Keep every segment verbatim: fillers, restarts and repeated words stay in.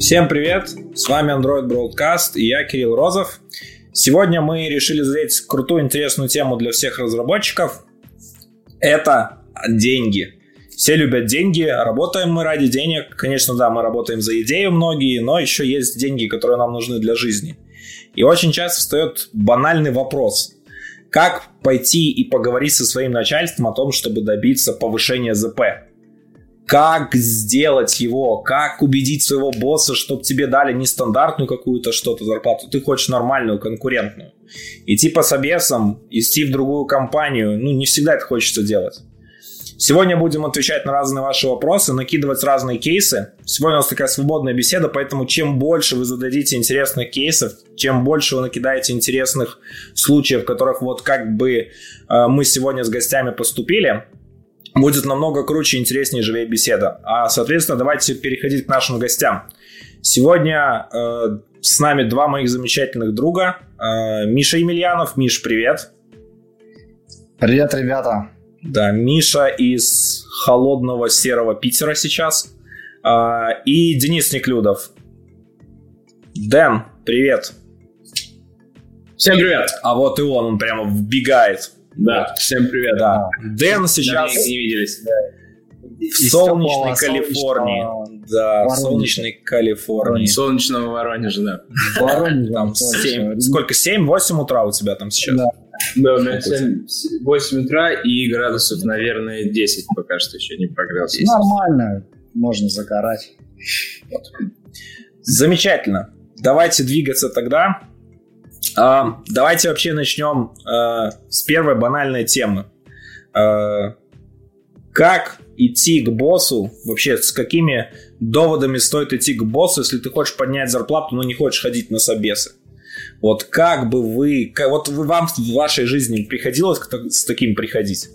Всем привет, с вами Android Broadcast и я, Кирилл Розов. Сегодня мы решили задать крутую, интересную тему для всех разработчиков. Это деньги. Все любят деньги, работаем мы ради денег. Конечно, да, мы работаем за идею многие, но еще есть деньги, которые нам нужны для жизни. И очень часто встает банальный вопрос. Как пойти и поговорить со своим начальством о том, чтобы добиться повышения ЗП? Как сделать его? Как убедить своего босса, чтобы тебе дали не стандартную какую-то что-то зарплату, ты хочешь нормальную, конкурентную. Идти по собесам, идти в другую компанию, ну не всегда это хочется делать. Сегодня будем отвечать на разные ваши вопросы, накидывать разные кейсы. Сегодня у нас такая свободная беседа, поэтому чем больше вы зададите интересных кейсов, чем больше вы накидаете интересных случаев, в которых вот как бы э, мы сегодня с гостями поступили, будет намного круче, интереснее, живее беседа. А, соответственно, давайте переходить к нашим гостям. Сегодня э, с нами два моих замечательных друга. Э, Миша Емельянов. Миш, привет. Привет, ребята. Да, Миша из холодного серого Питера сейчас. Э, и Денис Неклюдов. Дэн, привет. Всем привет. А вот и он, он прямо вбегает. Да, всем привет. Да. Дэн сейчас не, не виделись. в солнечной Калифорнии. Да, в солнечной Калифорнии. Солнечного Воронежа, да. Воронеж, там семь, сколько, семь-восемь утра у тебя там сейчас? Да, да у меня восемь утра и градусов, наверное, десять пока что еще не прогрелся. Нормально, можно загорать. Вот. Замечательно. Давайте двигаться тогда. Uh, давайте вообще начнем uh, с первой банальной темы. Uh, как идти к боссу? Вообще, с какими доводами стоит идти к боссу, если ты хочешь поднять зарплату, но не хочешь ходить на собесы? Вот как бы вы... Как, вот вы, вам в вашей жизни приходилось с таким приходить?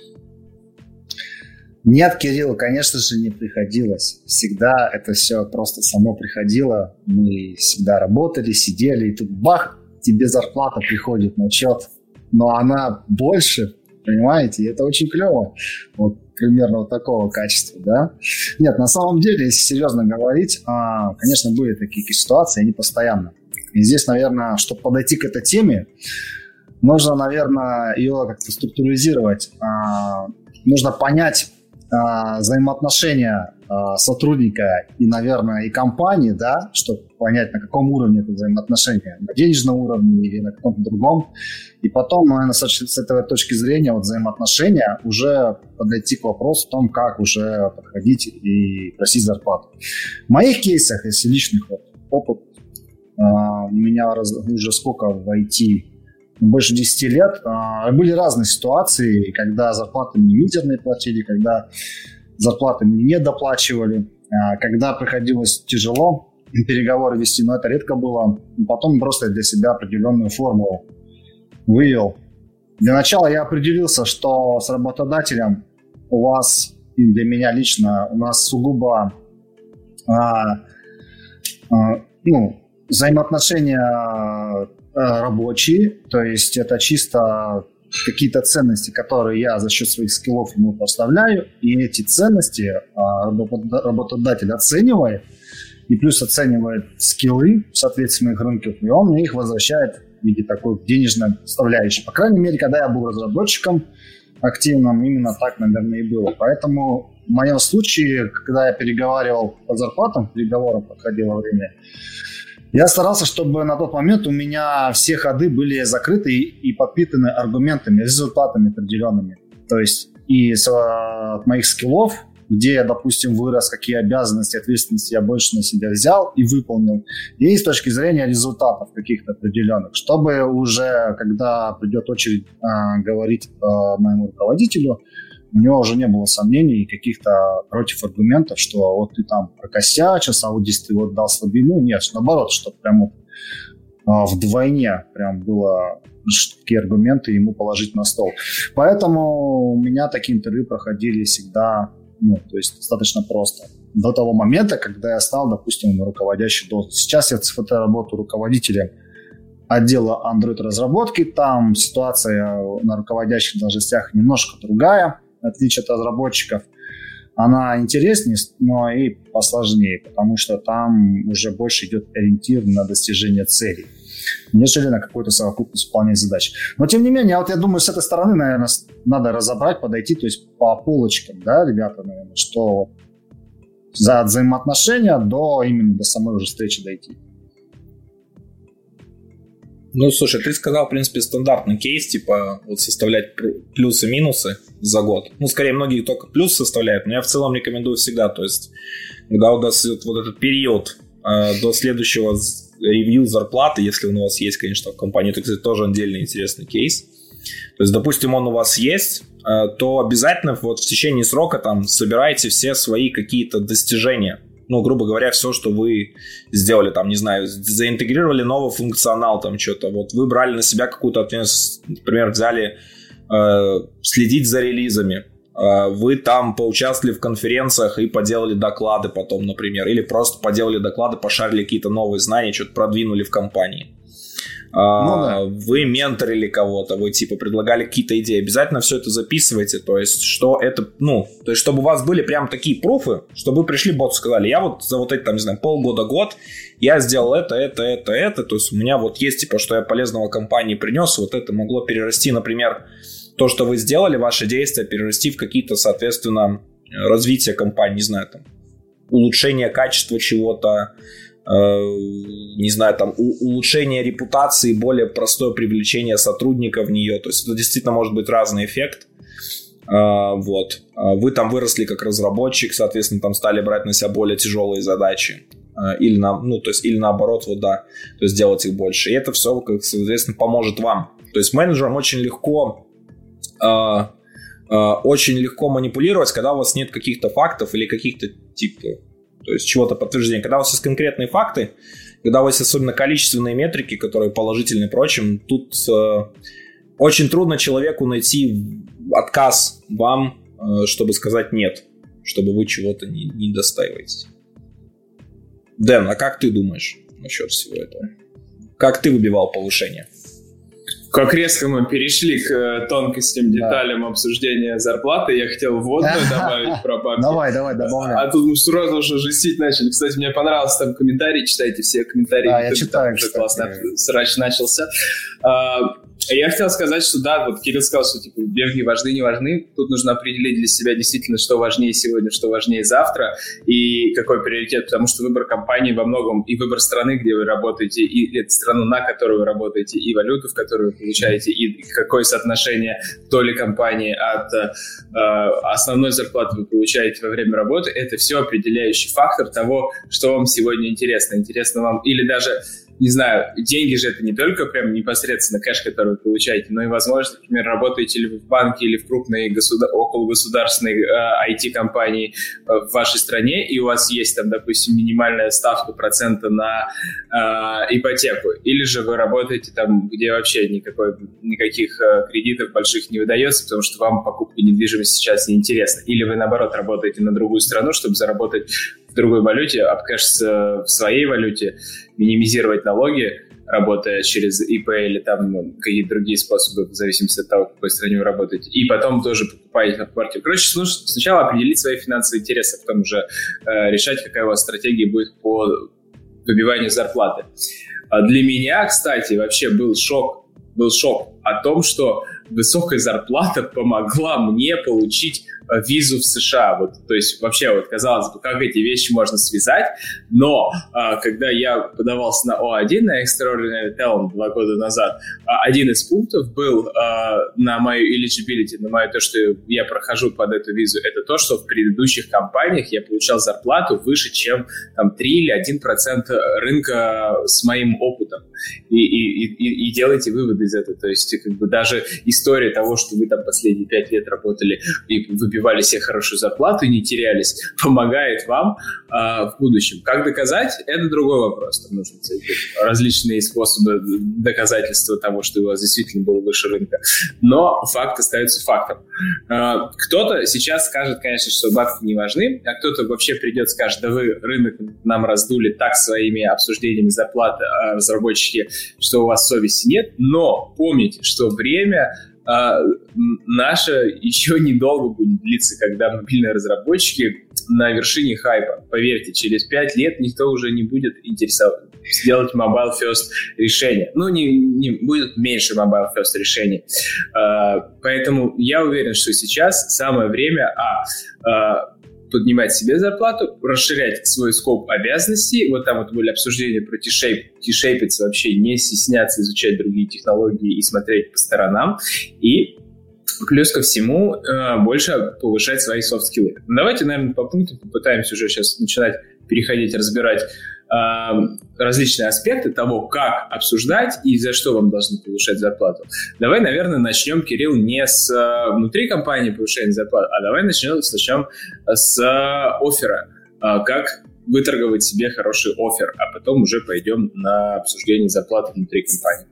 Нет, Кирилл, конечно же, не приходилось. Всегда это все просто само приходило. Мы всегда работали, сидели, и тут бах! Тебе зарплата приходит на счет, но она больше, понимаете, и это очень клево. Вот примерно вот такого качества, да. Нет, на самом деле, если серьезно говорить, конечно, были такие ситуации, они постоянно. И здесь, наверное, чтобы подойти к этой теме, нужно, наверное, ее как-то структуризировать. Нужно понять взаимоотношения сотрудника и, наверное, и компании, да, чтобы понять, на каком уровне это взаимоотношения, на денежном уровне или на каком-то другом. И потом, наверное, с, с этой точки зрения вот, взаимоотношения уже подойти к вопросу о том, как уже подходить и просить зарплату. В моих кейсах, если личных вот, опыт, у меня раз, уже сколько в ай ти, больше десять лет, были разные ситуации, когда зарплаты мне мизерные платили, когда зарплаты мне не доплачивали, когда приходилось тяжело переговоры вести, но это редко было. Потом просто для себя определенную формулу вывел. Для начала я определился, что с работодателем у вас, и для меня лично, у нас сугубо а, а, ну, взаимоотношения рабочие, то есть это чисто какие-то ценности, которые я за счет своих скиллов ему поставляю, и эти ценности работодатель оценивает, и плюс оценивает скиллы, соответственно, их рынков, и он мне их возвращает в виде такой денежной составляющей. По крайней мере, когда я был разработчиком активным, именно так, наверное, и было. Поэтому в моем случае, когда я переговаривал по зарплатам, переговорам подходило время, я старался, чтобы на тот момент у меня все ходы были закрыты и, и подпитаны аргументами, результатами определенными. То есть и с, от моих скиллов, где я, допустим, вырос, какие обязанности, ответственности я больше на себя взял и выполнил, и с точки зрения результатов каких-то определенных, чтобы уже, когда придет очередь э, говорить э, моему руководителю, у него уже не было сомнений и каких-то против аргументов, что вот ты там прокосячился, а вот здесь ты вот дал слабину. Нет, наоборот, чтобы прям вот, а, вдвойне прям было такие аргументы ему положить на стол. Поэтому у меня такие интервью проходили всегда, ну, то есть достаточно просто. До того момента, когда я стал, допустим, руководящей должностью. Сейчас я работаю руководителем отдела Android-разработки. Там ситуация на руководящих должностях немножко другая, в отличие от разработчиков. Она интереснее, но и посложнее, потому что там уже больше идет ориентир на достижение целей, нежели на какую-то совокупность выполнения задач. Но, тем не менее, вот я думаю, с этой стороны, наверное, надо разобрать, подойти, то есть по полочкам, да, ребята, наверное, что за взаимоотношения до именно до самой уже встречи дойти. Ну, слушай, ты сказал, в принципе, стандартный кейс, типа, вот составлять плюсы-минусы за год. Ну, скорее, многие только плюс составляют, но я в целом рекомендую всегда, то есть, когда у вас идет вот этот период э, до следующего ревью зарплаты, если он у вас есть, конечно, в компании, это, кстати, тоже отдельный интересный кейс. То есть, допустим, он у вас есть, э, то обязательно вот в течение срока там собирайте все свои какие-то достижения. Ну, грубо говоря, все, что вы сделали, там, не знаю, заинтегрировали новый функционал, там, что-то, вот, вы брали на себя какую-то ответственность, например, взяли э, следить за релизами, э, вы там поучаствовали в конференциях и поделали доклады потом, например, или просто поделали доклады, пошарили какие-то новые знания, что-то продвинули в компании. Ну, да. Вы менторили кого-то, вы типа предлагали какие-то идеи, обязательно все это записывайте, то есть, что это, ну, то есть, чтобы у вас были прям такие пруфы, чтобы вы пришли боту сказали, я вот за вот эти, там, не знаю, полгода, год, я сделал это, это, это, это, то есть, у меня вот есть, типа, что я полезного компании принес, вот это могло перерасти, например, то, что вы сделали, ваши действия перерасти в какие-то, соответственно, развитие компании, не знаю, там, улучшение качества чего-то, не знаю, там, улучшение репутации, более простое привлечение сотрудников в нее. То есть это действительно может быть разный эффект. Вот. Вы там выросли как разработчик, соответственно, там стали брать на себя более тяжелые задачи. Или, на, ну, то есть, или наоборот, вот да, то есть делать их больше. И это все, как, соответственно, поможет вам. То есть менеджерам очень легко очень легко манипулировать, когда у вас нет каких-то фактов или каких-то типа, то есть чего-то подтверждения. Когда у вас есть конкретные факты, когда у вас есть особенно количественные метрики, которые положительны и прочим, тут э, очень трудно человеку найти отказ вам, э, чтобы сказать нет, чтобы вы чего-то не, не достаиваете. Дэн, а как ты думаешь насчет всего этого? Как ты выбивал повышение? Как резко мы перешли к тонкостям, деталям да. обсуждения зарплаты. Я хотел вводную добавить про бабки. Давай, давай, добавляй. А тут мы сразу уже жестить начали. Кстати, мне понравился там комментарий. Читайте все комментарии. Да, я читаю. Уже классно срач начался. Я хотел сказать, что да, вот Кирилл сказал, что типа беги важны, не важны. Тут нужно определить для себя действительно, что важнее сегодня, что важнее завтра и какой приоритет, потому что выбор компании во многом и выбор страны, где вы работаете, и страну, на которую вы работаете, и валюту, в которую вы получаете, и какое соотношение доли компании от э, основной зарплаты вы получаете во время работы, это все определяющий фактор того, что вам сегодня интересно. Интересно вам или даже... Не знаю, деньги же это не только прям непосредственно кэш, который вы получаете, но и возможность, например, работаете ли вы в банке или в крупной государ... окологосударственной э, ай ти-компании э, в вашей стране, и у вас есть там, допустим, минимальная ставка процента на э, ипотеку, или же вы работаете там, где вообще никакой, никаких э, кредитов больших не выдается, потому что вам покупка недвижимости сейчас неинтересна, или вы, наоборот, работаете на другую страну, чтобы заработать в другой валюте, обкэшиться в своей валюте, минимизировать налоги, работая через ИП или там ну, какие-то другие способы, в зависимости от того, в какой стране вы работаете, и потом тоже покупаете на квартиру. Короче, сначала определить свои финансовые интересы, а потом уже э, решать, какая у вас стратегия будет по выбиванию зарплаты. А для меня, кстати, вообще был шок, был шок о том, что высокая зарплата помогла мне получить визу в США. Вот, то есть вообще, вот, казалось бы, как эти вещи можно связать, но а, когда я подавался на О один, на Extraordinary Talent два года назад, а, один из пунктов был а, на мою eligibility, на мое то, что я прохожу под эту визу, это то, что в предыдущих компаниях я получал зарплату выше, чем там, три или один процент рынка с моим опытом. И, и, и, и делайте выводы из этого. То есть как бы даже история того, что вы там последние пять лет работали и выбивали себе хорошую зарплату и не терялись, помогает вам а, в будущем. Как доказать? Это другой вопрос. Там нужны различные способы доказательства того, что у вас действительно было выше рынка. Но факт остается фактом. А, кто-то сейчас скажет, конечно, что бабки не важны, а кто-то вообще придет и скажет, да вы рынок нам раздули так своими обсуждениями зарплаты, а разработчики, что у вас совести нет. Но помните, что время а, наша еще недолго будет длиться, когда мобильные разработчики на вершине хайпа. Поверьте, через пять лет никто уже не будет интересоваться сделать mobile first решение. Ну, не, не будет меньше mobile first решений. А, поэтому я уверен, что сейчас самое время а, а поднимать себе зарплату, расширять свой скоп обязанностей. Вот там вот были обсуждения про T-shape, T-shapиться, вообще не стесняться изучать другие технологии и смотреть по сторонам. И плюс ко всему больше повышать свои софт-скиллы. Давайте, наверное, по пунктам попытаемся уже сейчас начинать переходить, разбирать различные аспекты того, как обсуждать и за что вам должны повышать зарплату. Давай, наверное, начнем, Кирилл, не с внутри компании повышения зарплаты, а давай начнем, начнем с оффера. Как выторговать себе хороший оффер, а потом уже пойдем на обсуждение зарплаты внутри компании.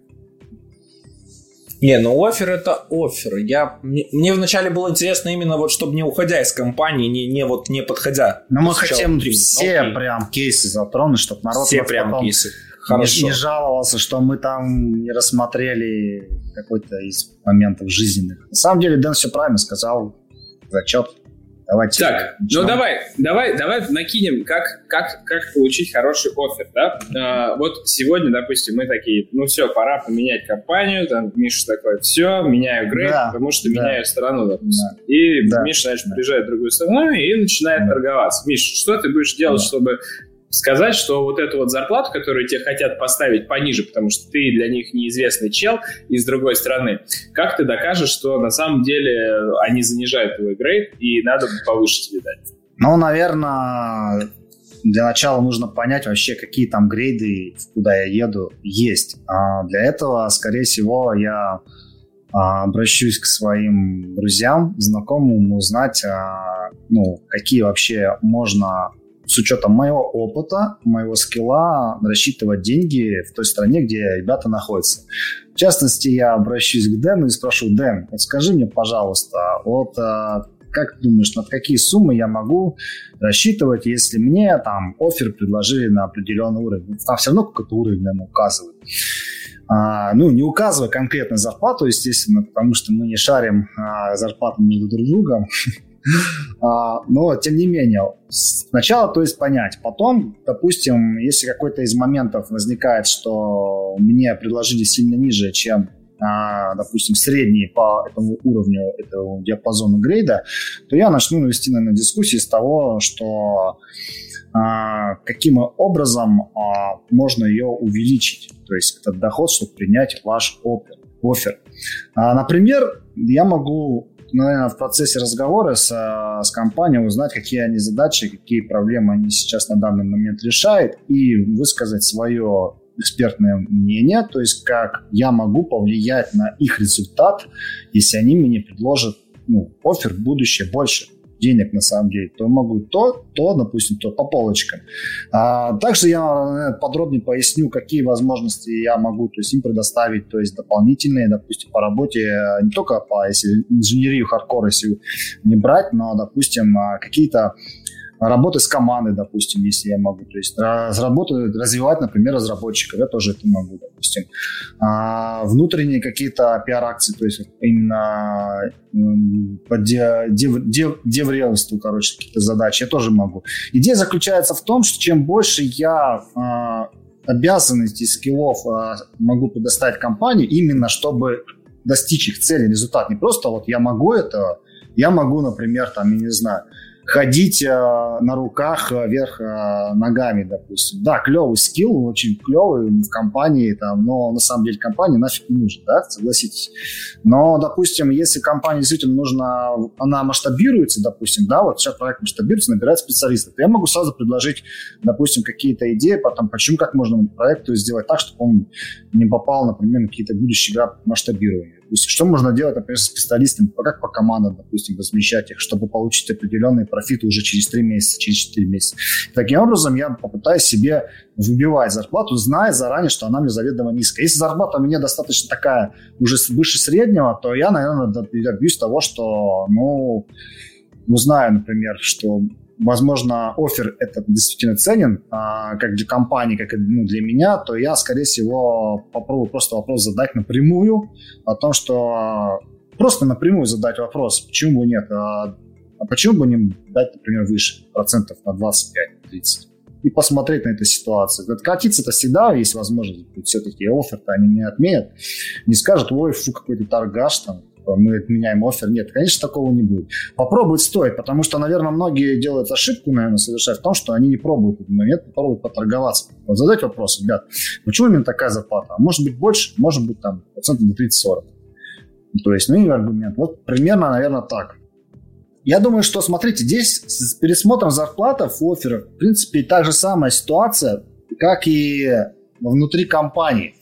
Не, ну оффер это оффер. Я, мне, мне вначале было интересно именно вот, чтобы не уходя из компании, не, не вот не подходя. Но мы хотим внутри, все ну, прям кейсы затронуть, чтобы народ все прям кейсы. Хорошо. Не, не жаловался, что мы там не рассмотрели какой-то из моментов жизненных. На самом деле Дэн все правильно сказал. Зачет. Давайте. Так, начнем. ну давай, давай, давай накинем, как, как, как получить хороший оффер, да? А, вот сегодня, допустим, мы такие, ну все, пора поменять компанию, там Миша такой, все, меняю грейд, да, потому что да. меняю страну, допустим. Да. И да. Миша, значит, да. приезжает в другую страну и начинает да. торговаться. Миш, что ты будешь делать, да. чтобы сказать, что вот эту вот зарплату, которую тебе хотят поставить пониже, потому что ты для них неизвестный чел из другой страны, как ты докажешь, что на самом деле они занижают твой грейд и надо повыше тебе дать? Ну, наверное, для начала нужно понять вообще, какие там грейды, куда я еду, есть. А для этого, скорее всего, я обращусь к своим друзьям, знакомым, узнать, ну, какие вообще можно... с учетом моего опыта, моего скилла, рассчитывать деньги в той стране, где ребята находятся. В частности, я обращусь к Дэну и спрошу: Дэн, вот скажи мне, пожалуйста, вот как ты думаешь, над какие суммы я могу рассчитывать, если мне там оффер предложили на определенный уровень? Там все равно какой-то уровень, наверное, указывает. А, ну, не указывая конкретно зарплату, естественно, потому что мы не шарим а, зарплату между друг другом. Uh, но, тем не менее, сначала, то есть, понять. Потом, допустим, если какой-то из моментов возникает, что мне предложили сильно ниже, чем, uh, допустим, средний по этому уровню, этому диапазону грейда, то я начну вести, наверное, дискуссии с того, что uh, каким образом uh, можно ее увеличить, то есть этот доход, чтобы принять ваш оффер. Uh, например, я могу... наверное, в процессе разговора с, с компанией узнать, какие они задачи, какие проблемы они сейчас на данный момент решают, и высказать свое экспертное мнение, то есть как я могу повлиять на их результат, если они мне предложат, ну, оффер в будущее больше денег на самом деле, то могу то, то, допустим, то по полочкам. А, также я, наверное, подробнее поясню, какие возможности я могу, то есть, им предоставить, то есть дополнительные, допустим, по работе, не только по, если инженерию хардкор, если не брать, но, допустим, какие-то работы с командой, допустим, если я могу. То есть разработать, развивать, например, разработчиков. Я тоже это могу, допустим. А внутренние какие-то пиар-акции, то есть именно по деврелству, короче, какие-то задачи я тоже могу. Идея заключается в том, что чем больше я а, обязанностей, скиллов а, могу предоставить компании, именно чтобы достичь их цели, результат. Не просто вот я могу это, я могу, например, там, я не знаю, ходить э, на руках вверх э, ногами, допустим. Да, клевый скилл, очень клевый в компании, там, но на самом деле компании нафиг не нужен, да, согласитесь. Но, допустим, если компания действительно нужна, она масштабируется, допустим, да, вот сейчас проект масштабируется, набирает специалистов, то я могу сразу предложить, допустим, какие-то идеи, потом, почему, как можно проект сделать так, чтобы он не попал, например, на какие-то будущие графы масштабирования. Допустим, что можно делать, например, с специалистами, как по командам, допустим, размещать их, чтобы получить определенные профиты уже через три месяца, через четыре месяца. Таким образом, я попытаюсь себе выбивать зарплату, зная заранее, что она мне заведомо низкая. Если зарплата у меня достаточно такая, уже выше среднего, то я, наверное, добьюсь того, что, ну, ну знаю, например, что... возможно, оффер этот действительно ценен, а, как для компании, как и, ну, для меня, то я, скорее всего, попробую просто вопрос задать напрямую о том, что просто напрямую задать вопрос, почему бы нет, а, а почему бы не дать, например, выше, процентов на двадцать пять-тридцать, и посмотреть на эту ситуацию. Откатиться-то всегда есть возможность, все-таки оффер-то они не отменят, не скажут, ой, фу, какой-то торгаш там, мы отменяем оффер. Нет, конечно, такого не будет. Попробовать стоит, потому что, наверное, многие делают ошибку, наверное, совершают в том, что они не пробуют этот момент, попробуют поторговаться. Вот задать вопрос, ребят, почему именно такая зарплата? А может быть больше, может быть там процентов до тридцать-сорок. То есть, ну и аргумент. Вот примерно, наверное, так. Я думаю, что, смотрите, здесь с пересмотром зарплаты в офферах, в принципе, та же самая ситуация, как и внутри компании.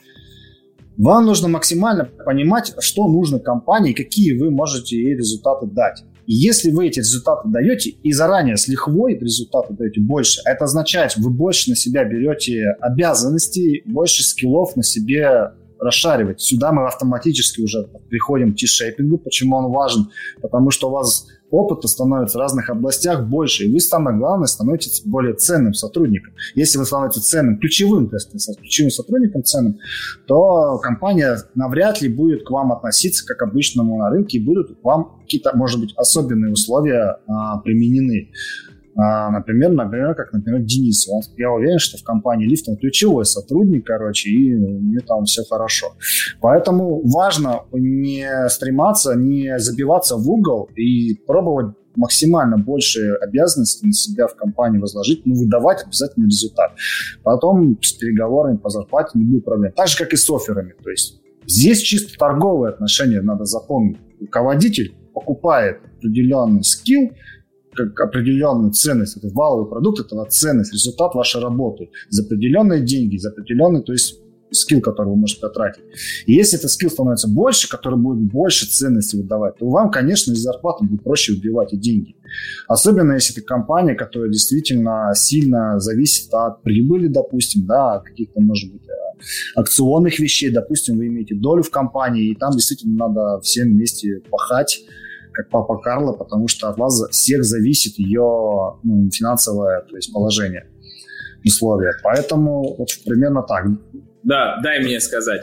Вам нужно максимально понимать, что нужно компании, какие вы можете ей результаты дать. И если вы эти результаты даете и заранее с лихвой результаты даете больше, это означает, что вы больше на себя берете обязанностей, больше скиллов на себе расшаривать. Сюда мы автоматически уже приходим к ти-шейпингу. Почему он важен? Потому что у вас опыта становится в разных областях больше, и вы, самое главное, становитесь более ценным сотрудником. Если вы становитесь ценным, ключевым, то есть ключевым сотрудником ценным, то компания навряд ли будет к вам относиться как обычному на рынке, и будут к вам какие-то, может быть, особенные условия а, применены. А, например, например, как, например, Денис. Он, я уверен, что в компании Лифт он ключевой сотрудник, короче, и у него там все хорошо. Поэтому важно не стрематься, не забиваться в угол и пробовать максимально больше обязанностей на себя в компании возложить, но выдавать обязательно результат. Потом с переговорами по зарплате не будет проблем. Так же, как и с офферами. То есть здесь чисто торговые отношения надо запомнить. Руководитель покупает определенный скилл, как определенную ценность, это валовый продукт, это ценность, результат вашей работы за определенные деньги, за определенный, то есть скилл, который вы можете потратить. И если этот скилл становится больше, который будет больше ценности выдавать, то вам, конечно, из зарплаты будет проще убивать и деньги. Особенно если это компания, которая действительно сильно зависит от прибыли, допустим, да, от каких-то, может быть, акционных вещей, допустим, вы имеете долю в компании, и там действительно надо всем вместе пахать, как папа Карло, потому что от вас всех зависит ее ну, финансовое, то есть положение, условия. Поэтому вот примерно так. Да, дай мне сказать.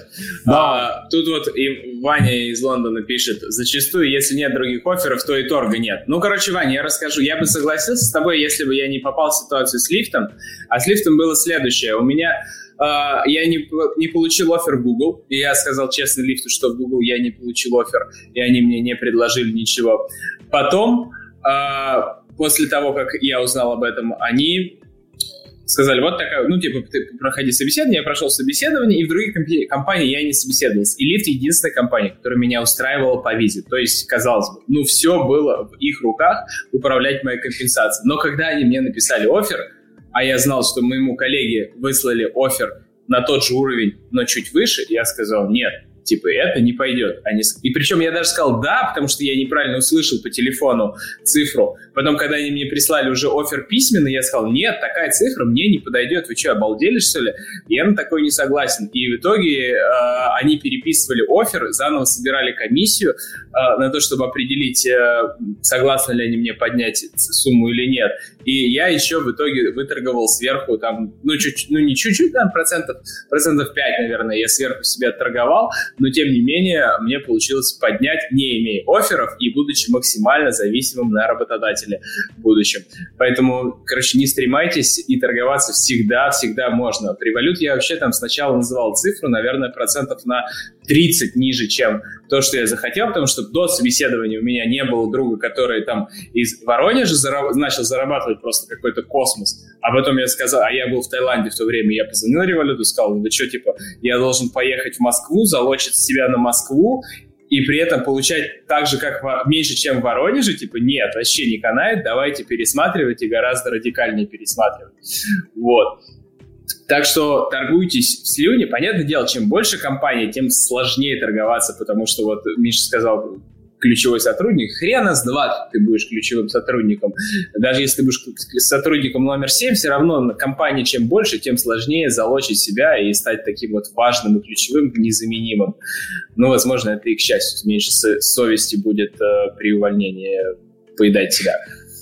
Да. А, тут вот и Ваня из Лондона пишет, зачастую, если нет других офферов, то и торга нет. Ну, короче, Ваня, я расскажу. Я бы согласился с тобой, если бы я не попал в ситуацию с лифтом. А с лифтом было следующее. У меня... Uh, я не, не получил оффер в Google, и я сказал честно лифту, что в Google я не получил оффер, и они мне не предложили ничего. Потом, uh, после того, как я узнал об этом, они сказали, вот такая, ну, типа, ты проходи собеседование, я прошел собеседование, и в других комп- компаниях я не собеседовался. И лифт единственная компания, которая меня устраивала по визе. То есть, казалось бы, ну, все было в их руках управлять моей компенсацией. Но когда они мне написали оффер, а я знал, что моему коллеге выслали оффер на тот же уровень, но чуть выше, я сказал, нет, типа, это не пойдет. Они... И причем я даже сказал «да», потому что я неправильно услышал по телефону цифру. Потом, когда они мне прислали уже оффер письменный, я сказал «нет, такая цифра мне не подойдет. Вы что, обалдели, что ли?» Я на такой не согласен. И в итоге э, они переписывали оффер, заново собирали комиссию э, на то, чтобы определить, э, согласны ли они мне поднять сумму или нет. И я еще в итоге выторговал сверху, там, ну, чуть, ну не чуть-чуть, там, процентов, процентов пять, наверное, я сверху себе отторговал, но, тем не менее, мне получилось поднять, не имея офферов и будучи максимально зависимым на работодателя в будущем. Поэтому, короче, не стремайтесь, и торговаться всегда-всегда можно. При валюте я вообще там сначала называл цифру, наверное, процентов на тридцать ниже, чем то, что я захотел, потому что до собеседования у меня не было друга, который там из Воронежа зараб- начал зарабатывать просто какой-то космос, а потом я сказал, а я был в Таиланде в то время, я позвонил Революту и сказал, ну вы что, типа, я должен поехать в Москву, залочить себя на Москву, и при этом получать так же, как в, меньше, чем в Воронеже, типа, нет, вообще не канает, давайте пересматривать и гораздо радикальнее пересматривать. Вот. Так что торгуйтесь в слюне. Понятное дело, чем больше компаний, тем сложнее торговаться, потому что вот Миша сказал, ключевой сотрудник, хрена с два ты будешь ключевым сотрудником. Даже если ты будешь сотрудником номер семь, все равно на компании чем больше, тем сложнее залочить себя и стать таким вот важным и ключевым, незаменимым. Ну, возможно, это и к счастью, меньше совести будет э, при увольнении поедать себя.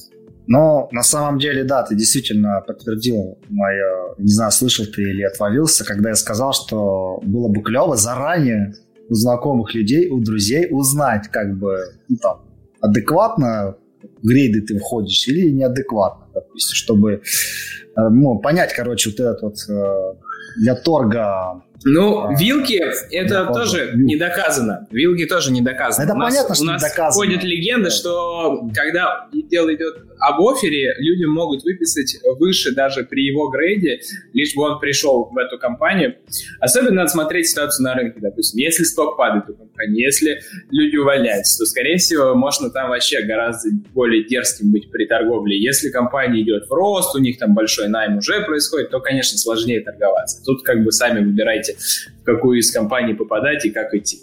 Но на самом деле, да, ты действительно подтвердил мое, не знаю, слышал ты или отвалился, когда я сказал, что было бы клево заранее у знакомых людей, у друзей узнать, как бы, ну, там, адекватно в грейды ты входишь или неадекватно, допустим, чтобы ну, понять, короче, вот этот вот для торга. Ну, а, вилки, это тоже вилки. Не доказано. Вилки тоже не доказано. Это у нас, понятно, что у нас не доказано. Ходит легенда, да. Что когда дело идет об оффере, люди могут выписать выше даже при его грейде, лишь бы он пришел в эту компанию. Особенно надо смотреть ситуацию на рынке, допустим. Если сток падает у компании, если люди увольняются, то, скорее всего, можно там вообще гораздо более дерзким быть при торговле. Если компания идет в рост, у них там большой найм уже происходит, то, конечно, сложнее торговаться. Тут как бы сами выбирайте, в какую из компаний попадать и как идти.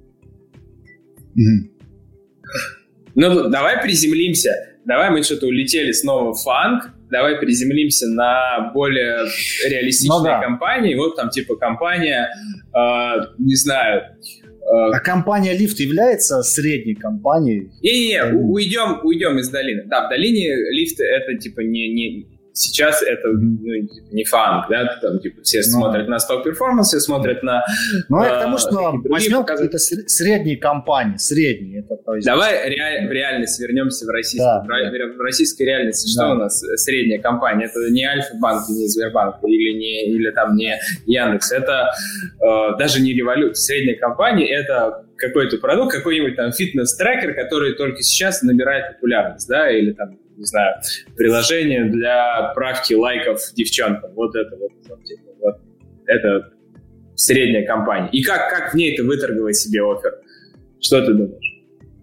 Mm-hmm. Ну, давай приземлимся. Давай мы что-то улетели снова в фанк. Давай приземлимся на более реалистичные ну, да. компании. Вот там типа компания, э, не знаю... Э... А компания Lyft является средней компанией? Не-не-не, уйдем, уйдем из долины. Да, в долине Lyft это типа не... не... Сейчас это ну, не фанк, да, там типа все ну, смотрят на сток перформанс, все смотрят на... Ну, это потому что возьмем какие-то средние компании, средние. Это, то есть... Давай ре- в реальность вернемся в российскую. Да, в, в российской реальности что да. у нас средняя компания? Это не Альфа-банк, не Сбербанк или, не, или там не Яндекс, это э, даже не Револют. Средняя компания — это какой-то продукт, какой-нибудь там фитнес-трекер, который только сейчас набирает популярность, да, или там не знаю, приложение для правки лайков девчонкам. Вот это вот, вот это средняя компания. И как, как в ней-то выторговать себе оффер? Что ты думаешь?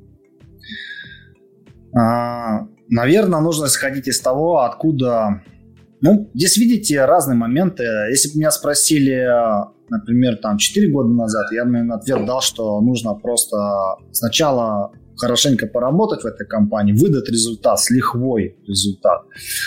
А, наверное, нужно исходить из того, откуда... Ну, здесь видите разные моменты. Если бы меня спросили, например, там четыре года назад, я бы ответ дал, что нужно просто сначала хорошенько поработать в этой компании, выдать результат, с лихвой результат.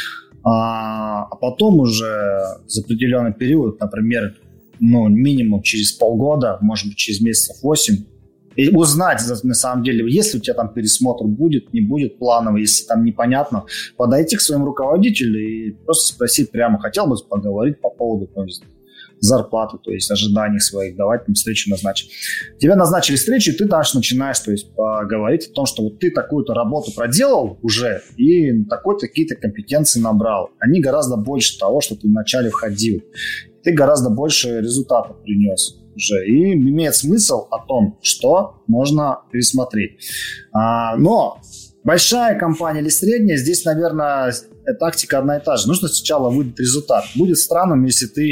А, а потом уже за определенный период, например, ну, минимум через полгода, может быть, через месяцев восемь, и узнать, на самом деле, если у тебя там пересмотр будет, не будет плановый, если там непонятно, подойти к своему руководителю и просто спросить прямо, хотел бы поговорить по поводу, то есть, зарплаты, то есть ожиданий своих, давать им встречу назначить. Тебя назначили встречу, и ты дальше начинаешь, то есть, говорить о том, что вот ты такую-то работу проделал уже и такой-то какие-то компетенции набрал. Они гораздо больше того, что ты вначале входил. Ты гораздо больше результатов принес уже. И имеет смысл о том, что можно пересмотреть. А, но большая компания или средняя, здесь, наверное, тактика одна и та же. Нужно сначала выдать результат. Будет странным, если ты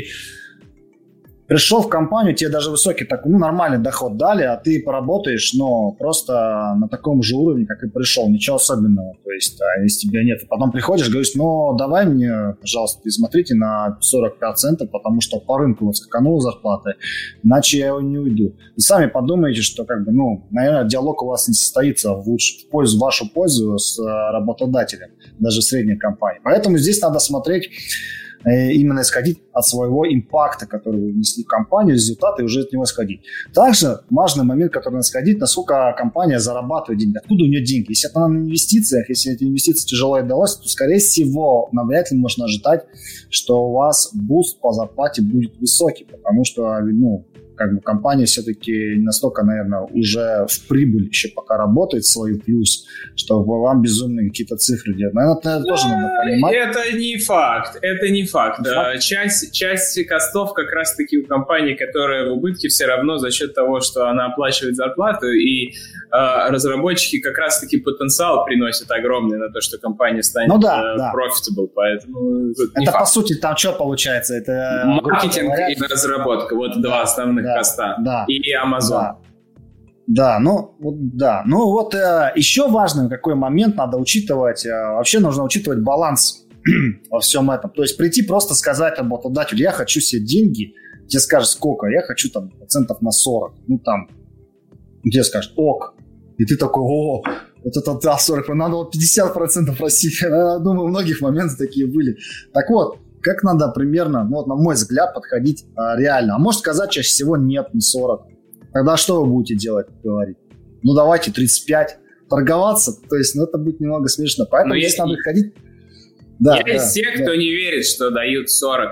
пришел в компанию, тебе даже высокий, такой, ну, нормальный доход дали, а ты поработаешь, но просто на таком же уровне, как и пришел, ничего особенного. То есть, а если тебя нет, потом приходишь, говоришь, ну, давай мне, пожалуйста, пересмотрите на сорок процентов, потому что по рынку вот скаканула зарплата, иначе я не уйду. Вы сами подумаете, что, как бы, ну, наверное, диалог у вас не состоится в, лучшую, в пользу, в вашу пользу с работодателем, даже средней компании. Поэтому здесь надо смотреть, именно исходить от своего импакта, который вы внесли в компанию, результаты, и уже от него исходить. Также важный момент, который надо исходить, насколько компания зарабатывает деньги, откуда у нее деньги. Если это на инвестициях, если эти инвестиции тяжело далось, то, скорее всего, навряд ли можно ожидать, что у вас буст по зарплате будет высокий, потому что, ну, как бы компания все-таки настолько, наверное, уже в прибыль еще пока работает свою плюс, что вам безумные какие-то цифры делают. Наверное, это да, тоже надо понимать. Это не факт, это не факт. Не факт? Часть, часть костов как раз-таки у компании, которая в убытке, все равно за счет того, что она оплачивает зарплату, и э, разработчики как раз-таки потенциал приносят огромный на то, что компания станет ну, да, э, да. profitable, поэтому это, по факт. Сути, там что получается? Это маркетинг и разработка, вот да, два основных да, коста. Да, и Amazon. Да. Да, ну вот, да. Ну вот э, еще важный какой момент надо учитывать. Э, вообще нужно учитывать баланс во всем этом. То есть прийти просто сказать работодателю, я хочу себе деньги, тебе скажет сколько, я хочу там процентов на сорок. Ну там, тебе скажет ок. И ты такой, о, вот это да, сорок, надо вот пятьдесят процентов просить. Я думаю, у многих моменты такие были. Так вот, как надо примерно, ну вот на мой взгляд, подходить а, реально. А может сказать чаще всего нет, не сорок. Тогда что вы будете делать, говорить? Ну, давайте тридцать пять. Торговаться? То есть, ну, это будет немного смешно. Поэтому здесь надо ходить. Да, есть да, те, да. кто не верит, что дают сорок.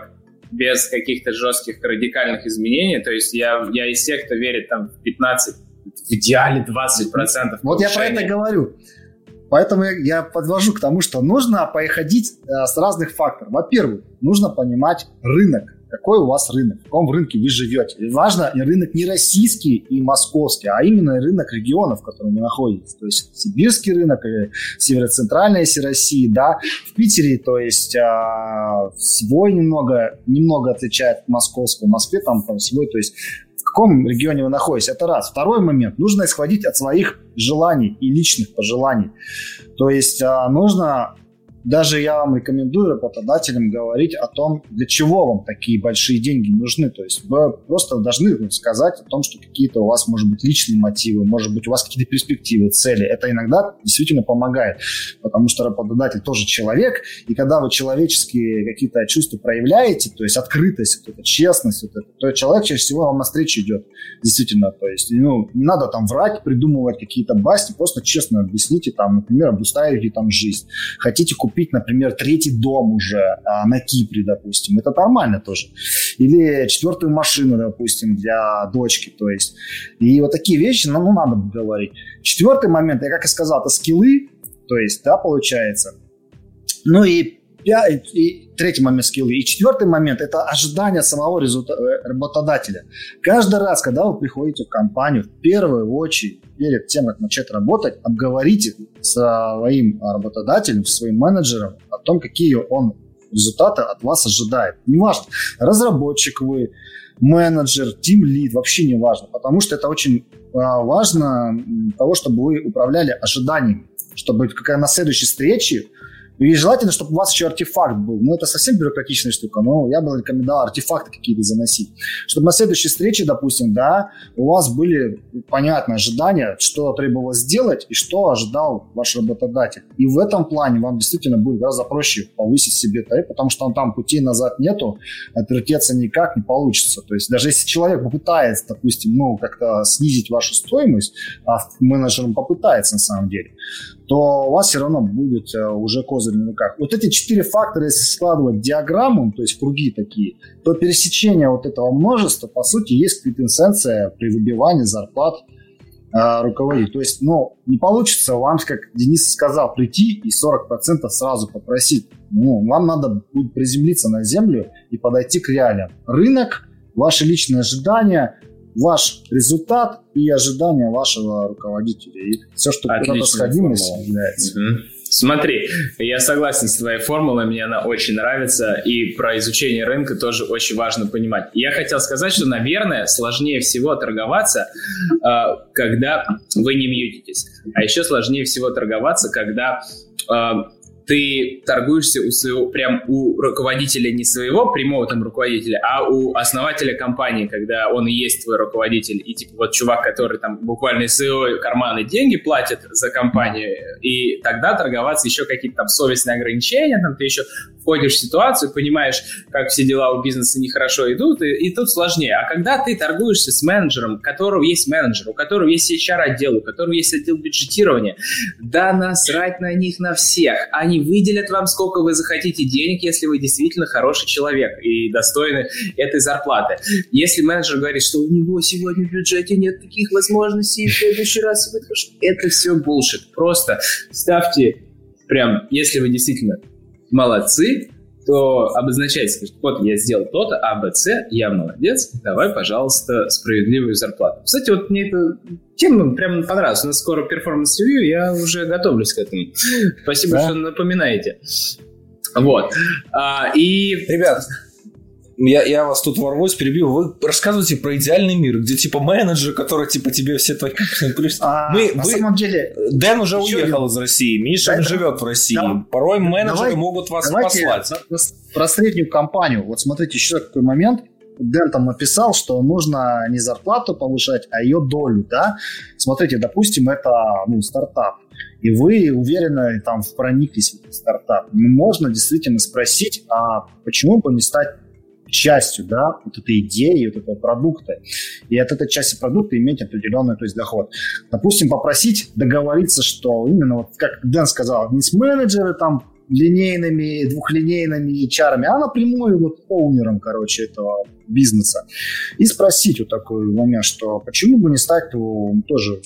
без каких-то жестких радикальных изменений. То есть я, я из тех, кто верит там в пятнадцать, в идеале двадцать процентов. Вот я про это говорю. Поэтому я, я подвожу к тому, что нужно походить э, с разных факторов. Во-первых, нужно понимать рынок. Какой у вас рынок, в каком рынке вы живете. И важно, рынок не российский и московский, а именно рынок регионов, в котором вы находитесь. То есть сибирский рынок, или северо-центральная Россия, да. В Питере, то есть а, свой немного, немного отличает от московского. В Москве там, там свой, то есть в каком регионе вы находитесь, это раз. Второй момент, нужно исходить от своих желаний и личных пожеланий. То есть а, нужно... Даже я вам рекомендую работодателям говорить о том, для чего вам такие большие деньги нужны. То есть вы просто должны сказать о том, что какие-то у вас, может быть, личные мотивы, может быть, у вас какие-то перспективы, цели. Это иногда действительно помогает, потому что работодатель тоже человек, и когда вы человеческие какие-то чувства проявляете, то есть открытость, вот эта честность, вот это, то человек чаще всего вам навстречу идет. Действительно, то есть ну, не надо там врать, придумывать какие-то басни, просто честно объясните, там, например, обустраивайте там жизнь. Хотите купить купить, например, третий дом уже а, на Кипре, допустим. Это нормально тоже. Или четвертую машину, допустим, для дочки. То есть. И вот такие вещи, ну, ну надо говорить. Четвертый момент, я как и сказал, это скиллы. То есть, да, получается. Ну и, и третий момент скиллы. И четвертый момент – это ожидание самого результата, работодателя. Каждый раз, когда вы приходите в компанию, в первую очередь, перед тем, как начать работать, обговорите со своим работодателем, со своим менеджером о том, какие он результаты от вас ожидает. Неважно, разработчик вы, менеджер, тимлид, вообще не важно, потому что это очень важно того, чтобы вы управляли ожиданиями, чтобы какая на следующей встрече. И желательно, чтобы у вас еще артефакт был. Ну, это совсем бюрократичная штука, но я бы рекомендовал артефакты какие-то заносить. Чтобы на следующей встрече, допустим, да, у вас были понятные ожидания, что требовалось сделать и что ожидал ваш работодатель. И в этом плане вам действительно будет гораздо проще повысить себе тариф, потому что там путей назад нету, отвертеться никак не получится. То есть даже если человек попытается, допустим, ну, как-то снизить вашу стоимость, а менеджер попытается на самом деле, то у вас все равно будет уже козырь на руках. Вот эти четыре фактора, если складывать диаграмму, то есть круги такие, то пересечение вот этого множества, по сути, есть квинтэссенция при выбивании зарплат э, руководителей. То есть, ну, не получится вам, как Денис сказал, прийти и сорок процентов сразу попросить. Ну, вам надо будет приземлиться на землю и подойти к реалиям. Рынок, ваши личные ожидания, ваш результат и ожидания вашего руководителя. И все, что куда-то сходимость является. Угу. Смотри, я согласен с твоей формулой, мне она очень нравится, и про изучение рынка тоже очень важно понимать. Я хотел сказать, что, наверное, сложнее всего торговаться, когда вы не мьютитесь. А еще сложнее всего торговаться, когда ты торгуешься у своего, прям у руководителя, не своего прямого там руководителя, а у основателя компании, когда он и есть твой руководитель, и типа вот чувак, который там буквально из своего кармана деньги платит за компанию, и тогда торговаться еще какие-то там совестные ограничения, там ты еще входишь в ситуацию, понимаешь, как все дела у бизнеса нехорошо идут, и, и тут сложнее. А когда ты торгуешься с менеджером, у которого есть менеджер, у которого есть эйч ар-отдел, у которого есть отдел бюджетирования, да насрать на них на всех. Они выделят вам, сколько вы захотите денег, если вы действительно хороший человек и достойны этой зарплаты. Если менеджер говорит, что у него сегодня в бюджете нет таких возможностей, в следующий раз будет хорошо, это все bullshit. Просто ставьте прям, если вы действительно молодцы, то обозначайте, скажите, вот я сделал то-то, А, Б, С, я молодец, давай, пожалуйста, справедливую зарплату. Кстати, вот мне эта тема прям понравилась. У нас скоро перформанс-ревью, я уже готовлюсь к этому. Спасибо, да? Что напоминаете. Вот. А, и... Ребят, я, я вас тут ворвусь, перебью. Вы рассказываете про идеальный мир, где типа менеджер, который типа тебе все твои плюсы. А, Мы, на вы... самом деле... Дэн уже уехал один... из России, Миша да, живет в России. Да. Порой менеджеры давай, могут вас послать. Про среднюю компанию. Вот смотрите, еще такой момент. Дэн там написал, что нужно не зарплату повышать, а ее долю, да? Смотрите, допустим, это ну, стартап, и вы уверенно там прониклись в этот стартап. Можно действительно спросить, а почему бы не стать частью, да, вот этой идеи, вот этого продукта, и от этой части продукта иметь определенный, то есть, доход. Допустим, попросить договориться, что именно, вот как Дэн сказал, не с менеджера там линейными, двухлинейными эйч ар-ами, а напрямую вот оунером, короче, этого бизнеса. И спросить вот такой момент, что почему бы не стать ну, тоже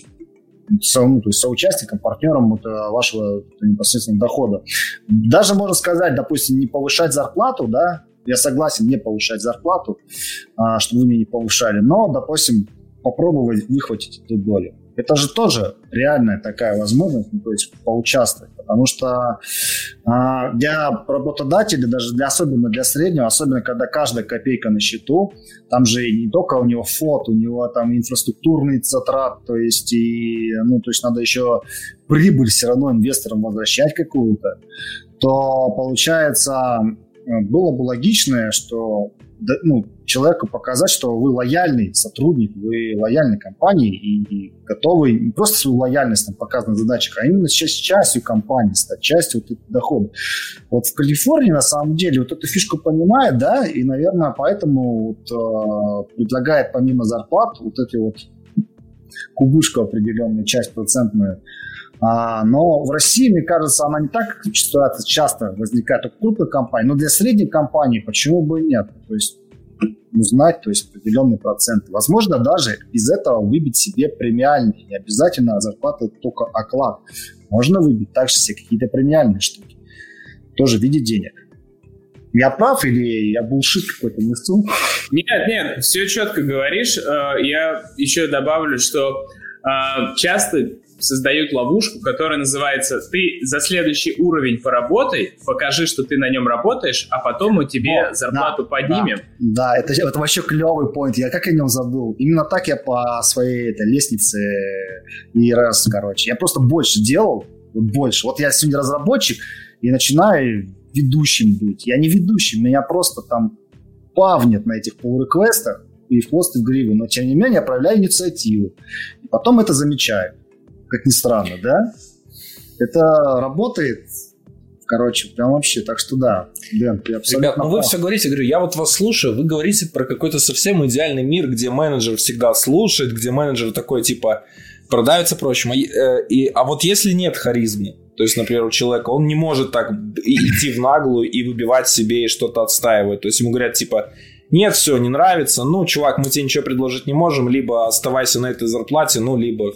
ну, то есть соучастником, партнером вот, вашего непосредственного дохода. Даже можно сказать, допустим, не повышать зарплату, да, я согласен не повышать зарплату, а, чтобы вы мне не повышали, но, допустим, попробовать выхватить эту долю. Это же тоже реальная такая возможность, ну, то есть поучаствовать, потому что а, для работодателя, даже для, особенно для среднего, особенно когда каждая копейка на счету, там же не только у него фот, у него там инфраструктурный затрат, то есть, и, ну, то есть надо еще прибыль все равно инвесторам возвращать какую-то, то получается было бы логичное, что ну, человеку показать, что вы лояльный сотрудник, вы лояльный компании и готовы не просто свою лояльность там, показать на задачах, а именно часть, частью компании стать, частью вот этого дохода. Вот в Калифорнии на самом деле вот эту фишку понимает, да, и, наверное, поэтому вот, э, предлагает помимо зарплат вот эти вот кубышку определенную, часть процентную. А, но в России, мне кажется, она не так ситуация часто возникает у крупных компаний, но для средних компаний почему бы и нет? То есть узнать, то есть определенный процент. Возможно, даже из этого выбить себе премиальные. Не обязательно зарплата только оклад. Можно выбить также себе какие-то премиальные штуки. Тоже в виде денег. Я прав или я булшит какой-то несу? Нет, нет, все четко говоришь. Я еще добавлю, что часто создают ловушку, которая называется «ты за следующий уровень поработай, покажи, что ты на нем работаешь, а потом мы тебе О, зарплату да, поднимем». Да, да это, это вообще клевый поинт. Я как о нем забыл. Именно так я по своей этой лестнице и раз, короче. Я просто больше делал, вот больше. Вот я сегодня разработчик и начинаю ведущим быть. Я не ведущий, меня просто там павнет на этих pull-реквестах и в хвост и в гриву, но тем не менее я проявляю инициативу. И потом это замечаю. Как ни странно, да? Это работает, короче, прям вообще. Так что да, Дэн, ты абсолютно Ребят, ну вы все говорите, говорю, я вот вас слушаю, вы говорите про какой-то совсем идеальный мир, где менеджер всегда слушает, где менеджер такой, типа, продавится прочим. А, и, а вот если нет харизмы, то есть, например, у человека, он не может так идти в наглую и выбивать себе и что-то отстаивать. То есть ему говорят, типа, нет, все, не нравится, ну, чувак, мы тебе ничего предложить не можем, либо оставайся на этой зарплате, ну, либо...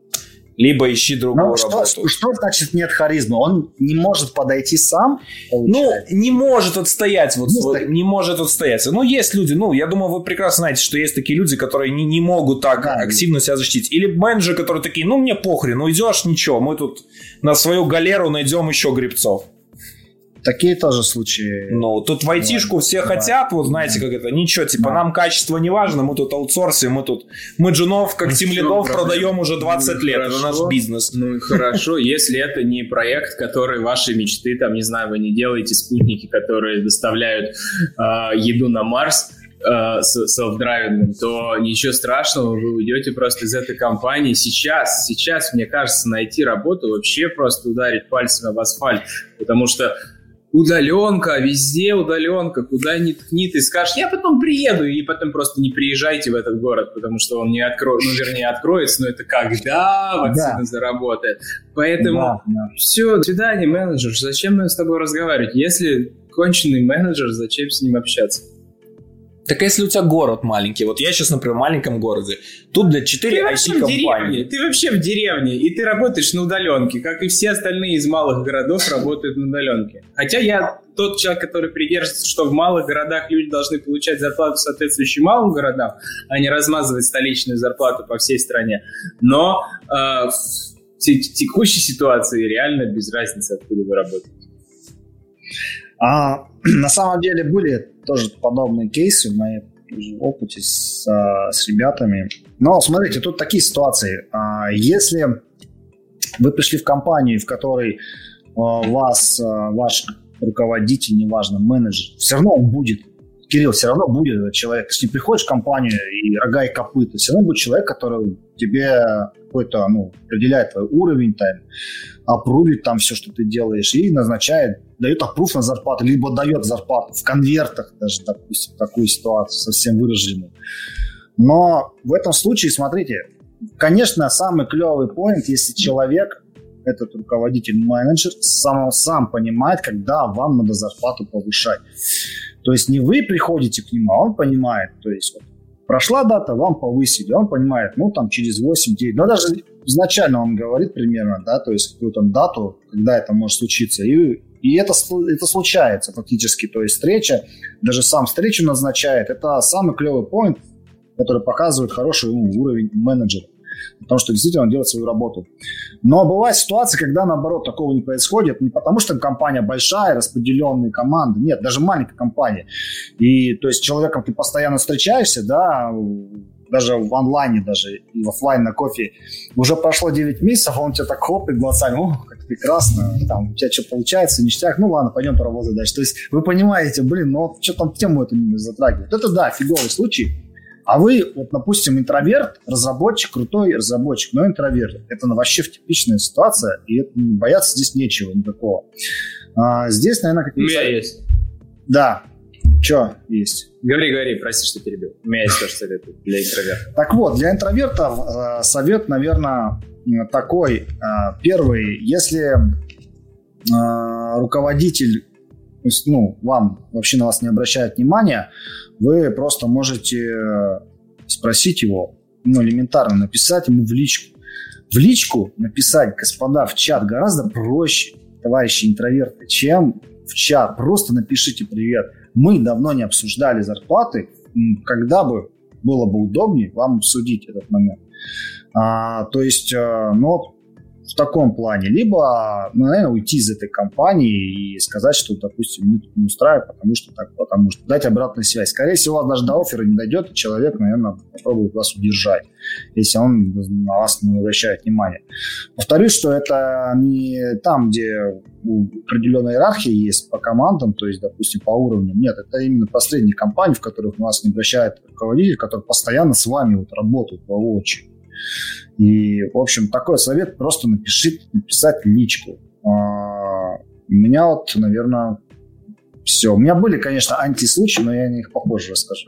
либо ищи другую ну, работу. Что, что значит нет харизмы? Он не может подойти сам? Получается? Ну, не может отстоять. Вот, ну, вот, не может отстояться. Ну, есть люди, ну, я думаю, вы прекрасно знаете, что есть такие люди, которые не, не могут так да, активно себя защитить. Или менеджеры, которые такие, ну, мне похрен, ну, идешь, ничего, мы тут на свою галеру найдем еще гребцов. Такие тоже случаи. Ну, тут в айтишку да, все да, хотят, вот знаете, да. как это, ничего, типа, да. нам качество не важно, мы тут аутсорсим, мы тут, мы джунов, как ну, тимлидов, продаем уже двадцать ну, лет, хорошо. Это наш бизнес. Ну, и хорошо, если это не проект, который ваши мечты, там, не знаю, вы не делаете спутники, которые доставляют э, еду на Марс, э, с селф-драйвингом, то ничего страшного, вы уйдете просто из этой компании. Сейчас, сейчас, мне кажется, найти работу вообще просто ударить пальцем об асфальт, потому что удаленка, везде удаленка, куда ни ткни, ты скажешь, я потом приеду, и потом просто не приезжайте в этот город, потому что он не откроется, ну, вернее, откроется, но это когда вакцина да. заработает. Поэтому да, да. все, до свидания, менеджер, зачем мне с тобой разговаривать? Если конченый менеджер, зачем с ним общаться? Так если у тебя город маленький, вот я сейчас, например, в маленьком городе, тут, блядь, четыре ай ти-компании. Ты вообще в деревне, и ты работаешь на удаленке, как и все остальные из малых городов работают на удаленке. Хотя я тот человек, который придерживается, что в малых городах люди должны получать зарплату, соответствующую малым городам, а не размазывать столичную зарплату по всей стране. Но э, в текущей ситуации реально без разницы, откуда вы работаете. А, на самом деле были тоже подобные кейсы в моем опыте с, с ребятами. Но смотрите, тут такие ситуации. Если вы пришли в компанию, в которой вас ваш руководитель, неважно, менеджер, все равно он будет, Кирилл, все равно будет этот человек. Если не приходишь в компанию и рога и копыта, все равно будет человек, который тебе какой-то, ну, определяет твой уровень, там, апрувит там все, что ты делаешь, и назначает, дает аппрув на зарплату, либо дает зарплату в конвертах, даже, допустим, такую ситуацию совсем выраженную. Но в этом случае, смотрите, конечно, самый клевый поинт, если человек этот руководитель-менеджер сам, сам понимает, когда вам надо зарплату повышать. То есть не вы приходите к нему, а он понимает. То есть вот, прошла дата, вам повысили, он понимает, ну там через восемь-девять, но даже изначально он говорит примерно, да, то есть какую-то дату, когда это может случиться. И, и это, это случается фактически. То есть встреча, даже сам встречу назначает. Это самый клевый поинт, который показывает хороший ну, уровень менеджера. Потому что действительно он делает свою работу. Но бывает ситуация, когда наоборот такого не происходит. Не потому что компания большая, распределенные команды. Нет, даже маленькая компания. И то есть с человеком ты постоянно встречаешься, да, даже в онлайне, даже и в офлайн на кофе. Уже прошло девять месяцев, а он тебя так хлопает глазами. О, как прекрасно, там у тебя что получается, ништяк. Ну ладно, пойдем поработать дальше. То есть вы понимаете, блин, ну что там тему эту не затрагивает. Это да, фиговый случай. А вы, вот, допустим, интроверт, разработчик, крутой разработчик, но интроверт. Это вообще типичная ситуация, и это, бояться здесь нечего никакого. А, здесь, наверное, какие-то... У меня есть. Да. Что есть? Говори, говори, прости, что перебил. У меня есть тоже совет для интроверта. Так вот, для интровертов э, совет, наверное, такой. Э, первый, если э, руководитель, ну, вам вообще на вас не обращает внимания, вы просто можете спросить его, ну, элементарно написать ему в личку. В личку написать, господа, в чат гораздо проще, товарищи интроверты, чем в чат. Просто напишите привет. Мы давно не обсуждали зарплаты, когда бы было бы удобнее вам обсудить этот момент. А, то есть, ну, в таком плане. Либо, ну, наверное, уйти из этой компании и сказать, что, допустим, мне тут не устраивает, потому что так, потому что дать обратную связь. Скорее всего, у вас даже до оффера не дойдет, и человек, наверное, попробует вас удержать, если он на вас не обращает внимания. Повторюсь, что это не там, где определенная иерархия есть по командам, то есть, допустим, по уровням. Нет, это именно последние компании, в которых у нас не обращает руководитель, который постоянно с вами вот работает воочию. И, в общем, такой совет: просто напишите, написать личку. А, у меня вот, наверное, все. У меня были, конечно, антислучаи, но я о них попозже расскажу.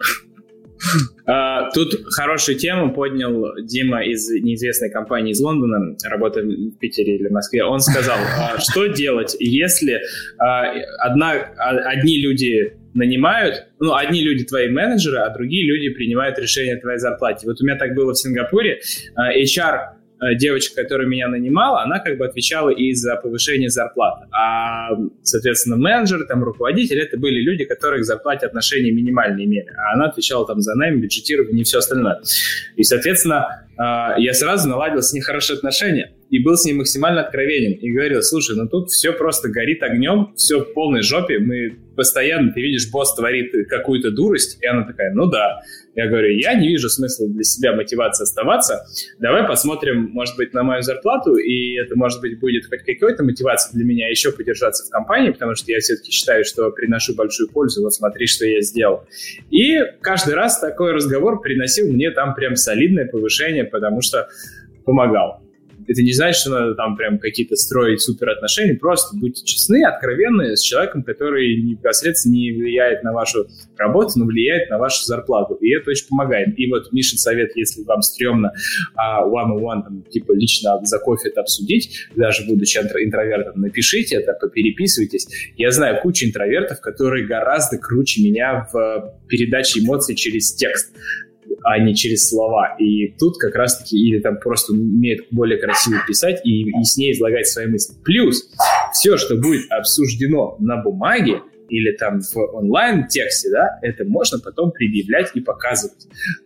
А, тут хорошую тему поднял Дима из неизвестной компании из Лондона, работает в Питере или в Москве. Он сказал, что делать, если одна, одни люди нанимают, ну, одни люди твои менеджеры, а другие люди принимают решение о твоей зарплате. Вот у меня так было в Сингапуре. эйч ар девочка, которая меня нанимала, она как бы отвечала и за повышение зарплаты. А, соответственно, менеджер, там, руководитель, это были люди, которые к зарплате отношения минимальные имели. А она отвечала там за найм, бюджетирование и все остальное. И, соответственно, я сразу наладил с ней хорошие отношения и был с ней максимально откровенен. И говорил: слушай, ну тут все просто горит огнем, все в полной жопе, мы постоянно, ты видишь, босс творит какую-то дурость, и она такая: ну да. Я говорю: я не вижу смысла для себя мотивации оставаться, давай посмотрим, может быть, на мою зарплату, и это, может быть, будет хоть какой-то мотивация для меня еще подержаться в компании, потому что я все-таки считаю, что приношу большую пользу, вот смотри, что я сделал. И каждый раз такой разговор приносил мне там прям солидное повышение, потому что помогал. Это не значит, что надо там прям какие-то строить суперотношения, просто будьте честны, откровенны с человеком, который непосредственно не влияет на вашу работу, но влияет на вашу зарплату, и это очень помогает. И вот Мишин совет: если вам стрёмно а, one-on-one, там, типа лично за кофе это обсудить, даже будучи интровертом, напишите это, попереписывайтесь. Я знаю кучу интровертов, которые гораздо круче меня в передаче эмоций через текст, а не через слова. И тут как раз-таки или там просто умеет более красиво писать и яснее излагать свои мысли. Плюс все, что будет обсуждено на бумаге или там в онлайн-тексте, да, это можно потом предъявлять и показывать.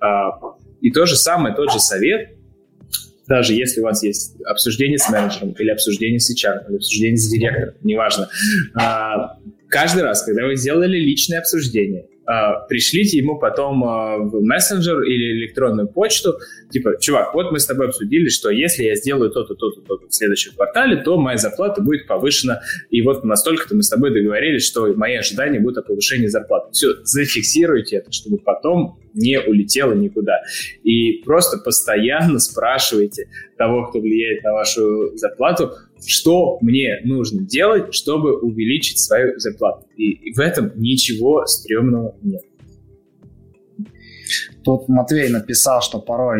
И то же самое, тот же совет, даже если у вас есть обсуждение с менеджером или обсуждение с эйч ар, или обсуждение с директором, неважно, каждый раз, когда вы сделали личное обсуждение, Uh, пришлите ему потом uh, в мессенджер или электронную почту, типа: чувак, вот мы с тобой обсудили, что если я сделаю то-то, то-то, то-то в следующем квартале, то моя зарплата будет повышена, и вот настолько-то мы с тобой договорились, что мои ожидания будут о повышении зарплаты. Все, зафиксируйте это, чтобы потом не улетело никуда. И просто постоянно спрашивайте того, кто влияет на вашу зарплату, что мне нужно делать, чтобы увеличить свою зарплату. И в этом ничего стрёмного нет. Тут Матвей написал, что порой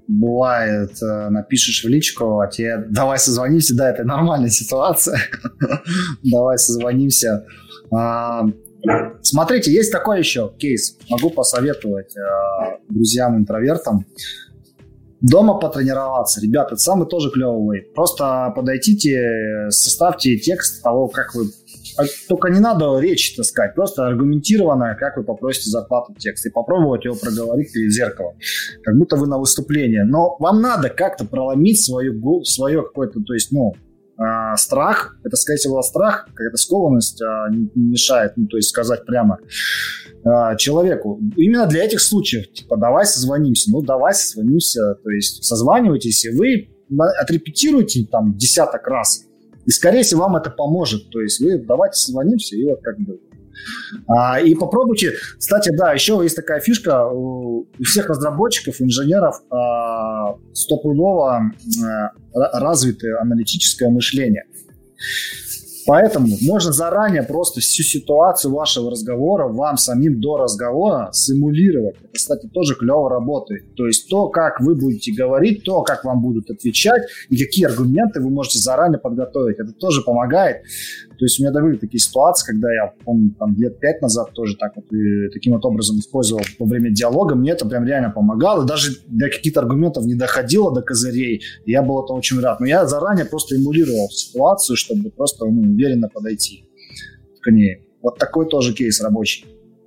бывает, напишешь в личку, а тебе давай созвонимся, да, это нормальная ситуация, давай созвонимся. Смотрите, есть такой еще кейс, могу посоветовать друзьям-интровертам. Дома потренироваться. Ребята, это самый тоже клевый way. Просто подойдите, составьте текст того, как вы... Только не надо речь таскать, просто аргументированно, как вы попросите зарплату текст. И попробовать его проговорить перед зеркалом. Как будто вы на выступлении. Но вам надо как-то проломить свою, свое какое-то, то есть, ну, э, страх. Это, скорее всего, страх, какая-то скованность э, не мешает, ну, то есть, сказать прямо э, человеку. Именно для этих случаев, типа, давай созвонимся. Ну, давай созвонимся. То есть, созванивайтесь, и вы отрепетируете там десяток раз. И, скорее всего, вам это поможет. То есть вы давайте созвонимся и вот как бы. А, и попробуйте. Кстати, да, еще есть такая фишка. У, у всех разработчиков, инженеров а, стопудово а, развито аналитическое мышление. Поэтому можно заранее просто всю ситуацию вашего разговора вам самим до разговора симулировать. Это, кстати, тоже клево работает. То есть то, как вы будете говорить, то, как вам будут отвечать и какие аргументы вы можете заранее подготовить. Это тоже помогает. То есть у меня были такие ситуации, когда я, помню, там лет пять назад тоже так вот и таким вот образом использовал во время диалога. Мне это прям реально помогало. Даже до каких-то аргументов не доходило, до козырей. И я был этому очень рад. Но я заранее просто эмулировал ситуацию, чтобы просто ну, уверенно подойти к ней. Вот такой тоже кейс рабочий.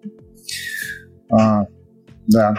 А, да.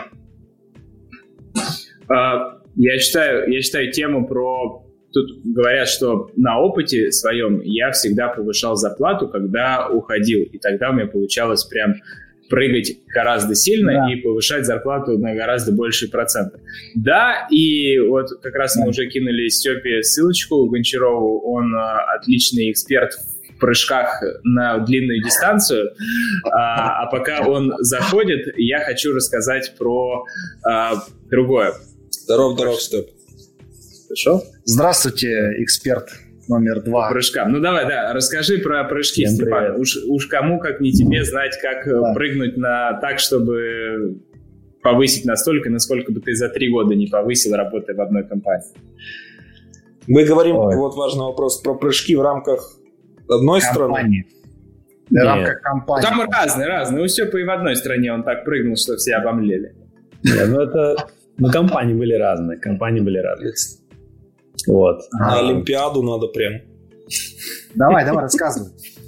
А, я считаю, я считаю тему про... Тут говорят, что на опыте своем я всегда повышал зарплату, когда уходил. И тогда у меня получалось прям прыгать гораздо сильно да. и повышать зарплату на гораздо большие проценты. Да, и вот как раз да. мы уже кинули Степе ссылочку Гончарову. Он а, отличный эксперт в прыжках на длинную дистанцию. А, а пока он заходит, я хочу рассказать про а, другое. Здоров, здоров, Степ. Хорошо? Здравствуйте, эксперт номер два. По прыжкам. Ну давай, да, расскажи про прыжки, Всем Степан. Уж, уж кому, как не тебе, знать, как да. прыгнуть на так, чтобы повысить настолько, насколько бы ты за три года не повысил, работая в одной компании. Мы говорим, Ой. вот важный вопрос, про прыжки в рамках одной компании. страны. В рамках компании. Там разные, разные. У Степы и в одной стране он так прыгнул, что все обомлели. Нет, ну это... Ну, компании были разные. Компании были разные. Вот. На а, Олимпиаду надо прям. Давай, давай, рассказывай.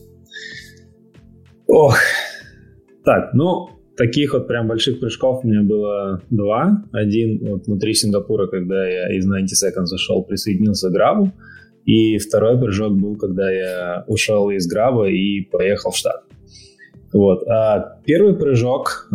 Ох. Так, ну, таких вот прям больших прыжков у меня было два. Один вот внутри Сингапура, когда я из девяносто секунд зашел, присоединился к Грабу. И второй прыжок был, когда я ушел из Граба и поехал в Штат. Вот. А первый прыжок...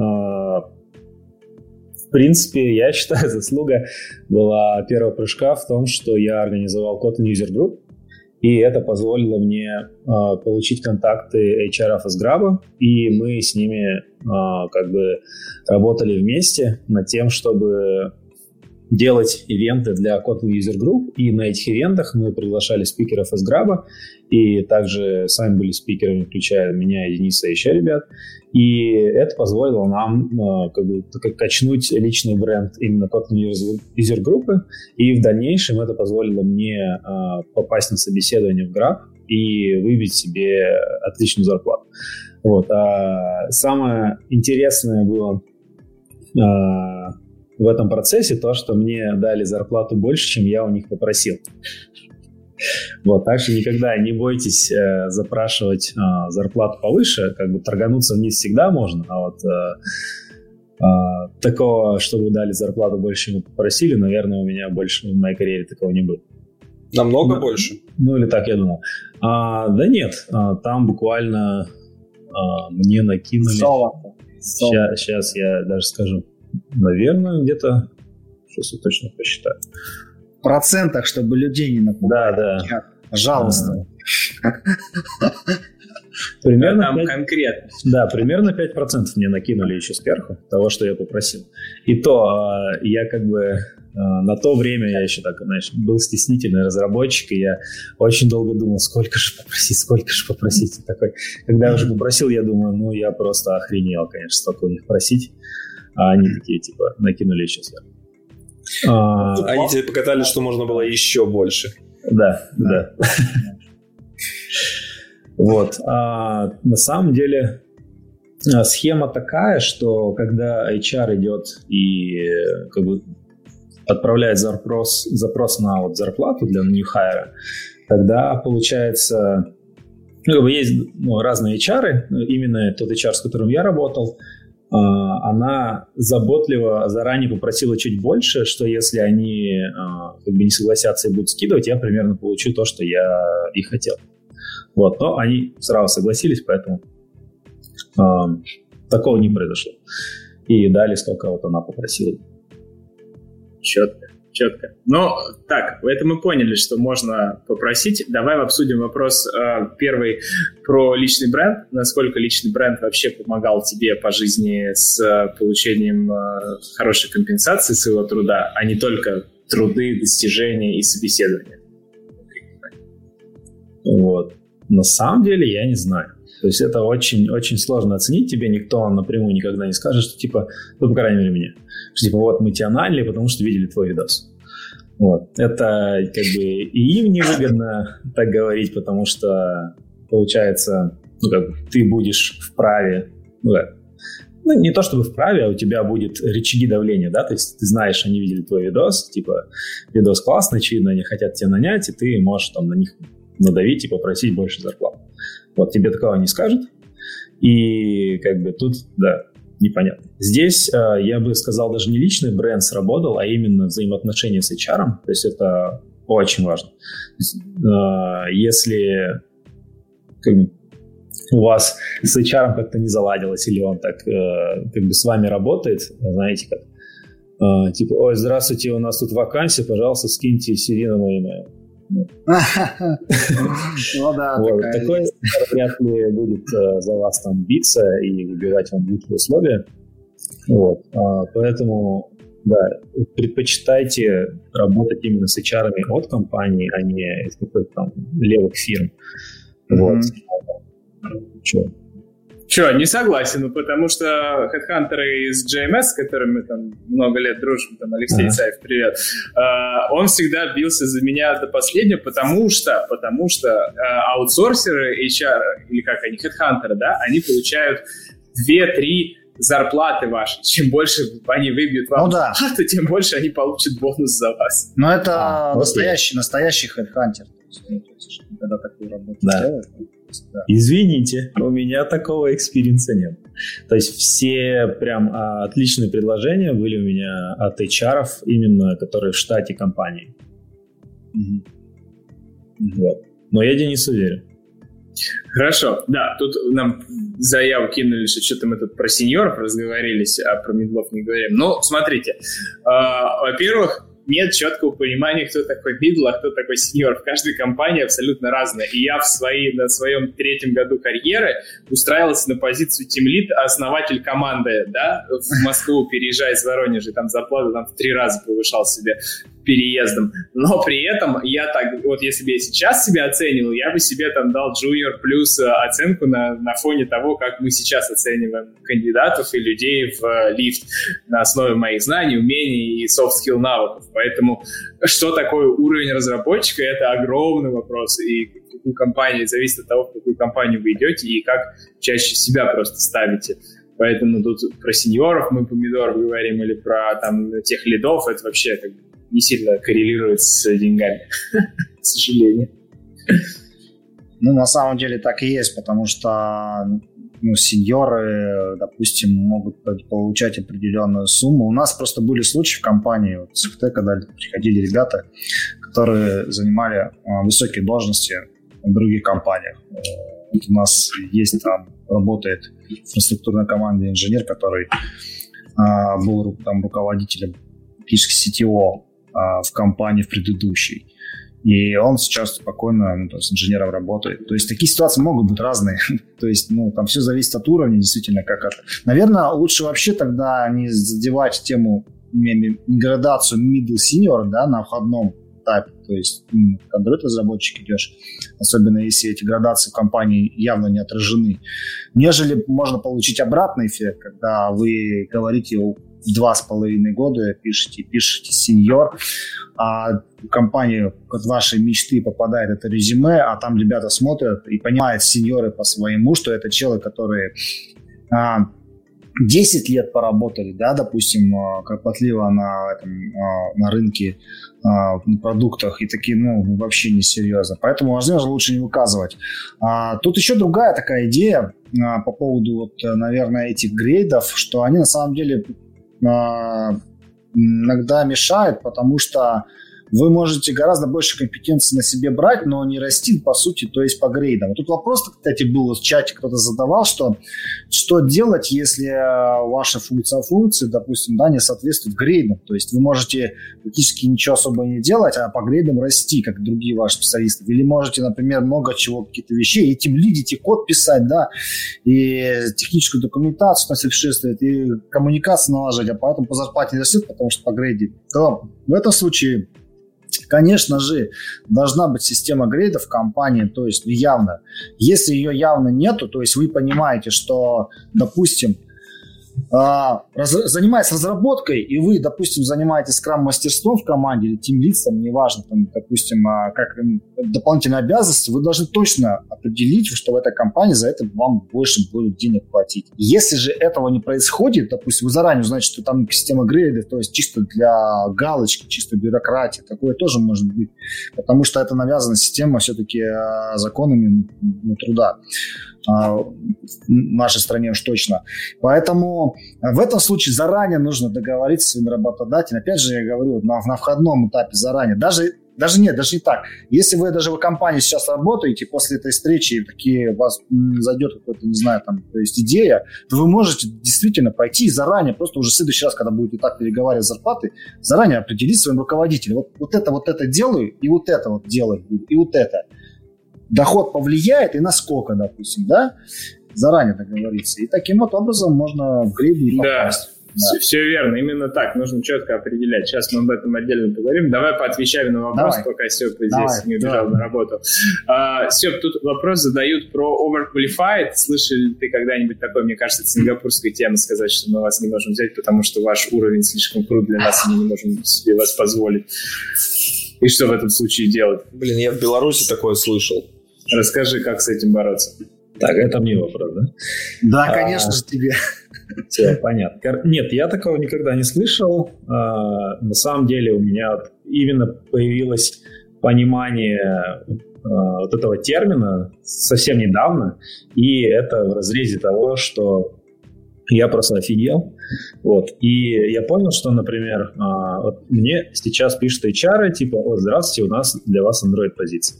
В принципе, я считаю, заслуга была первого прыжка в том, что я организовал Kotlin User Group, и это позволило мне э, получить контакты эйч ар из Grab, и мы с ними э, как бы работали вместе над тем, чтобы делать ивенты для Kotlin User Group, и на этих ивентах мы приглашали спикеров из Grab, и также сами были спикерами, включая меня и Дениса и еще ребят. И это позволило нам э, как бы, качнуть личный бренд именно Kotlin User Group. И в дальнейшем это позволило мне э, попасть на собеседование в Grab и выбить себе отличную зарплату. Вот. А самое интересное было э, в этом процессе то, что мне дали зарплату больше, чем я у них попросил. Вот, так что никогда не бойтесь э, запрашивать э, зарплату повыше, как бы торгануться вниз всегда можно, а вот э, э, такого, чтобы дали зарплату больше, чем вы попросили, наверное, у меня больше в моей карьере такого не было. Намного ну, больше? Ну, или так я думал. А, да нет, а, там буквально а, мне накинули... Золото. Сейчас, сейчас я даже скажу, наверное, где-то, сейчас я точно посчитаю. В процентах, чтобы людей не напугать. Да, да. Пожалуйста. Примерно там пять... конкретно. Да, примерно пять процентов мне накинули еще сверху того, что я попросил. И то я как бы на то время я еще так, знаешь, был стеснительный разработчик, и я очень долго думал, сколько же попросить, сколько же попросить. И такой, когда я уже попросил, я думаю, ну я просто охренел, конечно, столько у них просить. А они такие, типа, накинули еще сверху. А, Они тебе показали, что можно было еще больше. Да, да. Вот. А на самом деле схема такая, что когда эйч ар идет и как бы отправляет запрос, запрос на вот зарплату для new hire, тогда получается, ну, как бы есть ну, разные эйч ар, именно тот эйч ар, с которым я работал, она заботливо заранее попросила чуть больше, что если они как бы не согласятся и будут скидывать, я примерно получу то, что я и хотел. Вот, но они сразу согласились, поэтому э, такого не произошло. И дали, сколько вот она попросила. Четко, четко. Ну, так, это мы поняли, что можно попросить. Давай обсудим вопрос э, первый про личный бренд. Насколько личный бренд вообще помогал тебе по жизни с э, получением э, хорошей компенсации своего труда, а не только труды, достижения и собеседования? Вот. На самом деле я не знаю. То есть это очень-очень сложно оценить. Тебе никто напрямую никогда не скажет, что типа, ну, по крайней мере, мне, что типа вот мы тебя наняли, потому что видели твой видос. Вот. Это как бы и им невыгодно так говорить, потому что получается, ну, как бы ты будешь вправе, ну, да, ну, не то чтобы вправе, а у тебя будет рычаги давления, да, то есть ты знаешь, они видели твой видос, типа видос классный, очевидно, они хотят тебя нанять, и ты можешь там на них надавить и попросить больше зарплат. Вот тебе такого не скажут. И как бы тут, да, непонятно. Здесь э, я бы сказал, даже не личный бренд сработал, а именно взаимоотношения с эйч ар. То есть это очень важно. Есть, э, если как бы, у вас с эйч ар как-то не заладилось, или он так э, как бы с вами работает, знаете как, э, типа, ой, здравствуйте, у нас тут вакансия, пожалуйста, скиньте си ви на мой email. Ну да, такой вряд ли будет за вас там биться и выбивать вам лучшие условия. Вот. Поэтому, да, предпочитайте работать именно с эйч ар-ами от компании, а не из каких-то там левых фирм. Вот. Че? Че, не согласен, ну, потому что хедхантеры из джей эм эс, с которыми мы там много лет дружим, там Алексей ага. Исаев, привет, э, он всегда бился за меня до последнего, потому что, потому что э, аутсорсеры эйч ар, или как они, хедхантеры, да, они получают две-три зарплаты ваши. Чем больше они выбьют вам ну, да. зарплату, тем больше они получат бонус за вас. Но это а, настоящий, настоящий хедхантер. Когда такую работу да. делают. Да. Извините, у меня такого экспириенса нет. То есть все прям а, отличные предложения были у меня от эйч ар-ов, именно которые в штате компании. Mm-hmm. Вот. Но я Денис уверен. Хорошо, да, тут нам заяву кинули, что что-то мы тут про сеньоров разговорились, а про мидлов не говорим. Ну, смотрите, э, во-первых, нет четкого понимания, кто такой мидл, а кто такой сеньор. В каждой компании абсолютно разное. И я в свои, на своем третьем году карьеры устраивался на позицию тимлид, основатель команды, да, в Москву, переезжая из Воронежа, там зарплату там в три раза повышал себе переездом. Но при этом я так, вот если бы я сейчас себя оценивал, я бы себе там дал junior плюс оценку на, на фоне того, как мы сейчас оцениваем кандидатов и людей в лифт на основе моих знаний, умений и soft-skill навыков. Поэтому что такое уровень разработчика, это огромный вопрос. И в какую компанию, зависит от того, в какую компанию вы идете и как чаще себя просто ставите. Поэтому тут про сеньоров мы помидоров говорим или про там тех лидов, это вообще как бы не сильно коррелирует с деньгами, к сожалению. Ну, на самом деле так и есть, потому что ну, сеньоры, допустим, могут получать определенную сумму. У нас просто были случаи в компании, вот, с эф тэ, когда приходили ребята, которые занимали а, высокие должности в других компаниях. Вот у нас есть там, работает в инфраструктурной команде инженер, который а, был там руководителем практически си ти о а, в компании в предыдущей. И он сейчас спокойно ну, то есть инженером работает. То есть такие ситуации могут быть разные. То есть, ну, там все зависит от уровня, действительно, как это. Наверное, лучше вообще тогда не задевать тему, не градацию middle senior, да, на входном этапе. То есть, Android-разработчик идешь, особенно если эти градации в компании явно не отражены. Нежели можно получить обратный эффект, когда вы говорите в два с половиной года пишете, пишете сеньор, а в компанию от вашей мечты попадает это резюме, а там ребята смотрят и понимают сеньоры по своему, что это человек, который а, десять лет поработали, да, допустим, кропотливо на, этом, на рынке на продуктах и такие, ну, вообще несерьезно. Поэтому возможно лучше не выказывать. А, тут еще другая такая идея а, по поводу, вот, наверное, этих грейдов, что они на самом деле а, иногда мешают, потому что вы можете гораздо больше компетенций на себе брать, но не расти, по сути, то есть по грейдам. Тут вопрос, кстати, был в чате, кто-то задавал, что что делать, если ваша функция функции, допустим, да, не соответствует грейдам. То есть вы можете практически ничего особо не делать, а по грейдам расти, как другие ваши специалисты. Или можете, например, много чего, какие-то вещей, и тем лидить, и код писать, да, и техническую документацию совершенствовать, и коммуникацию налаживать, а поэтому по зарплате не растет, потому что по грейде. То в этом случае, конечно же, должна быть система грейдов в компании, то есть явно. Если ее явно нету, то есть вы понимаете, что, допустим, раз, занимаясь разработкой, и вы, допустим, занимаетесь скрам-мастерством в команде или тимлидом, неважно, там, допустим, как дополнительные обязанности, вы должны точно определить, что в этой компании за это вам больше будет денег платить. Если же этого не происходит, допустим, вы заранее узнаете, что там система грейдов, то есть чисто для галочки, чисто бюрократии, такое тоже может быть, потому что это навязана система все-таки законами ну, труда. В нашей стране уж точно. Поэтому в этом случае заранее нужно договориться с своим работодателем. Опять же, я говорю, на, на входном этапе заранее. Даже, даже нет, даже не так. Если вы даже в компании сейчас работаете, после этой встречи такие у вас зайдет какой-то, не знаю, там, то есть идея, то вы можете действительно пойти и заранее, просто уже в следующий раз, когда будете так переговаривать зарплаты, заранее определить своим руководителем. Вот, вот это, вот это делаю, и вот это вот делаю, и вот это. Доход повлияет и насколько, допустим, да, заранее договориться. И таким вот образом можно в грейды попасть. Да, да. Все, все верно, именно так, нужно четко определять. Сейчас мы об этом отдельно поговорим. Давай поотвечаем на вопрос, Давай. пока Степ здесь Давай. не убежал да. на работу. Uh, Степ, тут вопрос задают про overqualified. Слышал ли ты когда-нибудь такое? Мне кажется, это сингапурская тема, сказать, что мы вас не можем взять, потому что ваш уровень слишком крут для нас, и мы не можем себе вас позволить. И что в этом случае делать? Блин, я в Беларуси такое слышал. Расскажи, как с этим бороться. Так, это мне вопрос, да? Да, а, конечно же, тебе. Все, понятно. Нет, я такого никогда не слышал. А, на самом деле у меня именно появилось понимание а, вот этого термина совсем недавно, и это в разрезе того, что я просто офигел. Вот. И я понял, что, например, а, вот мне сейчас пишут эйч ар, типа, о, здравствуйте, у нас для вас Android-позиция.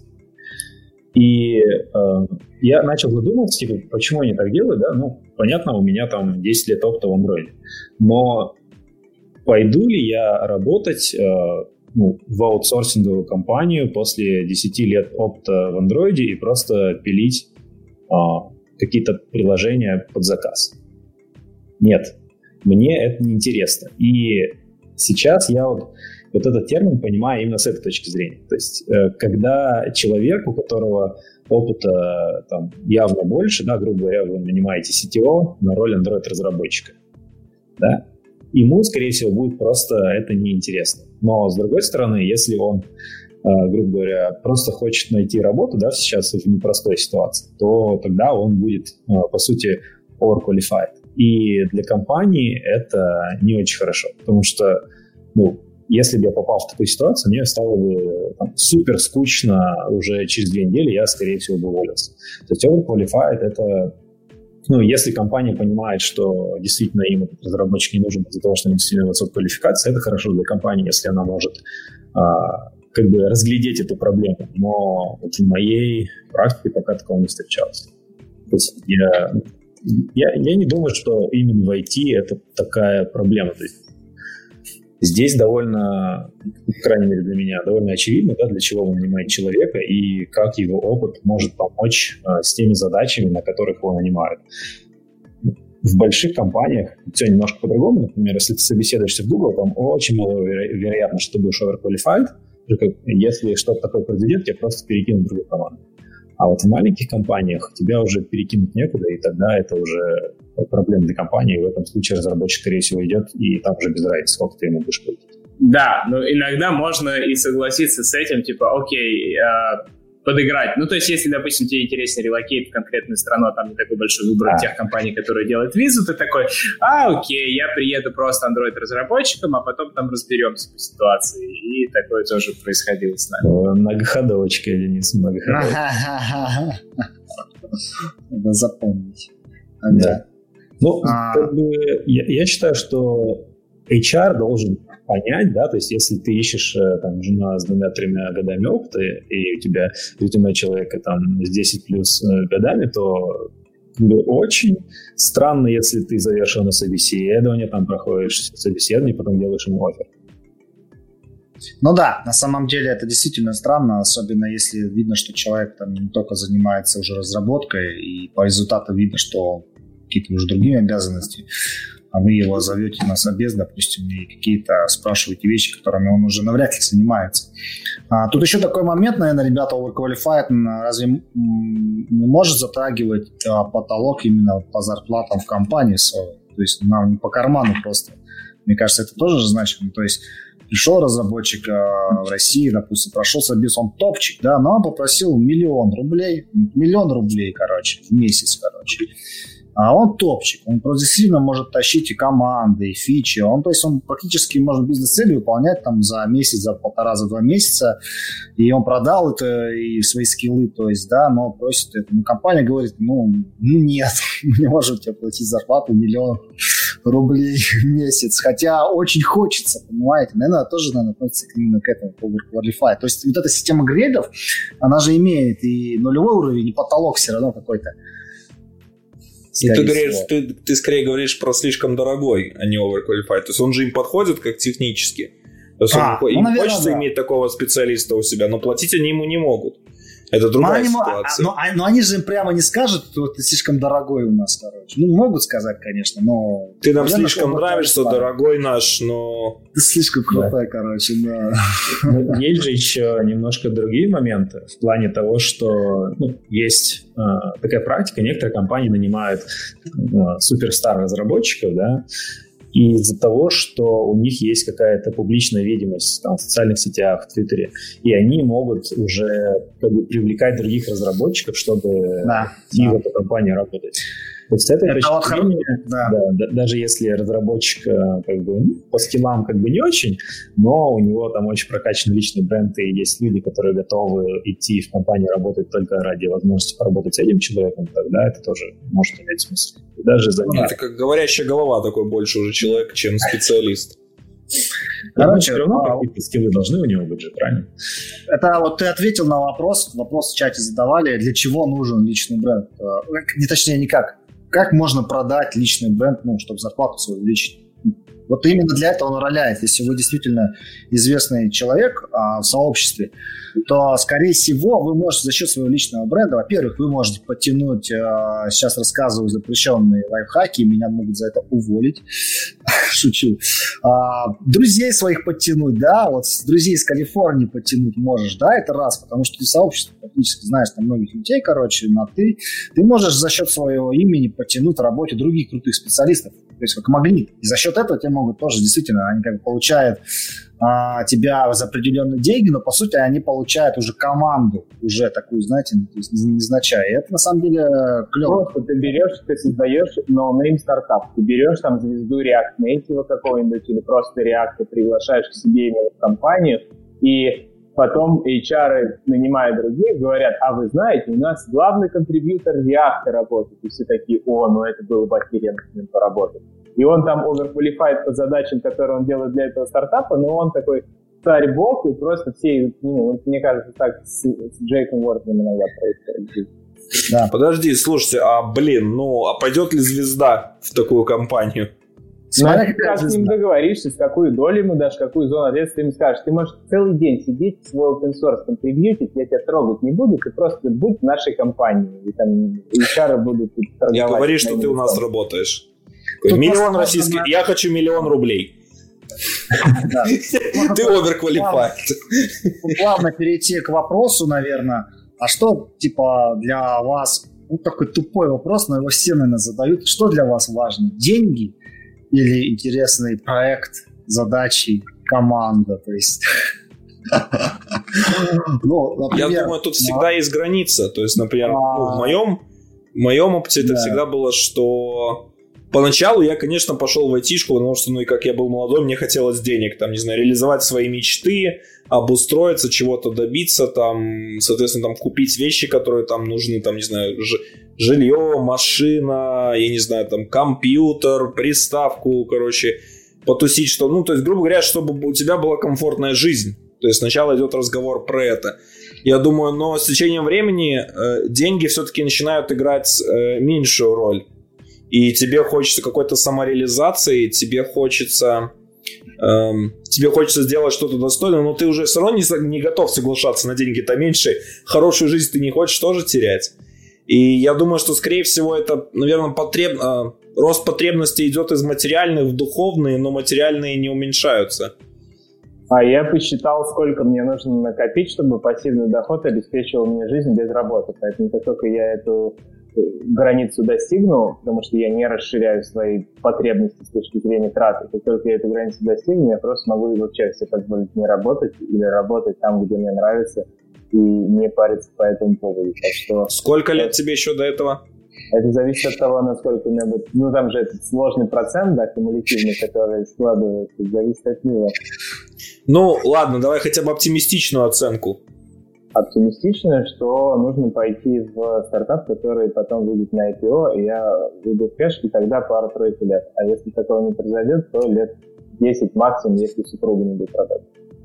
И э, я начал задумываться, типа, почему они так делают, да, ну, понятно, у меня там десять лет опыта в Android, но пойду ли я работать э, ну, в аутсорсинговую компанию после десяти лет опыта в Android и просто пилить э, какие-то приложения под заказ? Нет, мне это не интересно. И сейчас я вот Вот этот термин понимаю именно с этой точки зрения. То есть, э, когда человек, у которого опыта там, явно больше, да, грубо говоря, вы нанимаете си ти о на роль Android-разработчика, да, ему, скорее всего, будет просто это неинтересно. Но, с другой стороны, если он, э, грубо говоря, просто хочет найти работу, да, сейчас в непростой ситуации, то тогда он будет, э, по сути, overqualified. И для компании это не очень хорошо, потому что, ну, если бы я попал в такую ситуацию, мне стало бы там, супер скучно уже через две недели, я, скорее всего, бы уволился. То есть overqualified — это, ну, если компания понимает, что действительно им этот разработчик не нужен из-за того, что у них сильно высокая квалификация, это хорошо для компании, если она может а, как бы разглядеть эту проблему. Но вот в моей практике пока такого не встречалось. То есть я, я, я не думаю, что именно в ай ти это такая проблема. То есть здесь довольно, по крайней мере для меня, довольно очевидно, да, для чего вы нанимаете человека и как его опыт может помочь а, с теми задачами, на которых его нанимают. В больших компаниях все немножко по-другому. Например, если ты собеседуешься в Google, там очень мало веро- вероятно, что ты будешь overqualified. Если что-то такое произойдет, тебя просто перекинут в другую команду. А вот в маленьких компаниях тебя уже перекинуть некуда, и тогда это уже проблема для компании. В этом случае разработчик, скорее всего, идет, и там уже без разницы, сколько ты ему будешь платить. Да, но иногда можно и согласиться с этим, типа, окей, э, подыграть. Ну, то есть, если, допустим, тебе интереснее релокейт в конкретную страну, а там не такой большой выбор а. тех компаний, которые делают визу, ты такой, а, окей, я приеду просто Android-разработчиком, а потом там разберемся по ситуации. И такое тоже происходило с нами. Многоходовочка, Денис, многоходовочка. Надо запомнить. Да. Ну, как бы, я считаю, что эйч ар должен понять, да, то есть если ты ищешь там жена с двумя-тремя годами опыта, и у тебя резюме человека там с десять плюс годами, то очень странно, если ты завершил на собеседование, там проходишь собеседование, потом делаешь ему оффер. Ну да, на самом деле это действительно странно, особенно если видно, что человек там не только занимается уже разработкой, и по результату видно, что какие-то уже другие обязанности, а вы его зовете на собес, допустим, и какие-то спрашиваете вещи, которыми он уже навряд ли занимается. А, тут еще такой момент, наверное, ребята, overqualified разве не может затрагивать а, потолок именно по зарплатам в компании своей? То есть нам не по карману просто. Мне кажется, это тоже значимо. То есть пришел разработчик а, в России, допустим, прошел собес, он топчик, да, но он попросил миллион рублей, миллион рублей, короче, в месяц, короче. А он топчик, он просто действительно может тащить и команды, и фичи. Он, то есть он практически может бизнес-цели выполнять там за месяц, за полтора, за два месяца. И он продал это и свои скиллы, то есть, да, но просит это. Ну, компания говорит, ну, нет, мы не можем тебе платить зарплату миллион рублей в месяц. Хотя очень хочется, понимаете. Наверное, тоже, наверное, относится именно к этому overqualified. То есть вот эта система грейдов, она же имеет и нулевой уровень, и потолок все равно какой-то. И ты, говоришь, ты, ты скорее говоришь про слишком дорогой, а не overqualified. То есть он же им подходит как технически. То есть а, он, ну, им наверное, хочется да. иметь такого специалиста у себя, но платить они ему не могут. Это другая но ситуация. Они, а, но, но они же им прямо не скажут, что ты слишком дорогой у нас, короче. Ну, могут сказать, конечно, но... Ты нам наверное, слишком нравишься, дорогой наш, но... Ты слишком крутой, да. короче, да. Есть же еще немножко другие моменты в плане того, что ну, есть э, такая практика, некоторые компании нанимают э, суперстар-разработчиков, да, и из-за того, что у них есть какая-то публичная видимость там, в социальных сетях, в Твиттере, и они могут уже как бы, привлекать других разработчиков, чтобы да, идти да. в эту компанию работать. То есть это, это вот зрения, да. Да, даже если разработчик как бы, по скиллам как бы не очень, но у него там очень прокачанный личный бренд, и есть люди, которые готовы идти в компанию работать только ради возможности поработать с этим человеком, тогда это тоже может иметь смысл. И даже за это как говорящая голова такой больше уже человек, чем специалист. Короче, все равно а, какие-то скиллы должны у него быть же, правильно? Это вот ты ответил на вопрос, вопрос в чате задавали, для чего нужен личный бренд. Не точнее, никак. Как можно продать личный бренд, ну, чтобы зарплату свою увеличить? Вот именно для этого он роляет. Если вы действительно известный человек а, в сообществе, то, скорее всего, вы можете за счет своего личного бренда, во-первых, вы можете подтянуть, а, сейчас рассказываю запрещенные лайфхаки, меня могут за это уволить, шучу, а, друзей своих подтянуть, да, вот друзей из Калифорнии подтянуть можешь, да, это раз, потому что ты сообщество практически знаешь там многих людей, короче, но ты, ты можешь за счет своего имени подтянуть в работе других крутых специалистов, то есть как магнит, и за счет этого тебе могут тоже, действительно, они как бы получают а, тебя за определенные деньги, но по сути они получают уже команду, уже такую, знаете, то есть незначай. И это на самом деле клево. Просто ты берешь, ты создаешь no-name стартап, ты берешь там звезду React Native какого-нибудь или просто React и приглашаешь к себе именно в компанию, и потом эйч ар нанимают других, говорят, а вы знаете, у нас главный контрибьютор React работает. И все такие, о, ну это было бы охеренно с ним поработать. И он там overqualified по задачам, которые он делает для этого стартапа, но он такой царь бог, и просто все, ну, мне кажется, так с, с Джейком Уортоном иногда происходит. Да. Подожди, слушайте, а блин, ну, а пойдет ли звезда в такую компанию? Смотря как, как с ним договоришься, с какую долю ему дашь, какую зону ответственности, ты ему скажешь, ты можешь целый день сидеть, свой open source контрибьютить, я тебя трогать не буду, ты просто будь в нашей компании, и там эйч ар будут торговать. Не говори, что ты у нас работаешь. Миллион российских, я хочу миллион рублей. Ты overqualified. Плавно перейти к вопросу, наверное, а что, типа, для вас, ну, такой тупой вопрос, но его все, наверное, задают, что для вас важно, деньги или интересный проект, задачи, команда, то есть... Ну, например, я думаю, тут всегда есть граница. То есть, например, ну, в моем, в моем опыте это всегда было, что поначалу я, конечно, пошел в айтишку, потому что, ну и как я был молодой, мне хотелось денег, там, не знаю, реализовать свои мечты, обустроиться, чего-то добиться, там, соответственно, там, купить вещи, которые там нужны, там, не знаю, ж- жилье, машина, я не знаю, там, компьютер, приставку, короче, потусить, что, ну, то есть, грубо говоря, чтобы у тебя была комфортная жизнь. То есть сначала идет разговор про это. Я думаю, но с течением времени э, деньги все-таки начинают играть э, меньшую роль. И тебе хочется какой-то самореализации, тебе хочется, э, тебе хочется сделать что-то достойное, но ты уже все равно не, не готов соглашаться на деньги-то меньше. Хорошую жизнь ты не хочешь тоже терять. И я думаю, что, скорее всего, это, наверное, потреб... э, рост потребностей идет из материальных в духовные, но материальные не уменьшаются. А я посчитал, сколько мне нужно накопить, чтобы пассивный доход обеспечивал мне жизнь без работы. Поэтому как только я эту границу достигну, потому что я не расширяю свои потребности с точки зрения траты, как только я эту границу достигну, я просто могу вообще себе позволить не работать или работать там, где мне нравится, и не париться по этому поводу. Так что, сколько лет тебе еще до этого? Это зависит от того, насколько у меня будет... Ну, там же этот сложный процент, да, кумулятивный, который складывается, зависит от него. Ну, ладно, давай хотя бы оптимистичную оценку. Оптимистичную, что нужно пойти в стартап, который потом выйдет на ай пи о, и я выйду в кэш, и тогда пару-тройку лет. А если такого не произойдет, то лет десять максимум, если супруга не будет работать.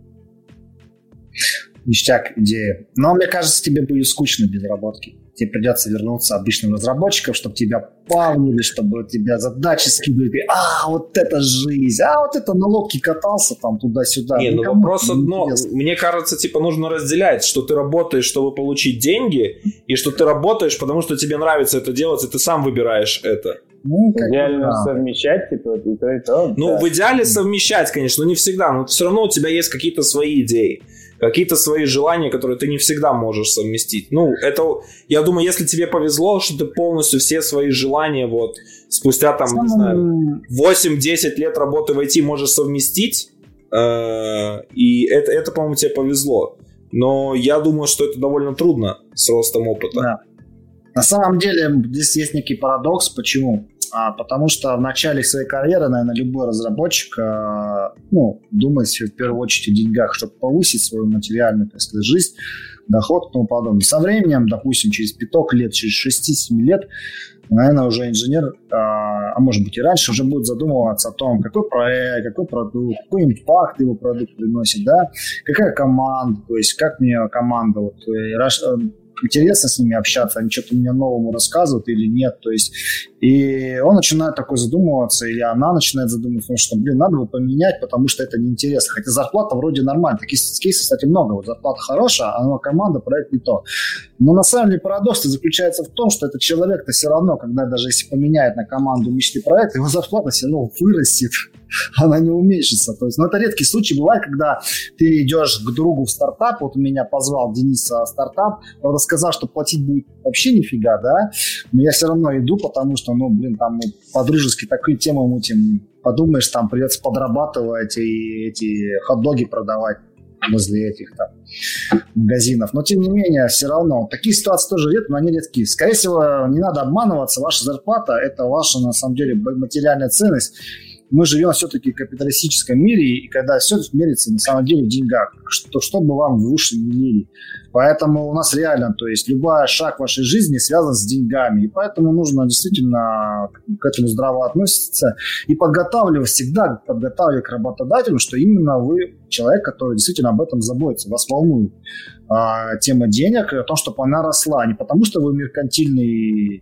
Ништяк, идея. Но мне кажется, тебе будет скучно без разработки. Тебе придется вернуться обычным разработчикам, чтобы тебя павнили, чтобы тебя задачи скидывали. А, вот это жизнь! А, вот это на лодке катался там туда-сюда. Не, ну вопрос одно. Мне кажется, типа нужно разделять, что ты работаешь, чтобы получить деньги, и что ты работаешь, потому что тебе нравится это делать, и ты сам выбираешь это. Ну, идеально да. совмещать, типа, и то, и то. Ну, да. В идеале совмещать, конечно, но не всегда. Но все равно у тебя есть какие-то свои идеи. Какие-то свои желания, которые ты не всегда можешь совместить. Ну, это, я думаю, если тебе повезло, что ты полностью все свои желания вот спустя там, Самым... не знаю, восемь-десять лет работы в ай ти можешь совместить, э- и это, это, по-моему, тебе повезло. Но я думаю, что это довольно трудно с ростом опыта. Да. На самом деле, здесь есть некий парадокс. Почему? А, потому что в начале своей карьеры, наверное, любой разработчик а, ну, думает в первую очередь о деньгах, чтобы повысить свою материальную, так сказать, жизнь, доход и тому подобное. Со временем, допустим, через пяток лет, через шесть-семь лет, наверное, уже инженер, а, а может быть и раньше, уже будет задумываться о том, какой проект, какой продукт, какой импакт его продукт приносит, да, какая команда, то есть как мне команда вот, интересно с ними общаться, они что-то мне новому рассказывают или нет, то есть, и он начинает такой задумываться, или она начинает задумываться, что, блин, надо бы поменять, потому что это неинтересно, хотя зарплата вроде нормальная, таких кейсов, кстати, много, вот зарплата хорошая, а команда, проект не то, но на самом деле парадокс заключается в том, что этот человек-то все равно, когда даже если поменяет на команду мечты проект, его зарплата все равно вырастет, она не уменьшится, то есть, ну, это редкий случай бывает, когда ты идешь к другу в стартап, вот меня позвал Денис в стартап, он сказал, что платить будет вообще нифига, да, но я все равно иду, потому что, ну, блин, там ну, по-дружески такие темы мутим, подумаешь, там придется подрабатывать и эти хот-доги продавать возле этих там магазинов, но тем не менее, все равно, такие ситуации тоже редко, но они редки. Скорее всего, не надо обманываться, ваша зарплата – это ваша, на самом деле, материальная ценность. Мы живем все-таки в капиталистическом мире, и когда все мерится на самом деле в деньгах, что, что бы вам в уши не лили. Поэтому у нас реально, то есть любой шаг в вашей жизни связан с деньгами, и поэтому нужно действительно к этому здраво относиться и подготавливать, всегда подготавливать к работодателю, что именно вы человек, который действительно об этом заботится, вас волнует а, тема денег, о том, чтобы она росла, не потому что вы меркантильный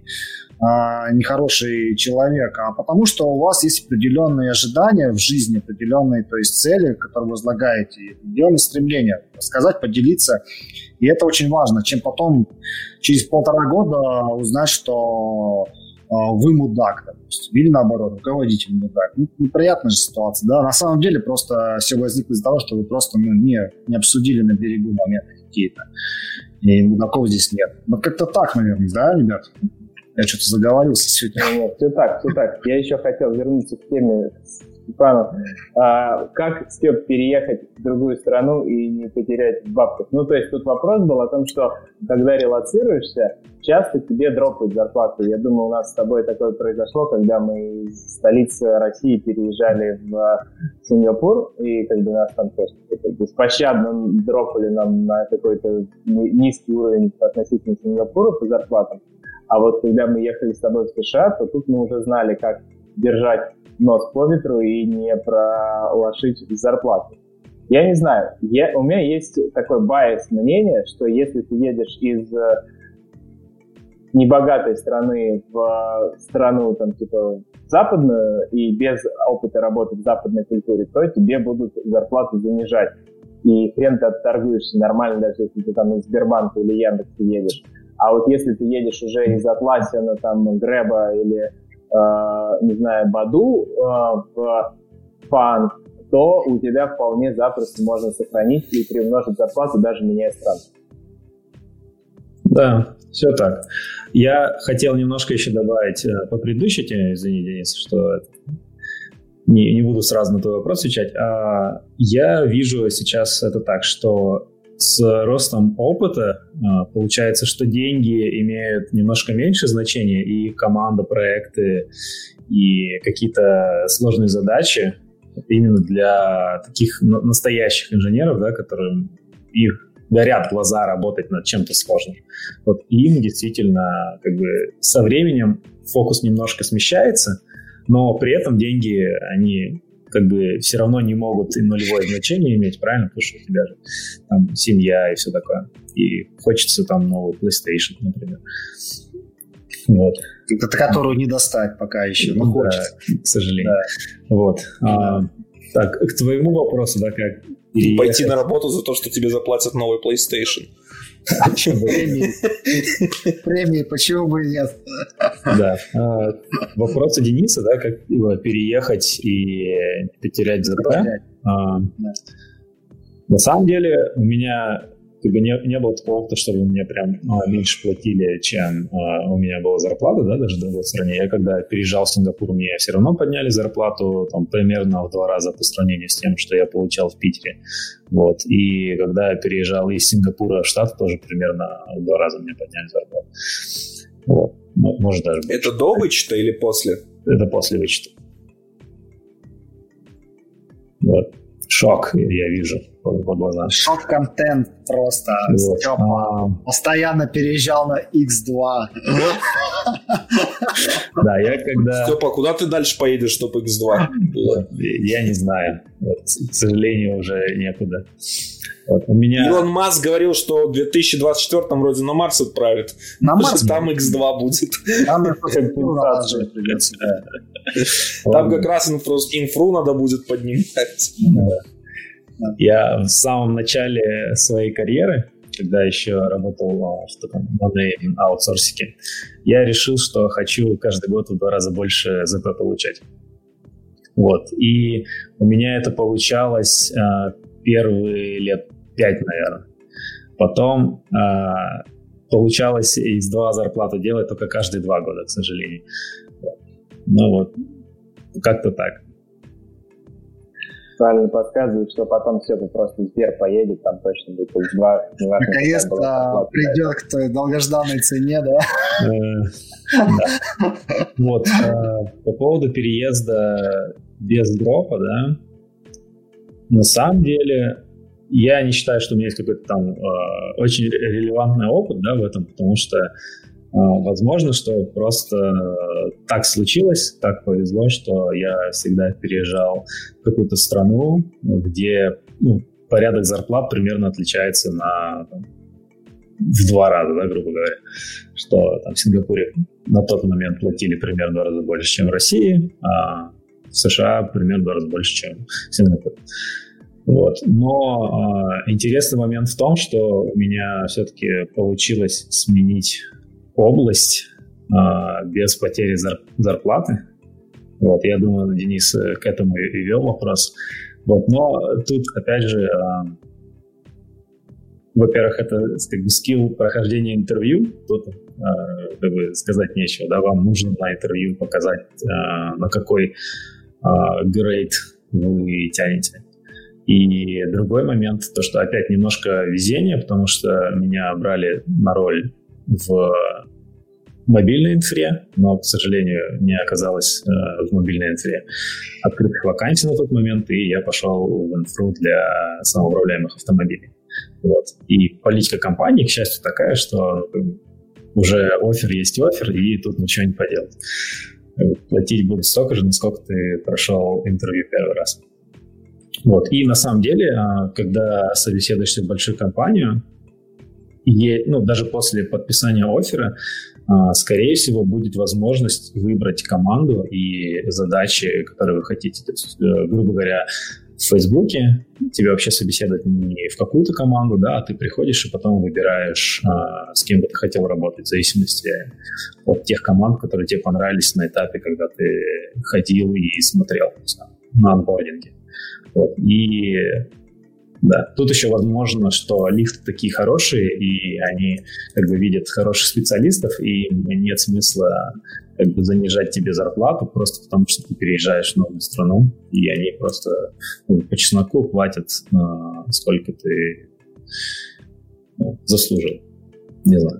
а, нехороший человек, а потому что у вас есть определенные ожидания в жизни, определенные, то есть цели, которые вы возлагаете, определенные стремления рассказать, поделиться. И это очень важно, чем потом через полтора года узнать, что э, вы мудак, допустим, или наоборот, руководитель мудак. Ну, неприятная же ситуация, да. На самом деле просто все возникло из-за того, что вы просто ну, не, не обсудили на берегу моменты какие-то. И мудаков здесь нет. Ну, как-то так, наверное, да, ребят? Я что-то заговорился сегодня. Нет, все так, все так. Я еще хотел вернуться к теме Степана. А, как, Степ, переехать в другую страну и не потерять бабков? Ну, то есть тут вопрос был о том, что когда релоцируешься, часто тебе дропают зарплату. Я думаю, у нас с тобой такое произошло, когда мы из столицы России переезжали в Сингапур, и как бы нас там просто беспощадно дропали нам на какой-то низкий уровень относительно Сингапура по зарплатам. А вот когда мы ехали с тобой в США, то тут мы уже знали, как держать нос по ветру и не пролошить зарплату. Я не знаю, я, у меня есть такой байс мнение, что если ты едешь из небогатой страны в страну там типа западную и без опыта работы в западной культуре, то тебе будут зарплату занижать. И хрен ты отторгуешься нормально, даже если ты там из Сбербанка или Яндекса едешь. А вот если ты едешь уже из Атласиана, там, Грэба или, э, не знаю, Баду э, в Фан, то у тебя вполне запросто можно сохранить и приумножить зарплату, даже меняя страну. Да, все так. Я хотел немножко еще добавить э, по предыдущей теме, извини, Денис, что не, не буду сразу на твой вопрос отвечать. А я вижу сейчас это так, что с ростом опыта получается, что деньги имеют немножко меньше значения, и команда, проекты и какие-то сложные задачи именно для таких настоящих инженеров, да, которым их горят глаза работать над чем-то сложным. Вот им действительно как бы со временем фокус немножко смещается, но при этом деньги, они как бы все равно не могут и нулевое значение иметь, правильно? Потому что у тебя же там семья и все такое. И хочется там новый PlayStation, например. Вот. Это которую не достать пока еще, но да, хочется. К сожалению. Да. Вот. А, так, к твоему вопросу, да, как переехать. Пойти на работу за то, что тебе заплатят новый PlayStation. Премии, почему бы и нет? Да. Вопрос у Дениса, да, как переехать и потерять ЗП. На самом деле у меня как бы не, не было такого опыта, чтобы мне прям а, меньше платили, чем а, у меня была зарплата, да, даже в другой стране. Я когда переезжал в Сингапур, мне все равно подняли зарплату там, примерно в два раза по сравнению с тем, что я получал в Питере. Вот. И когда я переезжал из Сингапура в Штаты, тоже примерно в два раза мне подняли зарплату. Вот. Может даже больше. Это до вычета или после? Это после вычета. Вот. Шок, я вижу по, по глазам. Шок-контент просто. Вот. Степа а... постоянно переезжал на икс два. Да, я когда... Степа, куда ты дальше поедешь, чтобы икс два? Я не знаю. К сожалению, уже некуда. Вот, у меня... Илон Маск говорил, что в две тысячи двадцать четвёртом вроде на Марс отправят. На Марс? Там икс два будет. Там компенсация придется. Там как раз инфру, инфру надо будет поднимать. Я в самом начале своей карьеры, когда еще работал в таком модельном аутсорсике, я решил, что хочу каждый год в два раза больше ЗП получать. Вот. И у меня это получалось первые лет пять, наверное. Потом э, получалось из два зарплаты делать только каждые два года, к сожалению. Ну вот, как-то так. Правильно подсказывает, что потом все, ты просто Сбер поедет, там точно будет икс два. Наконец-то придет к той долгожданной цене, да? Да. Вот, по поводу переезда без дропа, да, на самом деле, я не считаю, что у меня есть какой-то там э, очень релевантный опыт, да, в этом, потому что э, возможно, что просто э, так случилось, так повезло, что я всегда переезжал в какую-то страну, где ну, порядок зарплат примерно отличается на там, в два раза, да, грубо говоря, что там в Сингапуре на тот момент платили примерно в два раза больше, чем в России, а в США примерно в два раза больше, чем в Сингапуре. Вот. Но э, интересный момент в том, что у меня все-таки получилось сменить область э, без потери зар- зарплаты. Вот. Я думаю, Денис к этому и, и вел вопрос. Вот. Но тут, опять же, э, во-первых, это как бы скилл прохождения интервью. Тут э, как бы сказать нечего. Да? Вам нужно на интервью показать, э, на какой э, грейд вы тянете. И другой момент, то, что опять немножко везение, потому что меня брали на роль в мобильной инфре, но, к сожалению, не оказалось э, в мобильной инфре открытых вакансий на тот момент, и я пошел в инфру для самоуправляемых автомобилей. Вот. И политика компании, к счастью, такая, что уже оффер есть оффер, и тут ничего не поделать. Платить будут столько же, насколько ты прошел интервью первый раз. Вот. И на самом деле, когда собеседуешься в большую компанию, и, ну, даже после подписания оффера, скорее всего, будет возможность выбрать команду и задачи, которые вы хотите. То есть, грубо говоря, в Фейсбуке тебя вообще собеседуют не в какую-то команду, да, а ты приходишь и потом выбираешь, с кем бы ты хотел работать, в зависимости от тех команд, которые тебе понравились на этапе, когда ты ходил и смотрел на онбординге. Вот. И да, тут еще возможно, что лифты такие хорошие, и они как бы видят хороших специалистов, и нет смысла как бы занижать тебе зарплату просто потому, что ты переезжаешь в новую страну, и они просто ну, по чесноку платят э, сколько ты ну, заслужил. Не знаю.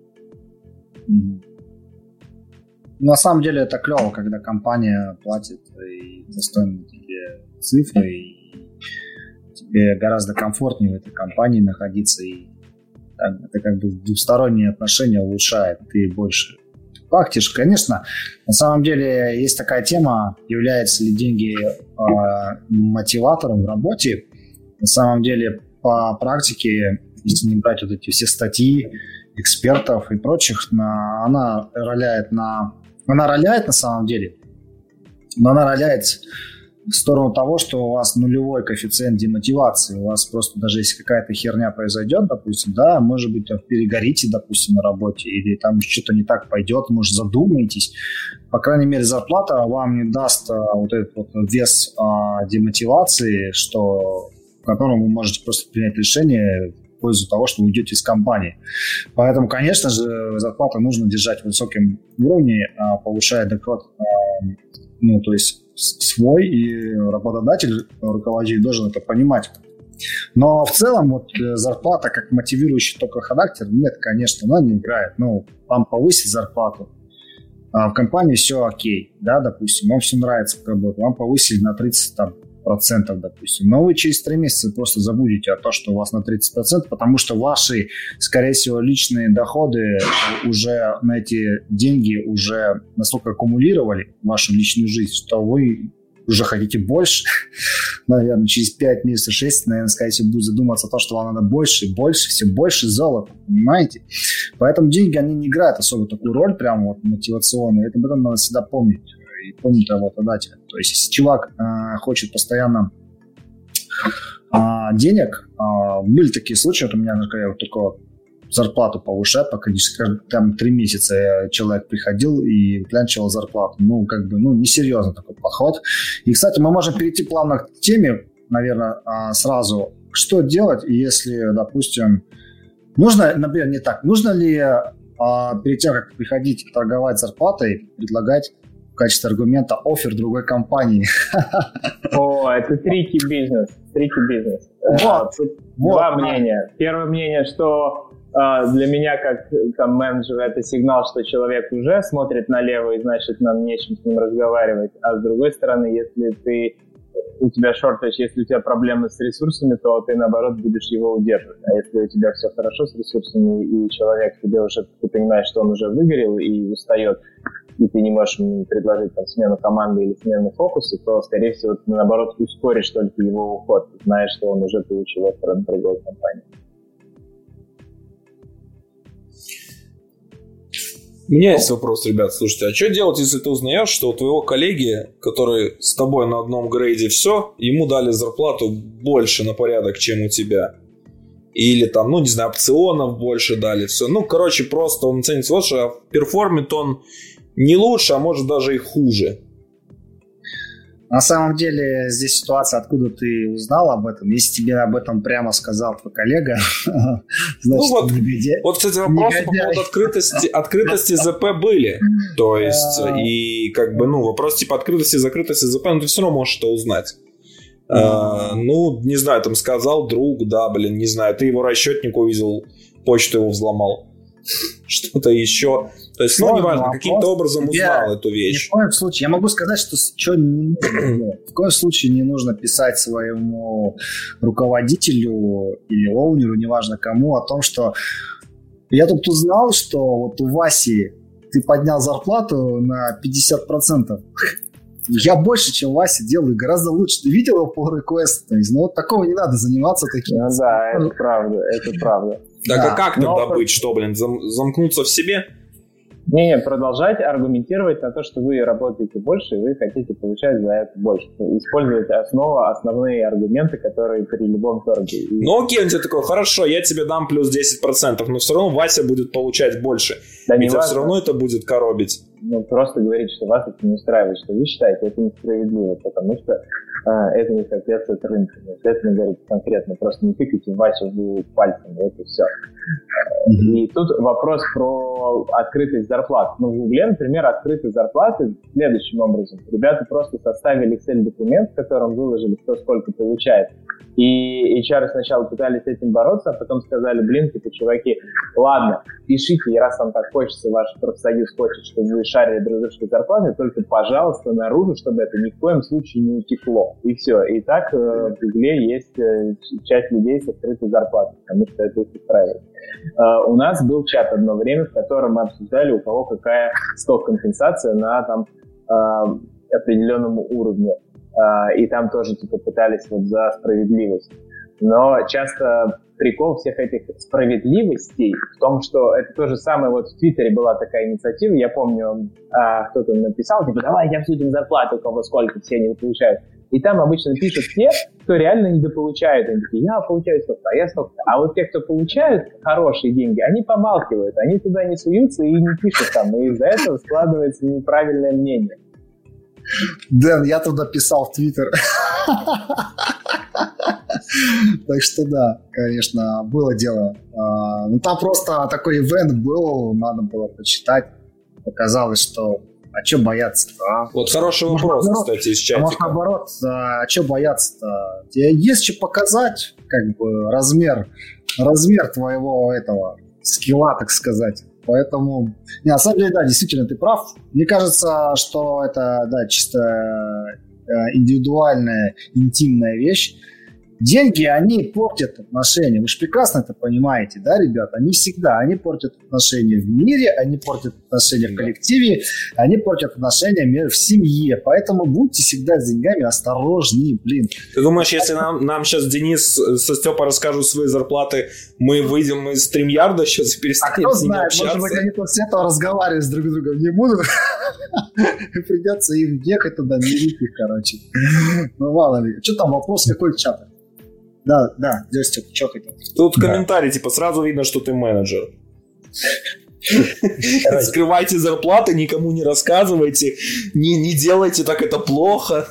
На самом деле это клево, когда компания платит и достойные тебе цифры, и тебе гораздо комфортнее в этой компании находиться, и так, это как бы двусторонние отношения улучшает, ты больше фактишь. Конечно, на самом деле есть такая тема, являются ли деньги э, мотиватором в работе. На самом деле по практике, если не брать вот эти все статьи экспертов и прочих, на, она роляет на она роляет на самом деле, но она роляет в сторону того, что у вас нулевой коэффициент демотивации. У вас просто даже если какая-то херня произойдет, допустим, да, может быть, перегорите, допустим, на работе, или там что-то не так пойдет, может, задумаетесь. По крайней мере, зарплата вам не даст а, вот этот вот вес а, демотивации, что, в котором вы можете просто принять решение в пользу того, что вы уйдете из компании. Поэтому, конечно же, зарплату нужно держать в высоком уровне, а, повышая доход, а, ну, то есть свой, и работодатель, руководитель должен это понимать. Но в целом вот зарплата как мотивирующий только характер, нет, конечно, она не играет. Ну, вам повысить зарплату, а в компании все окей, да, допустим, вам все нравится, как бы, вам повысили на тридцать процентов, допустим, но вы через три месяца просто забудете о том, что у вас на тридцать процентов, потому что ваши, скорее всего, личные доходы уже на эти деньги уже настолько аккумулировали вашу личную жизнь, что вы уже хотите больше. Наверное, через пять месяцев, шесть, наверное, скорее всего, будет задуматься о том, что вам надо больше, больше, все больше золота, понимаете? Поэтому деньги, они не играют особо такую роль, прям вот мотивационную. Это об этом надо всегда помнить. И помнить работодателя. То есть, если чувак э, хочет постоянно э, денег, э, были такие случаи, вот у меня, например, вот только зарплату повышать, пока там три месяца человек приходил и выклянчивал зарплату. Ну, как бы, ну, несерьезный такой подход. И, кстати, мы можем перейти плавно к теме, наверное, э, сразу. Что делать, если, допустим, нужно, например, не так, нужно ли э, перед тем, как приходить торговать зарплатой, предлагать в качестве аргумента оффер другой компании? О, это трики бизнес. Трики бизнес. Вот. Вот. Два мнения. Первое мнение, что э, для меня, как там, менеджера, это сигнал, что человек уже смотрит налево, и значит, нам нечем с ним разговаривать. А с другой стороны, если ты у тебя шортаж, если у тебя проблемы с ресурсами, то ты, наоборот, будешь его удерживать. А если у тебя все хорошо с ресурсами, и человек тебе уже, ты понимаешь, что он уже выгорел и устает, и ты не можешь ему предложить там, смену команды или смену фокуса, то, скорее всего, ты, наоборот, ускоришь только его уход, зная, что он уже получил оффер от другой компании. У меня есть вопрос, ребят, слушайте, а что делать, если ты узнаешь, что у твоего коллеги, который с тобой на одном грейде все, ему дали зарплату больше на порядок, чем у тебя? Или там, ну, не знаю, опционов больше дали, все. Ну, короче, просто он ценится лучше, а перформит он не лучше, а может даже и хуже. На самом деле, здесь ситуация, откуда ты узнал об этом. Если тебе об этом прямо сказал твой коллега, значит, ну, вот, негодяй. Вот, кстати, вопросы по поводу открытости, открытости ЗП были. То есть, и как бы, ну, вопрос типа открытости и закрытости ЗП, но ты все равно можешь это узнать. А, ну, не знаю, там сказал друг, да, блин, не знаю, ты его расчетник увидел, почту его взломал. Что-то еще. То есть, ну, неважно, каким-то образом узнал эту вещь. Ни в коем случае. Я могу сказать, что, что не нужно, в коем случае не нужно писать своему руководителю или оунеру, неважно кому, о том, что я тут узнал, что вот у Васи ты поднял зарплату на пятьдесят процентов. Я больше, чем Вася, делаю гораздо лучше. Ты видел его pull request? То есть, ну, вот такого не надо заниматься таким. Ну, да, это правда, это правда. Так, да. А как Но... тогда быть? Что, блин, зам- замкнуться в себе? Не-не, продолжайте аргументировать на то, что вы работаете больше, и вы хотите получать за это больше. Использовать основу, основные аргументы, которые при любом торге. Ну окей, он тебе такой, хорошо, я тебе дам плюс десять процентов, но все равно Вася будет получать больше. Да Ведь все равно это будет коробить. Ну, просто говорить, что вас это не устраивает, что вы считаете, это несправедливо, потому что а, это не соответствует рынку. Не обязательно говорить конкретно, просто не тыкайте Васю в пальцем, это все. Mm-hmm. И тут вопрос про открытость зарплат. Ну, в Гугле, например, открытость зарплаты следующим образом. Ребята просто составили Excel-документ, в котором выложили, кто сколько получает. И эйч ар сначала пытались с этим бороться, а потом сказали, блин, типа, чуваки, ладно, пишите, и раз вам так хочется, ваш профсоюз хочет, чтобы вы шарили друг дружку зарплаты, только, пожалуйста, наружу, чтобы это ни в коем случае не утекло. И все. И так э, в Гугле есть э, часть людей с открытой зарплатой, потому что это их устраивает. Э, у нас был чат одно время, в котором мы обсуждали, у кого какая сток-компенсация на там, э, определенном уровне. Uh, и там тоже типа пытались вот за справедливость. Но часто прикол всех этих справедливостей в том, что это то же самое, вот в Твиттере была такая инициатива, я помню, uh, кто-то написал, типа, давайте обсудим зарплату, у кого сколько, все не получают. И там обычно пишут те, кто реально недополучают. Они такие, я получаю столько, а я столько. А вот те, кто получают хорошие деньги, они помалкивают, они туда не суются и не пишут там, и из-за этого складывается неправильное мнение. Дэн, я туда писал в Твиттер. Так что да, конечно, было дело. Ну там просто такой ивент был, надо было почитать. Оказалось, что а что бояться-то, а? Вот хороший вопрос, кстати, из чатика. А может, наоборот, а что бояться-то? Тебе есть что показать, как бы, размер, размер твоего этого скилла, так сказать. Поэтому, не, на самом деле, да, действительно, ты прав. Мне кажется, что это, да, чисто индивидуальная, интимная вещь. Деньги, они портят отношения. Вы же прекрасно это понимаете, да, ребят? Они всегда, они портят отношения в мире, они портят отношения в коллективе, они портят отношения в семье. Поэтому будьте всегда с деньгами осторожнее, блин. Ты думаешь, если нам, нам сейчас Денис со Степой расскажут свои зарплаты, мы выйдем из стримярда сейчас и перестанем а с ними знает, общаться? Может быть, они после этого разговаривать с друг другом не будут. Придется им ехать туда, мирить их, короче. Ну, мало ли. Что там, вопрос какой чат? Да, да, Дёстя, что хотел? Тут да. Комментарий, типа, сразу видно, что ты менеджер. Скрывайте зарплаты, никому не рассказывайте, не, не делайте так, это плохо.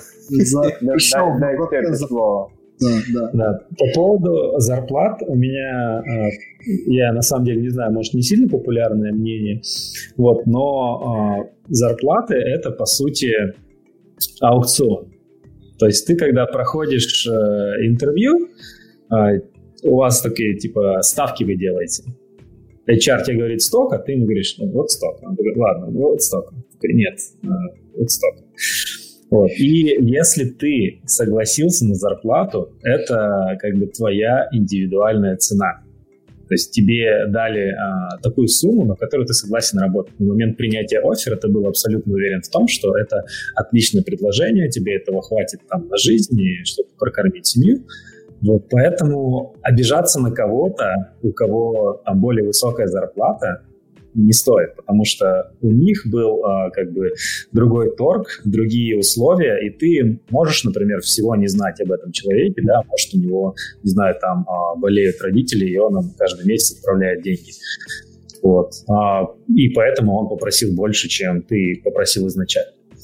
По поводу зарплат у меня, я на самом деле не знаю, может, не сильно популярное мнение, вот, но зарплаты — это, по сути, аукцион. То есть ты, когда проходишь э, интервью, э, у вас такие, типа, ставки вы делаете. эйч ар тебе говорит столько, а ты ему говоришь, ну, вот столько. Он говорит, ладно, вот столько. Нет, э, вот столько. Вот. И если ты согласился на зарплату, это как бы твоя индивидуальная цена. То есть тебе дали а, такую сумму, на которую ты согласен работать. В момент принятия оффера ты был абсолютно уверен в том, что это отличное предложение, тебе этого хватит там на жизнь, и чтобы прокормить семью. Вот, поэтому обижаться на кого-то, у кого там более высокая зарплата, не стоит, потому что у них был а, как бы другой торг, другие условия, и ты можешь, например, всего не знать об этом человеке, да, может, у него, не знаю, там а, болеют родители, и он им каждый месяц отправляет деньги. Вот. А, и поэтому он попросил больше, чем ты попросил изначально.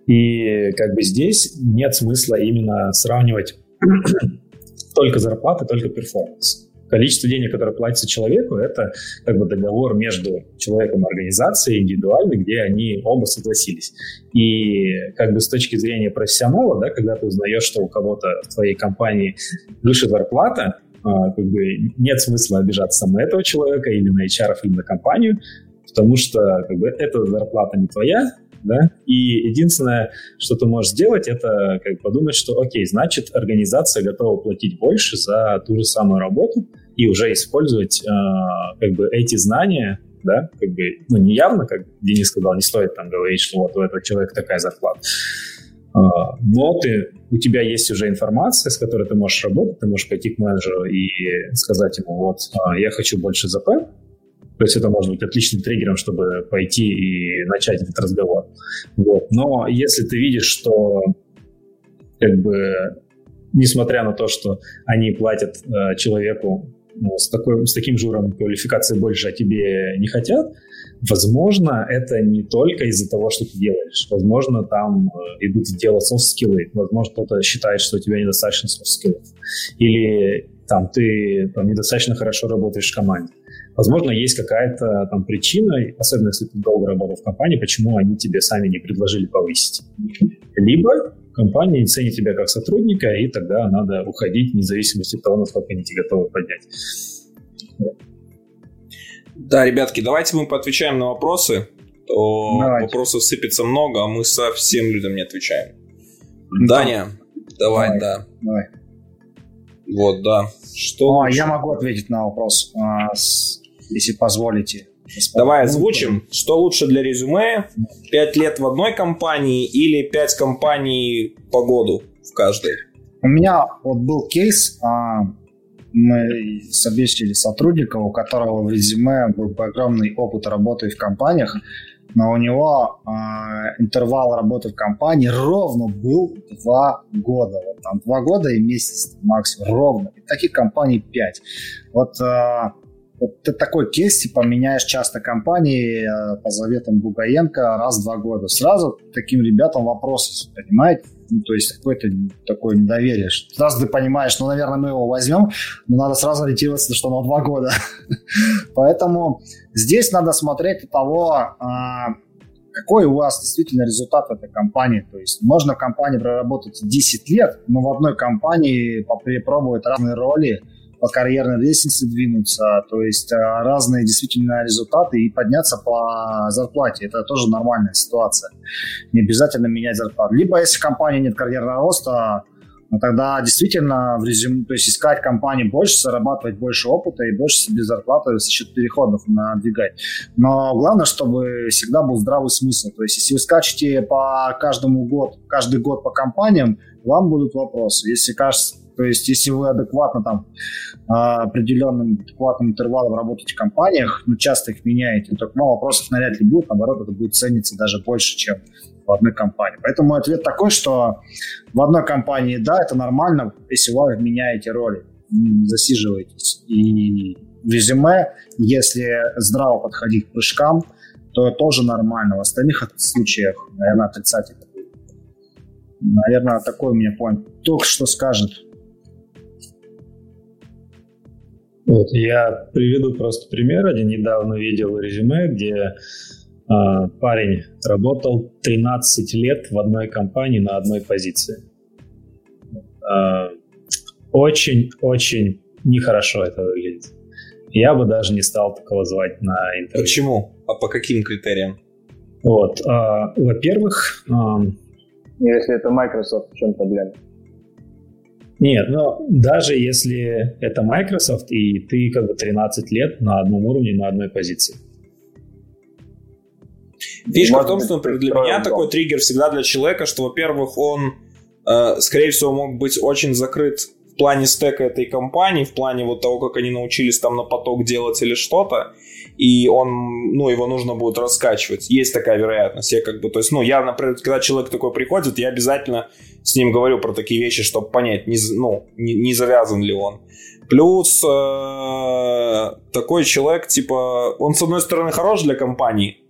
И как бы здесь нет смысла именно сравнивать только зарплаты, только перформанс. Количество денег, которое платится человеку, это как бы договор между человеком и организацией индивидуальный, где они оба согласились. И как бы с точки зрения профессионала, да, когда ты узнаешь, что у кого-то в твоей компании выше зарплата, как бы нет смысла обижаться на этого человека или на эйч ар, или на компанию, потому что как бы эта зарплата не твоя, да, и единственное, что ты можешь сделать, это как подумать, что окей, значит, организация готова платить больше за ту же самую работу и уже использовать э, как бы эти знания, да, как бы, ну, не явно, как Денис сказал, не стоит там говорить, что вот у этого человека такая зарплата. Э, но ты, у тебя есть уже информация, с которой ты можешь работать, ты можешь пойти к менеджеру и сказать ему, вот, э, я хочу больше ЗП. То есть это может быть отличным триггером, чтобы пойти и начать этот разговор. Вот. Но если ты видишь, что как бы, несмотря на то, что они платят э, человеку ну, с, такой, с таким же уровнем квалификации больше, а тебе не хотят, возможно, это не только из-за того, что ты делаешь. Возможно, там э, идут в дело софт-скиллы. Возможно, кто-то считает, что у тебя недостаточно софт-скиллов. Или там, ты там, недостаточно хорошо работаешь в команде. Возможно, есть какая-то там причина, особенно если ты долго работал в компании, почему они тебе сами не предложили повысить. Либо компания не ценит тебя как сотрудника, и тогда надо уходить, вне зависимости от того, насколько они тебя готовы поднять. Да, ребятки, давайте мы поотвечаем на вопросы. То давайте. Вопросов сыпется много, а мы совсем людям не отвечаем. Ну, Даня, давай, давай, да. Давай. Вот, да. Что а, я могу ответить на вопрос, если позволите. Давай озвучим, что лучше для резюме: пять лет в одной компании или пять компаний по году в каждой? У меня вот был кейс, мы собеседовали сотрудника, у которого в резюме был огромный опыт работы в компаниях, но у него э, интервал работы в компании ровно был два года. Вот там два года и месяц максимум, ровно. И таких компаний пять. Вот, э, вот ты такой кейс, типа меняешь часто компании э, по заветам Бугаенко раз в два года. Сразу таким ребятам вопросы, понимаете? Ну, то есть какое-то такое недоверие. Сразу ты понимаешь, ну, наверное, мы его возьмем, но надо сразу ориентироваться, что на два года. Поэтому здесь надо смотреть от того, какой у вас действительно результат в этой компании. То есть можно в компании проработать десять лет, но в одной компании попробовать разные роли, по карьерной лестнице двинуться, то есть разные действительно результаты и подняться по зарплате. Это тоже нормальная ситуация. Не обязательно менять зарплату. Либо если в компании нет карьерного роста, ну, тогда действительно в резюме, то есть искать компании больше, зарабатывать больше опыта и больше себе зарплаты за счет переходов надвигать. Но главное, чтобы всегда был здравый смысл. То есть если вы скачете по каждому год, каждый год по компаниям, вам будут вопросы. Если кажется, то есть, если вы адекватно там определенным адекватным интервалом работаете в компаниях, но часто их меняете, то к вам вопросов навряд ли будет, наоборот, это будет цениться даже больше, чем в одной компании. Поэтому мой ответ такой, что в одной компании, да, это нормально, если вы меняете роли, засиживаетесь. И в резюме, если здраво подходить к прыжкам, то тоже нормально. В остальных случаях, наверное, отрицательно будет. Наверное, такой у меня поинт. Кто что скажет. Вот, я приведу просто пример. Один недавно видел резюме, где э, парень работал тринадцать лет в одной компании на одной позиции. Очень-очень нехорошо это выглядит. Я бы даже не стал такого звать на интервью. Почему? А по каким критериям? Вот, э, во-первых... Э, Если это Microsoft, в чем проблема? Нет, но даже если это Microsoft, и ты как бы тринадцать лет на одном уровне, на одной позиции. Фишка в том, что, например, для меня такой триггер всегда для человека, что, во-первых, он, э, скорее всего, мог быть очень закрыт в плане стека этой компании, в плане вот того, как они научились там на поток делать или что-то, и он, ну, его нужно будет раскачивать. Есть такая вероятность. Я как бы, то есть, ну, я, например, когда человек такой приходит, я обязательно с ним говорю про такие вещи, чтобы понять, не, ну, не, не завязан ли он. Плюс э, такой человек, типа, он, с одной стороны, хорош для компании,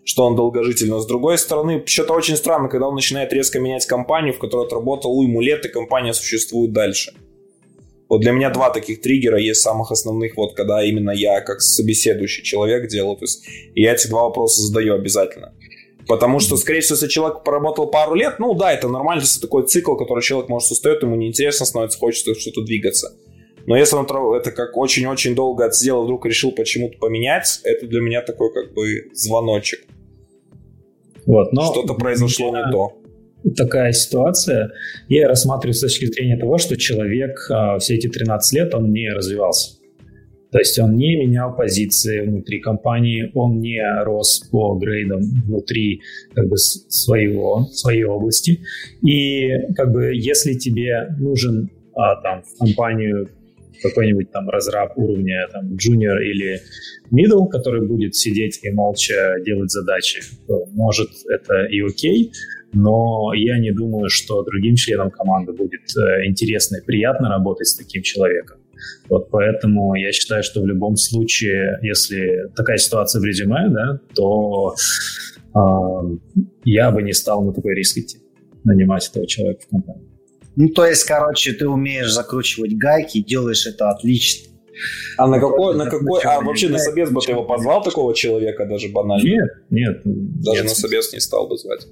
что он долгожитель. Но с другой стороны, что-то очень странно, когда он начинает резко менять компанию, в которой отработал уйму лет, и компания существует дальше. Вот для меня два таких триггера есть самых основных, вот когда именно я как собеседующий человек делаю. То есть я эти два вопроса задаю обязательно. Потому что, скорее всего, если человек поработал пару лет, ну да, это нормально, если такой цикл, который человек может устает, ему неинтересно становится, хочется что-то двигаться. Но если он это как очень-очень долго отсидел и вдруг решил почему-то поменять, это для меня такой как бы звоночек. Вот, но что-то произошло не то. Такая ситуация, я рассматриваю с точки зрения того, что человек а, все эти тринадцать лет, он не развивался. То есть он не менял позиции внутри компании, он не рос по грейдам внутри как бы, своего, своей области. И как бы, если тебе нужен а, там, в компанию какой-нибудь там разраб уровня там, junior или middle, который будет сидеть и молча делать задачи, то, может, это и окей. Но я не думаю, что другим членам команды будет э, интересно и приятно работать с таким человеком. Вот поэтому я считаю, что в любом случае, если такая ситуация в резюме, да, то э, я бы не стал на такой риск идти, нанимать этого человека в компанию. Ну, то есть, короче, ты умеешь закручивать гайки и делаешь это отлично. А на какой, на какой, а вообще на собес бы ты его позвал, такого человека, даже банально? Нет, нет. Даже нет. на собес не стал бы звать.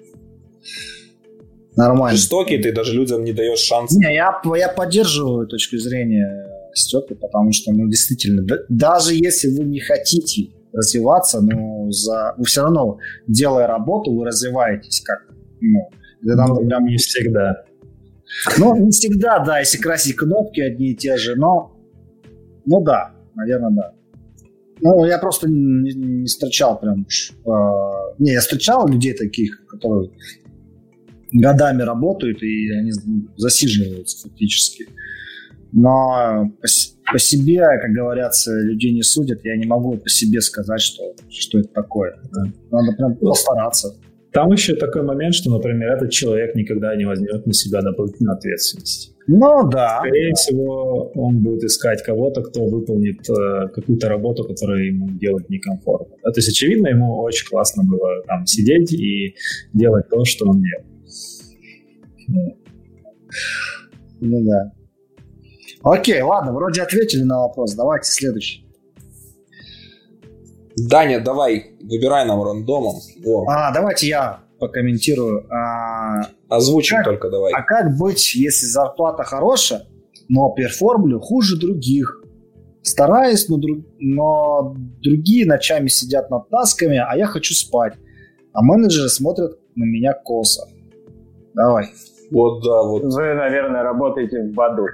Нормально. Жестокий, ты даже людям не даешь шанс. Не, я, я поддерживаю точку зрения Степы, потому что, ну, действительно, да, даже если вы не хотите развиваться, но за, вы все равно, делая работу, вы развиваетесь как, ну, это ну, прям не всегда. Ну, не всегда, да, если красить кнопки одни и те же, но, ну, да, наверное, да. Ну, я просто не, не встречал прям, э, не, я встречал людей таких, которые годами работают, и они засиживаются фактически. Но по, по себе, как говорятся, людей не судят. Я не могу по себе сказать, что, что это такое. Надо прям постараться. Там еще такой момент, что, например, этот человек никогда не возьмет на себя дополнительную ответственность. Ну да. Скорее да. всего, он будет искать кого-то, кто выполнит э, какую-то работу, которую ему делать некомфортно. Да? То есть, очевидно, ему очень классно было там сидеть и делать то, что он делает. Ну да. Окей, ладно, вроде ответили на вопрос. Давайте следующий. Даня, давай, выбирай нам рандомом. О. А, давайте я покомментирую. А, Озвучим как, только, давай. А как быть, если зарплата хорошая, но перформлю хуже других? Стараюсь, но, друг, но другие ночами сидят над тасками, а я хочу спать. А менеджеры смотрят на меня косо. Давай. Вот, да, вот. Вы, наверное, работаете в Баду,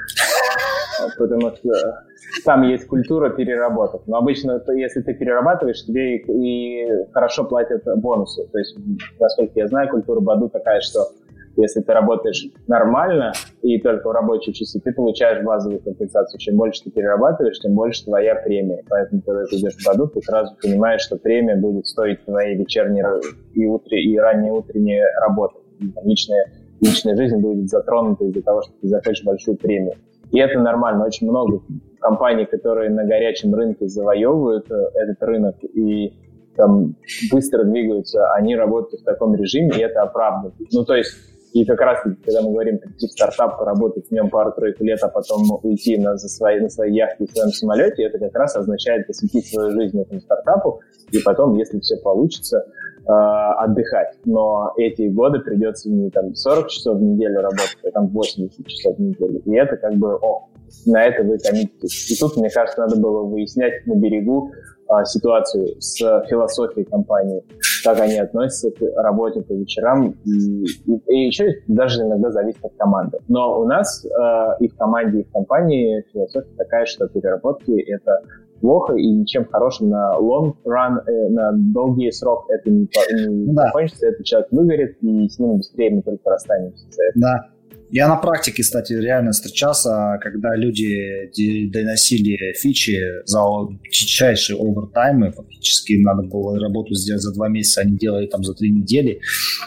потому что там есть культура переработок. Но обычно, если ты перерабатываешь, тебе и хорошо платят бонусы. То есть, насколько я знаю, культура Баду такая, что если ты работаешь нормально и только в рабочие часы, ты получаешь базовую компенсацию. Чем больше ты перерабатываешь, тем больше твоя премия. Поэтому, когда ты идешь в Баду, ты сразу понимаешь, что премия будет стоить твоей вечерней и, утре, и ранней утренней работы. Личная, личная жизнь будет затронута из-за того, что ты захочешь большую премию. И это нормально. Очень много компаний, которые на горячем рынке завоевывают этот рынок и там быстро двигаются, они работают в таком режиме, и это оправдано. Ну, то есть, и как раз, когда мы говорим прийти в стартап, поработать в нем пару-тройку лет, а потом уйти на, за свои, на своей яхте и в своем самолете, это как раз означает посвятить свою жизнь этому стартапу, и потом, если все получится, отдыхать. Но эти годы придется не там сорок часов в неделю работать, а там восемьдесят часов в неделю. И это как бы, о, на это вы коммититесь. И тут, мне кажется, надо было выяснять на берегу а, ситуацию с философией компании, как они относятся к работе по вечерам. И, и, и еще даже иногда зависит от команды. Но у нас а, и в команде, и в компании философия такая, что переработки — это плохо, и ничем хорошим на long run, э, на долгий срок это не, не да. закончится, этот человек выгорит, и с ним быстрее мы только расстанемся. Да. Я на практике, кстати, реально встречался, когда люди доносили фичи за дичайшие овертаймы, фактически надо было работу сделать за два месяца, они делали там за три недели,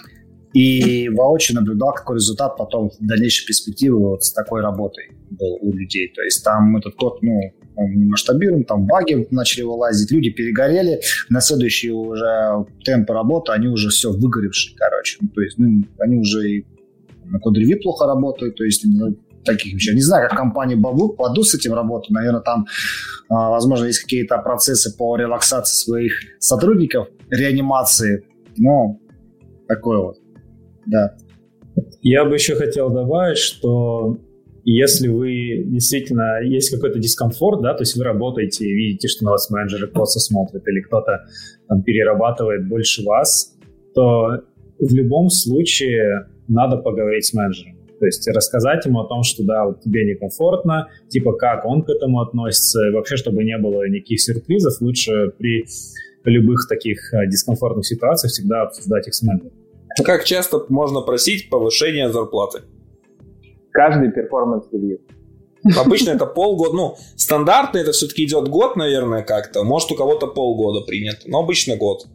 и воочию наблюдал, какой результат потом в дальнейшей перспективе вот с такой работой был у людей. То есть там этот код, ну, не масштабируем, там баги начали вылазить, люди перегорели, на следующие уже темпы работы, они уже все выгоревшие, короче. Ну, то есть ну, они уже и на код-ревью плохо работают, то есть ну, таких вещей. Не знаю, как компании Бабук кладут с этим работу, наверное, там, возможно, есть какие-то процессы по релаксации своих сотрудников, реанимации, но такое вот, да. Я бы еще хотел добавить, что если вы действительно есть какой-то дискомфорт, да, то есть вы работаете и видите, что на вас менеджеры косо смотрят или кто-то там перерабатывает больше вас, то в любом случае надо поговорить с менеджером. То есть рассказать ему о том, что да, вот тебе некомфортно, типа как он к этому относится, и вообще, чтобы не было никаких сюрпризов, лучше при любых таких дискомфортных ситуациях всегда обсуждать их с менеджером. Как часто можно просить повышения зарплаты? Каждый перформанс-ревью. Обычно это полгода. Ну, стандартно это все-таки идет год, наверное, как-то. Может, у кого-то полгода принято, но обычно год.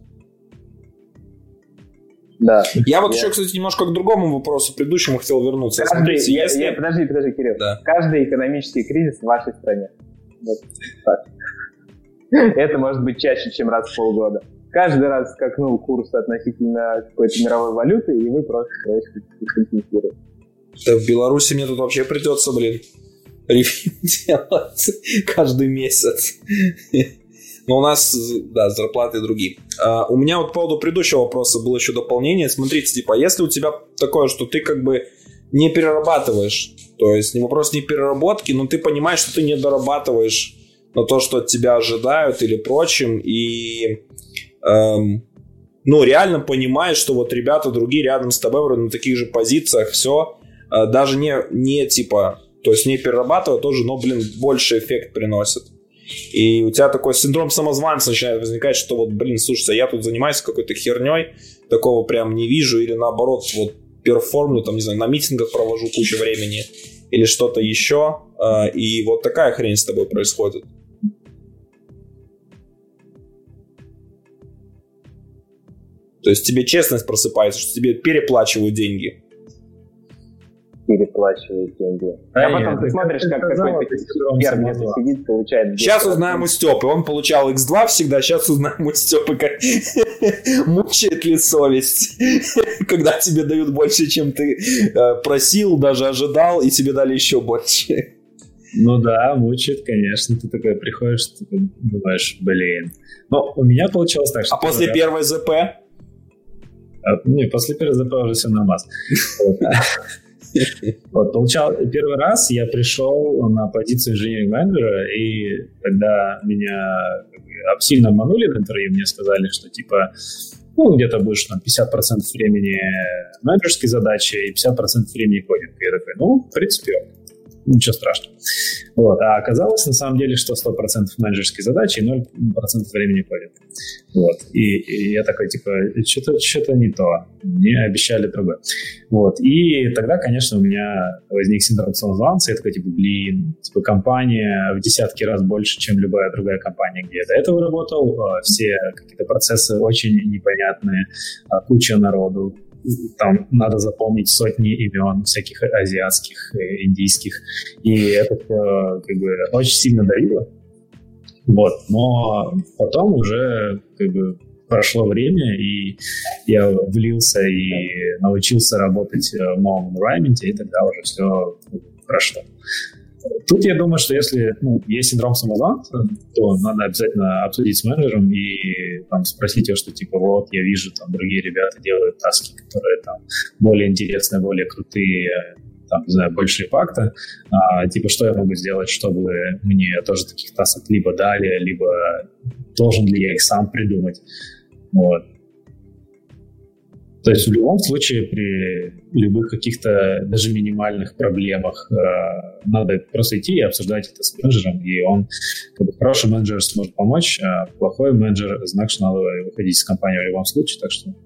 Да. Я вот я... еще, кстати, немножко к другому вопросу предыдущему хотел вернуться. Каждый, Смотрите, я, если... я, подожди, подожди, Кирилл. Да. Каждый экономический кризис в вашей стране. Вот так. Это может быть чаще, чем раз в полгода. Каждый раз скакнул курс относительно какой-то мировой валюты, и вы просто компенсируете. Да в Беларуси мне тут вообще придется, блин, ревью делать каждый месяц. Но у нас, да, зарплаты другие. А, у меня вот по поводу предыдущего вопроса было еще дополнение. Смотрите, типа, если у тебя такое, что ты как бы не перерабатываешь, то есть не вопрос не переработки, но ты понимаешь, что ты не дорабатываешь на то, что от тебя ожидают или прочим, и эм, ну, реально понимаешь, что вот ребята другие рядом с тобой вроде на таких же позициях, все, э, даже не, не типа, то есть не перерабатывая тоже, но, блин, больше эффект приносит. И у тебя такой синдром самозванца начинает возникать, что вот, блин, слушай, я тут занимаюсь какой-то херней, такого прям не вижу, или наоборот, вот перформлю, там, не знаю, на митингах провожу кучу времени, или что-то еще, э, и вот такая хрень с тобой происходит. То есть тебе честность просыпается, что тебе переплачивают деньги. Переплачивают деньги. А, а потом ты смотришь, как какой-то хер где-то сидит, получает... Сейчас узнаем у Степы. Он получал икс два всегда, сейчас узнаем у Степы, как мучает ли совесть, когда тебе дают больше, чем ты просил, даже ожидал, и тебе дали еще больше. Ну да, мучает, конечно. Ты такой приходишь, ты думаешь, блин. Но у меня получилось так, что... А после первой ЗП? Не, после первой ЗП уже все нормально. Вот, получал первый раз я пришел на позицию инженеринг-менеджера, и когда меня сильно обманули на интервью, мне сказали, что типа, ну, где-то будешь там пятьдесят процентов времени менеджерской задачи и пятьдесят процентов времени кодинга. Я такой, ну, в принципе, ничего страшного. Вот. А оказалось, на самом деле, что сто процентов менеджерские задачи и ноль процентов времени кодинга. Вот. И, и я такой, типа, что-то, что-то не то. Мне обещали другое. Вот. И тогда, конечно, у меня возник синдром самозванца. Я такой, типа, блин, типа, компания в десятки раз больше, чем любая другая компания, где я до этого работал. Все какие-то процессы очень непонятные, куча народу. Там надо запомнить сотни имен всяких азиатских, индийских, и это как бы очень сильно давило. Вот, но потом уже как бы прошло время, и я влился и научился работать в новом environment, и тогда уже все прошло. Тут я думаю, что если ну, есть синдром самозванца, то надо обязательно обсудить с менеджером и там, спросить его, что типа вот я вижу, там другие ребята делают таски, которые там более интересные, более крутые, там, не знаю, больше импакта. А, типа, что я могу сделать, чтобы мне тоже таких тасок либо дали, либо должен ли я их сам придумать. Вот. То есть в любом случае при любых каких-то даже минимальных проблемах э, надо просто идти и обсуждать это с менеджером, и он, как бы, хороший менеджер сможет помочь, а плохой менеджер, знак, что надо выходить из компании в любом случае, так что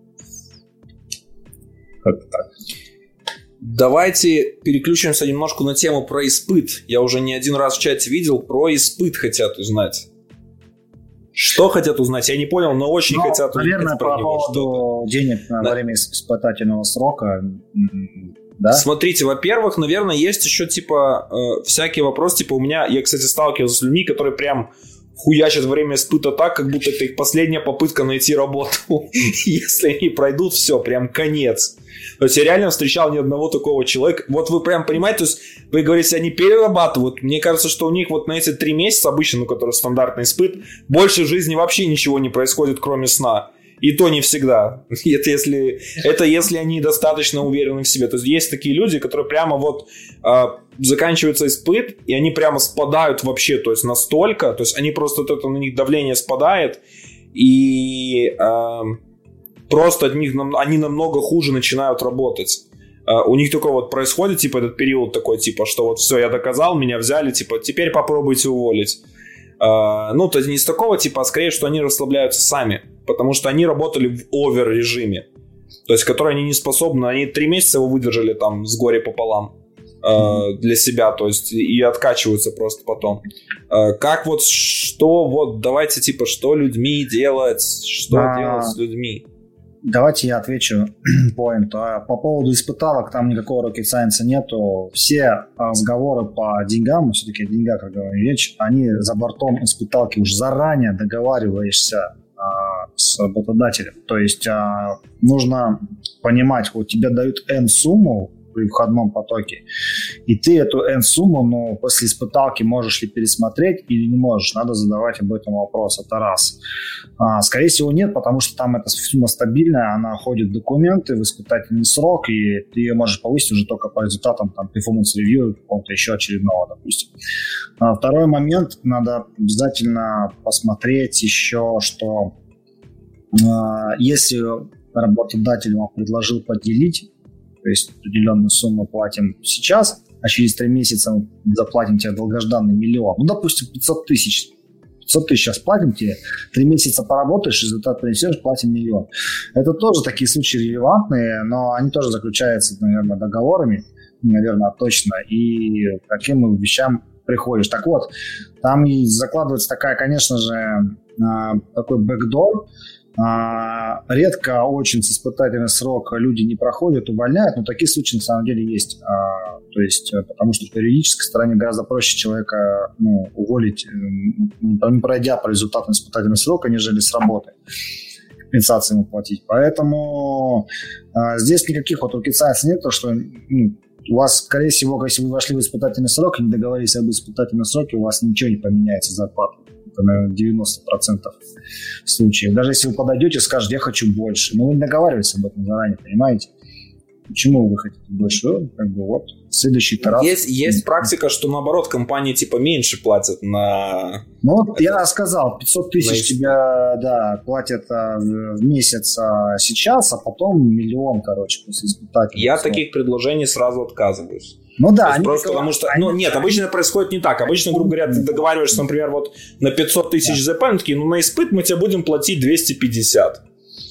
как-то так. Давайте переключимся немножко на тему про испыт. Я уже не один раз в чате видел, про испыт хотят узнать. Что хотят узнать? Я не понял, но очень ну, хотят узнать. Наверное, по поводу денег на да. время испытательного срока. Да? Смотрите, во-первых, наверное, есть еще, типа, э, всякий вопрос, типа, у меня, я, кстати, сталкивался с людьми, которые прям хуячат во время испыта так, как будто это их последняя попытка найти работу. Если они пройдут, все, прям конец. То есть я реально встречал ни одного такого человека. Вот вы прям понимаете, то есть вы говорите, они перерабатывают. Мне кажется, что у них вот на эти три месяца, обычно, ну, который стандартный испыт, больше в жизни вообще ничего не происходит, кроме сна. И то не всегда. Это если, это если они достаточно уверены в себе. То есть есть такие люди, которые прямо вот э, заканчивается испыт, и они прямо спадают вообще, то есть настолько, то есть они просто, вот это на них давление спадает, и э, просто от них, они намного хуже начинают работать. Э, у них такое вот происходит, типа, этот период такой, типа, что вот все, я доказал, меня взяли, типа, теперь попробуйте уволить. Э, ну, то есть не с такого типа, а скорее, что они расслабляются сами. Потому что они работали в овер-режиме. То есть, который они не способны. Они три месяца его выдержали там с горя пополам э, mm-hmm. для себя. То есть, и откачиваются просто потом. Э, как вот, что, вот, давайте, типа, что людьми делать? Что а... делать с людьми? Давайте я отвечу поинту. По поводу испыталок, там никакого rocket science нету. Все разговоры по деньгам, все-таки о деньгах, как говорю, речь, они за бортом испыталки уже заранее договариваешься с работодателем. То есть а, нужно понимать, вот тебе дают N-сумму при входном потоке, и ты эту N-сумму, ну, после испыталки можешь ли пересмотреть или не можешь. Надо задавать об этом вопрос. Это раз. А, скорее всего, нет, потому что там эта сумма стабильная, она входит в документы, в испытательный срок, и ты ее можешь повысить уже только по результатам там performance review, какого-то еще очередного, допустим. А, второй момент, надо обязательно посмотреть еще, что а, если работодатель вам предложил поделить, то есть определенную сумму платим сейчас, а через три месяца заплатим тебе долгожданный миллион. Ну, допустим, пятьсот тысяч. пятьсот тысяч сейчас платим тебе, три месяца поработаешь, результат принесешь, платим миллион. Это тоже такие случаи релевантные, но они тоже заключаются, наверное, договорами, наверное, точно, и к каким вещам приходишь. Так вот, там и закладывается такая, конечно же, такой бэкдор. А, редко очень с испытательный срок люди не проходят, увольняют, но такие случаи на самом деле есть. А, то есть, потому что в юридической стороне гораздо проще человека, ну, уволить, не пройдя по результатам испытательного срока, нежели с работы компенсации ему платить. Поэтому а, здесь никаких вот rocket science нет, то что, ну, у вас, скорее всего, если вы вошли в испытательный срок и не договорились об испытательном сроке, у вас ничего не поменяется зарплата. Это, наверное, девяносто процентов случаев. Даже если вы подойдете и скажете, я хочу больше. Но вы не договаривались об этом заранее, понимаете? Почему вы хотите больше? Ну, как бы вот, следующий раз. Есть, есть практика, что наоборот, компании типа меньше платят на... Ну вот это... я сказал, пятьсот тысяч тебе, да, платят а, в месяц а, сейчас, а потом миллион, короче, после испытательного. Я от таких предложений сразу отказываюсь. Ну да, они просто потому что, они, ну нет, обычно это происходит не так. Обычно, грубо говоря, ты договариваешься, например, вот на пятьсот тысяч ЗП, они такие, ну на испыт мы тебе будем платить двести пятьдесят.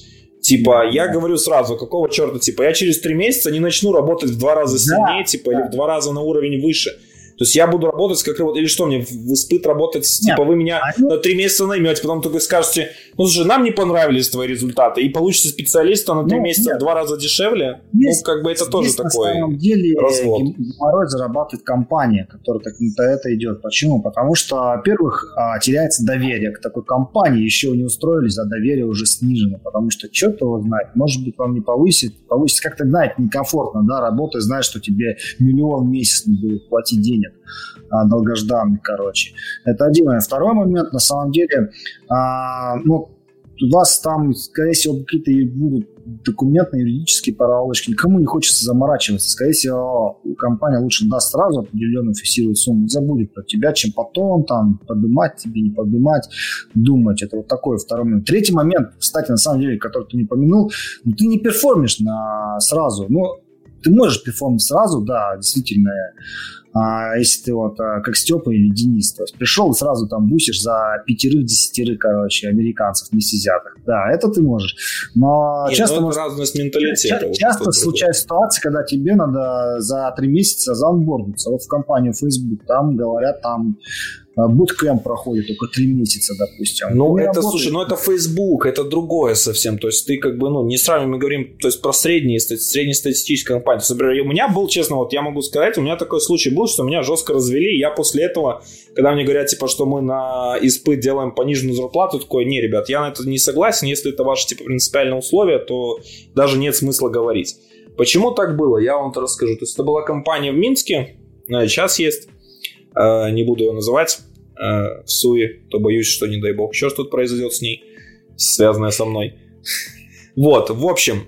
Типа, я говорю сразу, какого черта, типа, я через три месяца не начну работать в два раза сильнее, да, типа, да. или в два раза на уровень выше. То есть я буду работать как работать, или что мне, в испыт работать, Нет, типа, вы меня они... на три месяца наймете, потом только скажете, ну, слушай, нам не понравились твои результаты, и получите специалиста на три ну, месяца нет. в два раза дешевле, есть, ну, как бы это тоже на такой самом деле развод. Порой зарабатывает компания, которая так на это идет. Почему? Потому что, во-первых, теряется доверие к такой компании, еще не устроились, а доверие уже снижено, потому что что-то его знать, может быть, вам не повысит, повысит, как-то, знаете, некомфортно, да, работая, знаешь, что тебе миллион в месяц не будет платить денег. Долгожданный, короче. Это один момент. Второй момент, на самом деле, а, ну, у вас там, скорее всего, какие-то будут документные, юридические проволочки. Никому не хочется заморачиваться. Скорее всего, компания лучше даст сразу определенную фиксированную сумму, забудет про тебя, чем потом там поднимать тебе, не поднимать, думать. Это вот такой второй момент. Третий момент, кстати, на самом деле, который ты не помянул, ну, ты не перформишь на, сразу. Ну, ты можешь перформить сразу, да, действительно. А если ты вот как Степа или Денис, то есть пришел и сразу там бусишь за пятерых-десятерых, короче, американцев вместе взятых. Да, это ты можешь. Но Нет, часто... Ну, это разность менталитета. Ча- часто вот случаются ситуации, когда тебе надо за три месяца заонбордиться. Вот в компанию Facebook, там говорят, там буткэмп проходит только три месяца, допустим. Ну, это, работает. слушай, ну это Facebook, это другое совсем. То есть ты как бы, ну, не сравниваем, мы говорим, то есть про средние, среднестатистические компании. То есть, например, у меня был, честно, вот я могу сказать, у меня такой случай был, что меня жестко развели, и я после этого, когда мне говорят, типа, что мы на испыт делаем пониженную зарплату, такой, не, ребят, я на это не согласен, если это ваши, типа, принципиальные условия, то даже нет смысла говорить. Почему так было, я вам это расскажу. То есть это была компания в Минске, сейчас есть, не буду ее называть, в суе, то боюсь, что, не дай бог, еще что-то произойдет с ней, связанное со мной. Вот, в общем,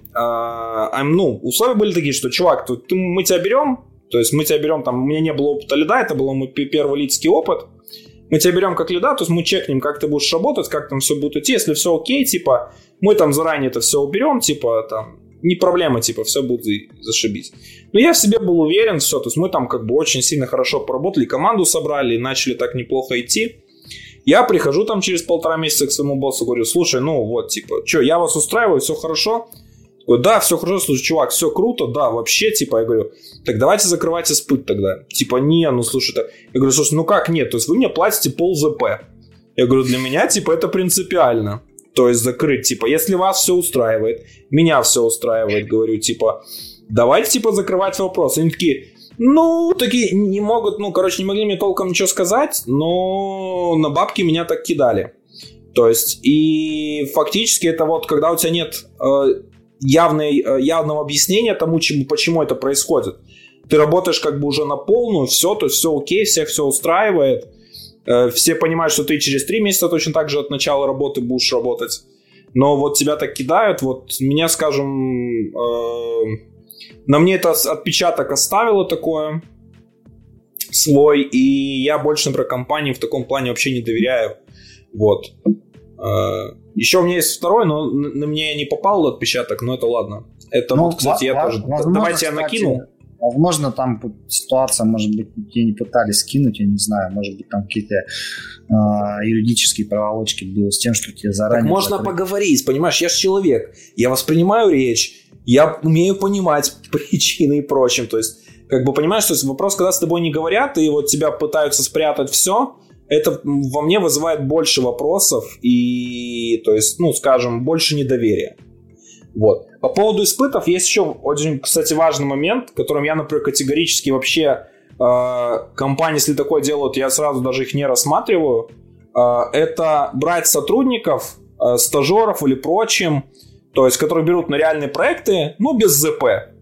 ну, условия были такие, что, чувак, мы тебя берем, то есть мы тебя берем, там, у меня не было опыта лида, это был мой первый лидский опыт, мы тебя берем как лида, то есть мы чекнем, как ты будешь работать, как там все будет идти, если все окей, типа, мы там заранее это все уберем, типа, там, не проблема, типа, все будет зашибись. Но я в себе был уверен, все, то есть мы там как бы очень сильно хорошо поработали, команду собрали, и начали так неплохо идти. Я прихожу там через полтора месяца к своему боссу, говорю, слушай, ну вот, типа, что, я вас устраиваю, все хорошо? Говорю, да, все хорошо, слушай, чувак, все круто, да, вообще, типа, я говорю, так давайте закрывать испыт тогда. Типа, не, ну, слушай, так. Я говорю, слушай, ну как нет, то есть вы мне платите пол ЗП. Я говорю, для меня, типа, это принципиально. То есть закрыть, типа, если вас все устраивает, меня все устраивает, говорю, типа, давайте, типа, закрывать вопрос. Они такие, ну, такие не могут, ну, короче, не могли мне толком ничего сказать, но на бабки меня так кидали. То есть, и фактически это вот, когда у тебя нет э, явной, э, явного объяснения тому, чему, почему это происходит. Ты работаешь как бы уже на полную, все, то есть все окей, всех все устраивает. Все понимают, что ты через три месяца точно так же от начала работы будешь работать. Но вот тебя так кидают. Вот меня, скажем, э, на мне это отпечаток оставило такое свой. И я больше, например, компании в таком плане вообще не доверяю. Вот. Э, еще у меня есть второй, но на меня не попал отпечаток, но это ладно. Это ну, вот, кстати, я тоже... Давайте я накину. Возможно, там ситуация, может быть, тебе не пытались скинуть, я не знаю, может быть, там какие-то э, юридические проволочки были с тем, что тебе заранее... Так можно закрыть. Поговорить, понимаешь, я же человек, я воспринимаю речь, я умею понимать причины и прочим, то есть, как бы, понимаешь, то есть вопрос, когда с тобой не говорят, и вот тебя пытаются спрятать все, это во мне вызывает больше вопросов и, то есть, ну, скажем, больше недоверия. Вот. По поводу испытов есть еще очень, кстати, важный момент, которым я, например, категорически вообще э, компании, если такое делают, я сразу даже их не рассматриваю. Э, это брать сотрудников, э, стажеров или прочим, то есть, которые берут на реальные проекты, ну, без ЗП.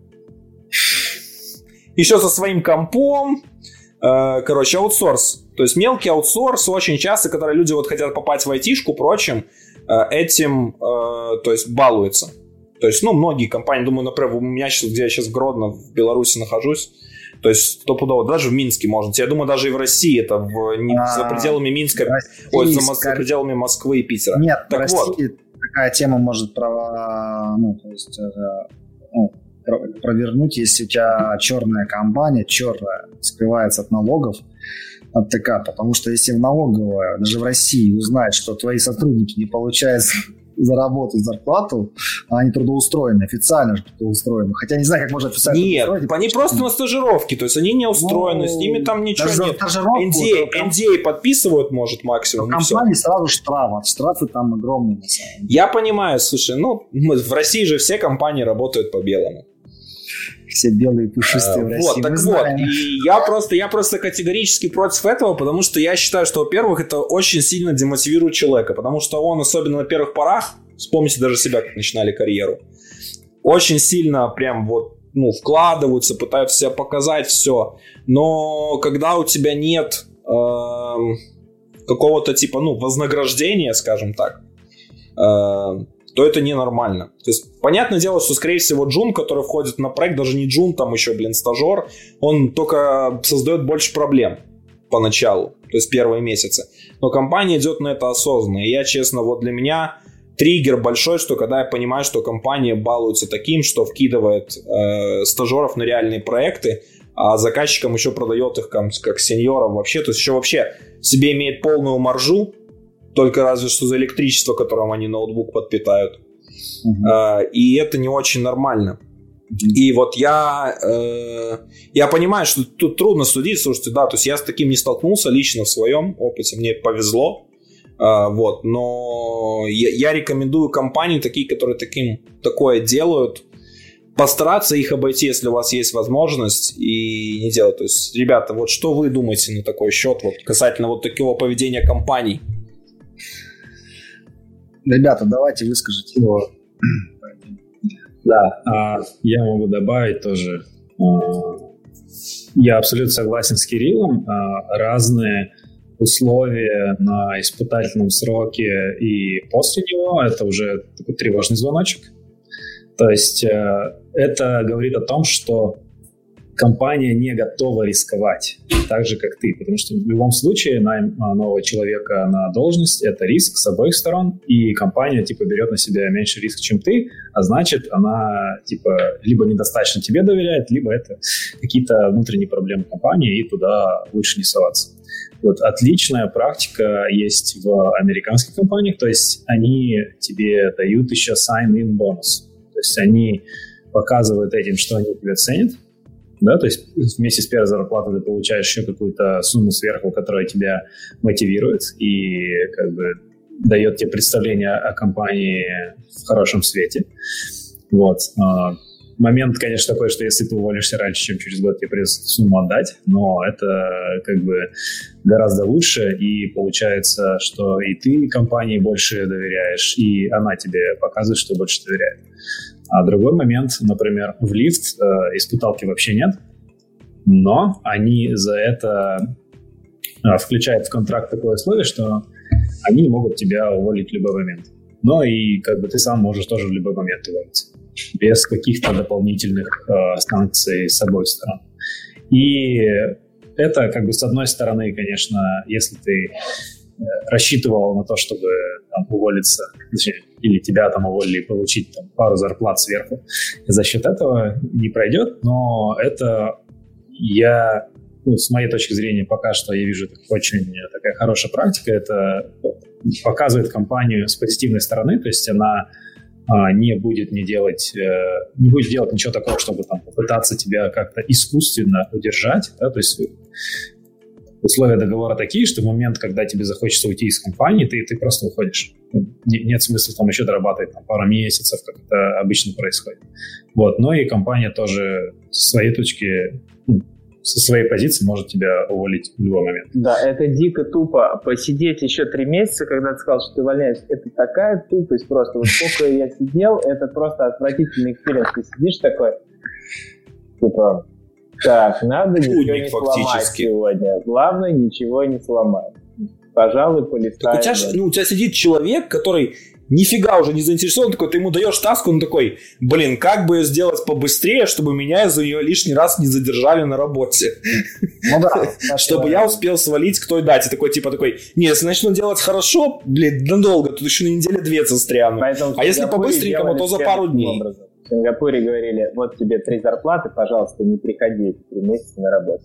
Еще со своим компом. Э, короче, аутсорс. То есть, мелкий аутсорс очень часто, когда люди вот хотят попасть в айтишку, прочим, э, этим, э, то есть, балуются. То есть, ну, многие компании, думаю, например, у меня сейчас, где я сейчас в Гродно, в Беларуси нахожусь, то есть, стопудово, даже в Минске можно. Я думаю, даже и в России, это в, не, а, за пределами Минска, ой, за, за пределами Москвы и Питера. Нет, так в России вот. Такая тема может про, ну, то есть, ну, провернуть, если у тебя черная компания, черная, скрывается от налогов, от ТК, потому что если в налоговая, даже в России, узнает, что твои сотрудники не получают заработать зарплату, а они трудоустроены, официально же трудоустроены. Хотя не знаю, как можно официально Нет, они просто на стажировке, то есть они не устроены, ну, с ними там ничего даже нет. эн ди эй, эн ди эй подписывают, может, максимум. В компании сразу штрафы, штрафы там огромные. На самом деле. Я понимаю, слушай, ну, в России же все компании работают по белому. Все белые пушистые а, в России. Вот, так вот, и я просто, я просто категорически против этого, потому что я считаю, что, во-первых, это очень сильно демотивирует человека, потому что он, особенно на первых порах, вспомните даже себя, как начинали карьеру, очень сильно прям вот, ну, вкладываются, пытаются себя показать, все, но когда у тебя нет э, какого-то типа, ну, вознаграждения, скажем так, э, то это ненормально. То есть, понятное дело, что, скорее всего, джун, который входит на проект, даже не джун, там еще, блин, стажер, он только создает больше проблем поначалу, то есть первые месяцы. Но компания идет на это осознанно. И я, честно, вот для меня триггер большой, что когда я понимаю, что компания балуется таким, что вкидывает э, стажеров на реальные проекты, а заказчикам еще продает их как, как сеньоров вообще, то есть еще вообще себе имеет полную маржу, только разве что за электричество, которым они ноутбук подпитают. Uh-huh. А, и это не очень нормально. Uh-huh. И вот я, э, я понимаю, что тут трудно судить, слушайте, да, то есть я с таким не столкнулся лично в своем опыте, мне повезло. Uh, вот, но я, я рекомендую компании, такие, которые таким, такое делают, постараться их обойти, если у вас есть возможность, и не делать. То есть, ребята, вот что вы думаете на такой счет вот, касательно вот такого поведения компаний? Ребята, давайте выскажите его. Да, а, я могу добавить тоже. А, я абсолютно согласен с Кириллом. А, разные условия на испытательном сроке и после него — это уже такой тревожный звоночек. То есть э, это говорит о том, что компания не готова рисковать так же, как ты. Потому что в любом случае найм нового человека на должность — это риск с обоих сторон, и компания типа берет на себя меньше риск, чем ты, а значит, она типа либо недостаточно тебе доверяет, либо это какие-то внутренние проблемы компании, и туда лучше не соваться. Вот отличная практика есть в американских компаниях, то есть они тебе дают еще sign-in бонус. То есть они показывают этим, что они тебя ценят, да, то есть вместе с первой зарплатой ты получаешь еще какую-то сумму сверху, которая тебя мотивирует и как бы дает тебе представление о компании в хорошем свете. Вот. Момент, конечно, такой, что если ты уволишься раньше, чем через год, тебе придется сумму отдать, но это как бы гораздо лучше, и получается, что и ты компании больше доверяешь, и она тебе показывает, что больше доверяет. А другой момент, например, в лифт э, испыталки вообще нет, но они за это э, включают в контракт такое условие, что они могут тебя уволить в любой момент. Но и как бы ты сам можешь тоже в любой момент уволиться, без каких-то дополнительных э, санкций с обоих сторон. И это как бы с одной стороны, конечно, если ты э, рассчитывал на то, чтобы там, уволиться, точнее, или тебя там уволили и получить там, пару зарплат сверху, за счет этого не пройдет, но это я, ну, с моей точки зрения, пока что я вижу очень такая хорошая практика, это показывает компанию с позитивной стороны, то есть она а, не будет не делать, э, не будет делать ничего такого, чтобы там попытаться тебя как-то искусственно удержать, да, то есть условия договора такие, что в момент, когда тебе захочется уйти из компании, ты, ты просто уходишь. Нет смысла там еще дорабатывать там, пару месяцев, как это обычно происходит. Вот. Но и компания тоже со своей точки, ну, со своей позиции может тебя уволить в любой момент. Да, это дико тупо. Посидеть еще три месяца, когда ты сказал, что ты увольняешься, это такая тупость просто. Вот сколько я сидел, это просто отвратительный экспириенс. Ты сидишь такой, типа... Так, надо ничего не сломать сегодня. Главное, ничего не сломать. Пожалуй, полистаем. У тебя, ну, у тебя сидит человек, который нифига уже не заинтересован, такой, ты ему даешь таск, он такой, блин, как бы сделать побыстрее, чтобы меня из-за нее лишний раз не задержали на работе. Ну да. Чтобы я успел свалить к той дате. Такой, типа, такой, не, если начну делать хорошо, блин, надолго, тут еще на неделе две застряну. А если по-быстренькому, то за пару дней. В Сингапуре говорили, вот тебе три зарплаты, пожалуйста, не приходи эти три месяца на работу.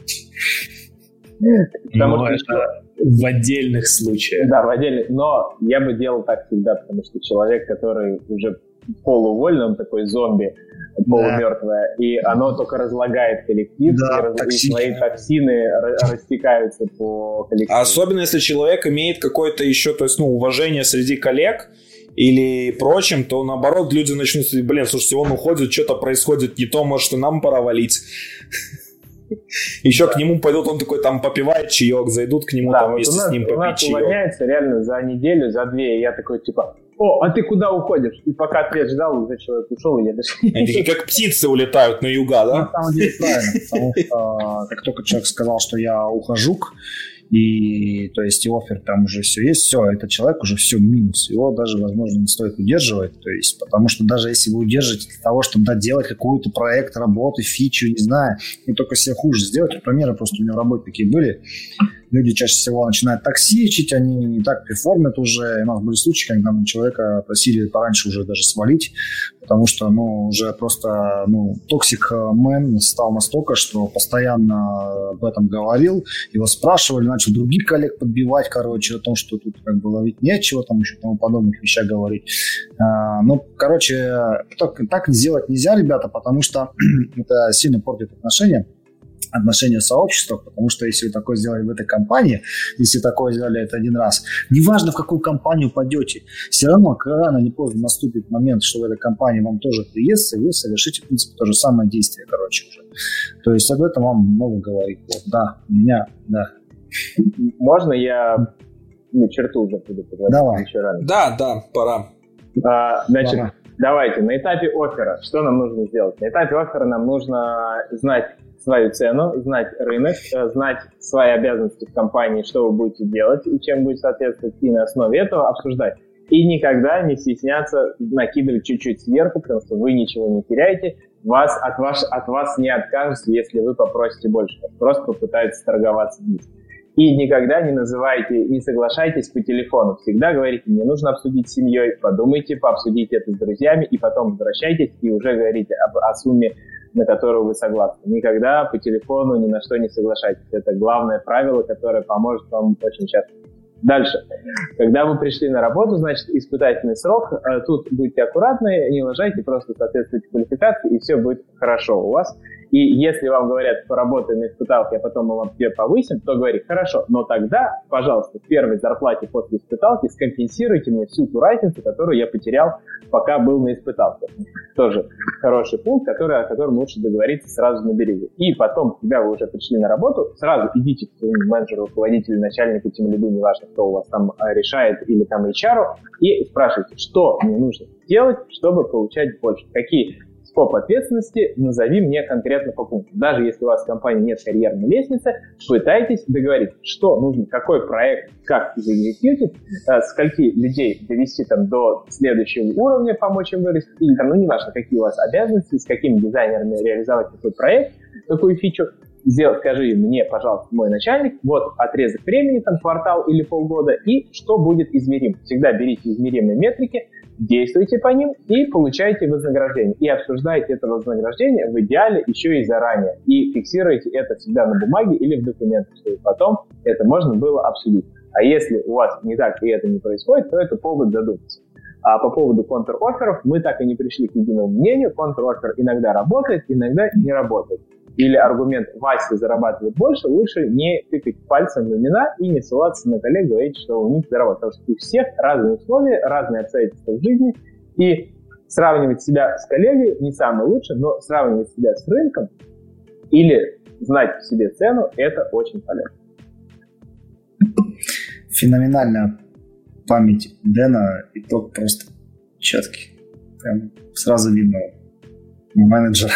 Потому ну, что это в отдельных случаях. Да, в отдельных. Но я бы делал так всегда, потому что человек, который уже полувольный, он такой зомби, полумертвое, да. И оно только разлагает коллектив, да, и, и свои токсины растекаются по коллективу. Особенно если человек имеет какое-то еще, то есть, ну, уважение среди коллег или прочим, то наоборот люди начнут сказать, блин, слушайте, он уходит, что-то происходит не то, может, и нам пора валить. Еще да. К нему пойдут, он такой там попивает чаек, зайдут к нему да, там вот вместе нас, с ним попить чаек. У нас увольняется реально за неделю, за две, и я такой типа, о, а ты куда уходишь? И пока ответ ждал, уже человек ушел, и я даже... Они такие, как птицы улетают на юга, да? На самом деле правильно, потому что как только человек сказал, что я ухожу, и то есть и оффер там уже все есть, все, этот человек уже все минус, его даже, возможно, не стоит удерживать, то есть, потому что даже если вы удержите для того, чтобы доделать какой-то проект, работы, фичу, не знаю, вы только себе хуже сделаете. Примеры просто у меня в работе такие были, люди чаще всего начинают токсичить, они не так перформят уже. У нас были случаи, когда мы человека просили пораньше уже даже свалить, потому что, ну, уже просто, ну, токсик мэн стал настолько, что постоянно об этом говорил, его спрашивали, начал других коллег подбивать, короче, о том, что тут как бы ловить нечего, там еще тому подобных вещах говорить. А, ну, короче, так, так сделать нельзя, ребята, потому что это сильно портит отношения. отношения сообщества, потому что если вы такое сделали в этой компании, если такое сделали это один раз, неважно, в какую компанию пойдете, все равно рано или поздно наступит момент, что в этой компании вам тоже приестся, и вы совершите, в принципе, то же самое действие, короче, уже. То есть об этом вам много говорит. Вот, да, у меня, да. Можно я ну, черту уже буду подводить? Давай. Еще рано. Да, да, пора. А, значит, Пора. давайте, на этапе оффера, что нам нужно сделать? На этапе оффера нам нужно знать свою цену, знать рынок, знать свои обязанности в компании, что вы будете делать и чем будет соответствовать, и на основе этого обсуждать. И никогда не стесняться накидывать чуть-чуть сверху, потому что вы ничего не теряете, вас, от, ваш, от вас не откажутся, если вы попросите больше, просто попытаются торговаться вниз. И никогда не называйте, не соглашайтесь по телефону. Всегда говорите, мне нужно обсудить с семьей, подумайте, пообсудите это с друзьями, и потом возвращайтесь и уже говорите об, о сумме, на которую вы согласны. Никогда по телефону ни на что не соглашайтесь. Это главное правило, которое поможет вам очень часто. Дальше. Когда вы пришли на работу, значит, испытательный срок. Тут будьте аккуратны, не лажайте, просто соответствуйте квалификации, и все будет хорошо у вас. И если вам говорят, поработай на испыталке, а потом мы вам тебе повысим, то говори, хорошо, но тогда, пожалуйста, в первой зарплате после испыталки скомпенсируйте мне всю ту разницу, которую я потерял, пока был на испыталке. Тоже хороший пункт, который, о котором лучше договориться сразу на берегу. И потом, когда вы уже пришли на работу, сразу идите к своему менеджеру, руководителю, начальнику, тем либо, неважно, кто у вас там решает, или там эйч ар, и спрашивайте, что мне нужно делать, чтобы получать больше, какие скоп ответственности, назови мне конкретно по пункту. Даже если у вас в компании нет карьерной лестницы, пытайтесь договориться, что нужно, какой проект, как заэкзекьютить, э, скольки людей довести там, до следующего уровня, помочь им вырасти, или там, ну, неважно, какие у вас обязанности, с какими дизайнерами реализовать какой проект, какую фичу. Сделай, скажи мне, пожалуйста, мой начальник, вот отрезок времени, там, квартал или полгода, и что будет измерим. Всегда берите измеримые метрики, действуйте по ним и получайте вознаграждение. И обсуждайте это вознаграждение в идеале еще и заранее. И фиксируйте это всегда на бумаге или в документах, чтобы потом это можно было обсудить. А если у вас не так и это не происходит, то это повод задуматься. А по поводу контр-офферов мы так и не пришли к единому мнению. Контр-оффер иногда работает, иногда не работает. Или аргумент «Вася зарабатывает больше», лучше не тыкать пальцем в имена и не ссылаться на коллег, говорить, что у них зарабатывает. Потому что у всех разные условия, разные обстоятельства в жизни. И сравнивать себя с коллегой не самое лучшее, но сравнивать себя с рынком или знать себе цену – это очень полезно. Феноменальная память Дэна, итог просто четкий. Прям сразу видно. Менеджер.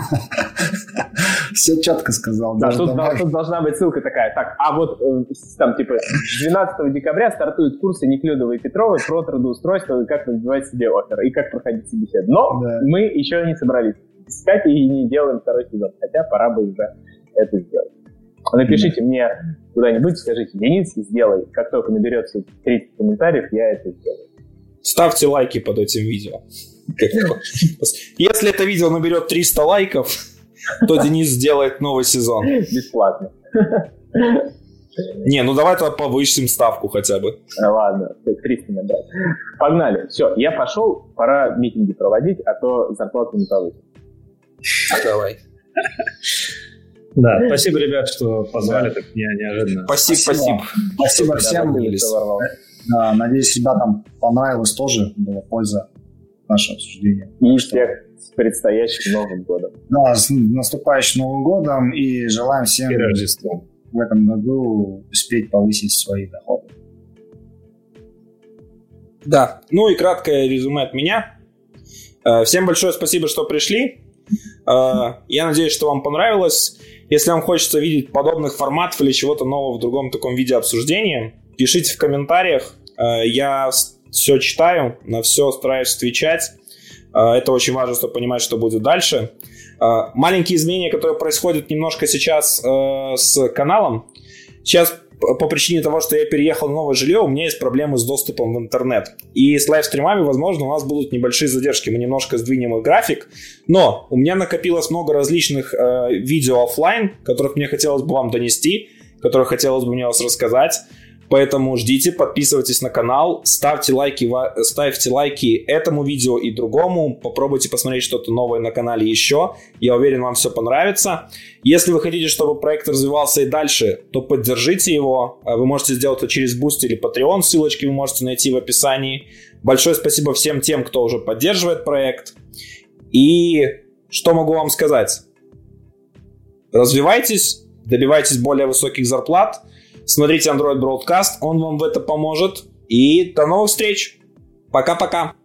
Все четко сказал. Да, тут, да, тут должна быть ссылка такая. Так, а вот э, там типа двенадцатого декабря стартуют курсы Неклюдова и Петрова про трудоустройство и как выбивать себе оффер и как проходить собеседование. Но да. Мы еще не собрались искать и не делаем второй сезон. Хотя пора бы уже это сделать. Напишите да. мне куда-нибудь, скажите, Денис, сделай. Как только наберется тридцать комментариев, я это сделаю. Ставьте лайки под этим видео. Если это видео наберет триста лайков, то Денис сделает новый сезон. Бесплатно. Не, ну давай тогда повысим ставку хотя бы. Ладно, триста набрать. Погнали. Все, я пошел, пора митинги проводить, а то зарплату не повысим. Давай. Да, спасибо, ребят, что позвали, так неожиданно. Спасибо, спасибо. Спасибо всем. Да, надеюсь, ребятам понравилось тоже, была польза наше обсуждение. И всех с предстоящим Новым годом. Да, с наступающим Новым годом и желаем всем и Рождеством в этом году успеть повысить свои доходы. Да, ну и краткое резюме от меня. Всем большое спасибо, что пришли. Я надеюсь, что вам понравилось. Если вам хочется видеть подобных форматов или чего-то нового в другом таком виде обсуждения, пишите в комментариях. Я все читаю, на все стараюсь отвечать. Это очень важно, чтобы понимать, что будет дальше. Маленькие изменения, которые происходят немножко сейчас с каналом. Сейчас по причине того, что я переехал на новое жилье, у меня есть проблемы с доступом в интернет. И с лайвстримами, возможно, у нас будут небольшие задержки. Мы немножко сдвинем их график. Но у меня накопилось много различных э, видео офлайн, которых мне хотелось бы вам донести, которых хотелось бы мне вас рассказать. Поэтому ждите, подписывайтесь на канал, ставьте лайки, ставьте лайки этому видео и другому, попробуйте посмотреть что-то новое на канале еще, я уверен, вам все понравится. Если вы хотите, чтобы проект развивался и дальше, то поддержите его, вы можете сделать это через Boosty или Patreon, ссылочки вы можете найти в описании. Большое спасибо всем тем, кто уже поддерживает проект. И что могу вам сказать? Развивайтесь, добивайтесь более высоких зарплат. Смотрите Android Broadcast, он вам в это поможет. И до новых встреч. Пока-пока.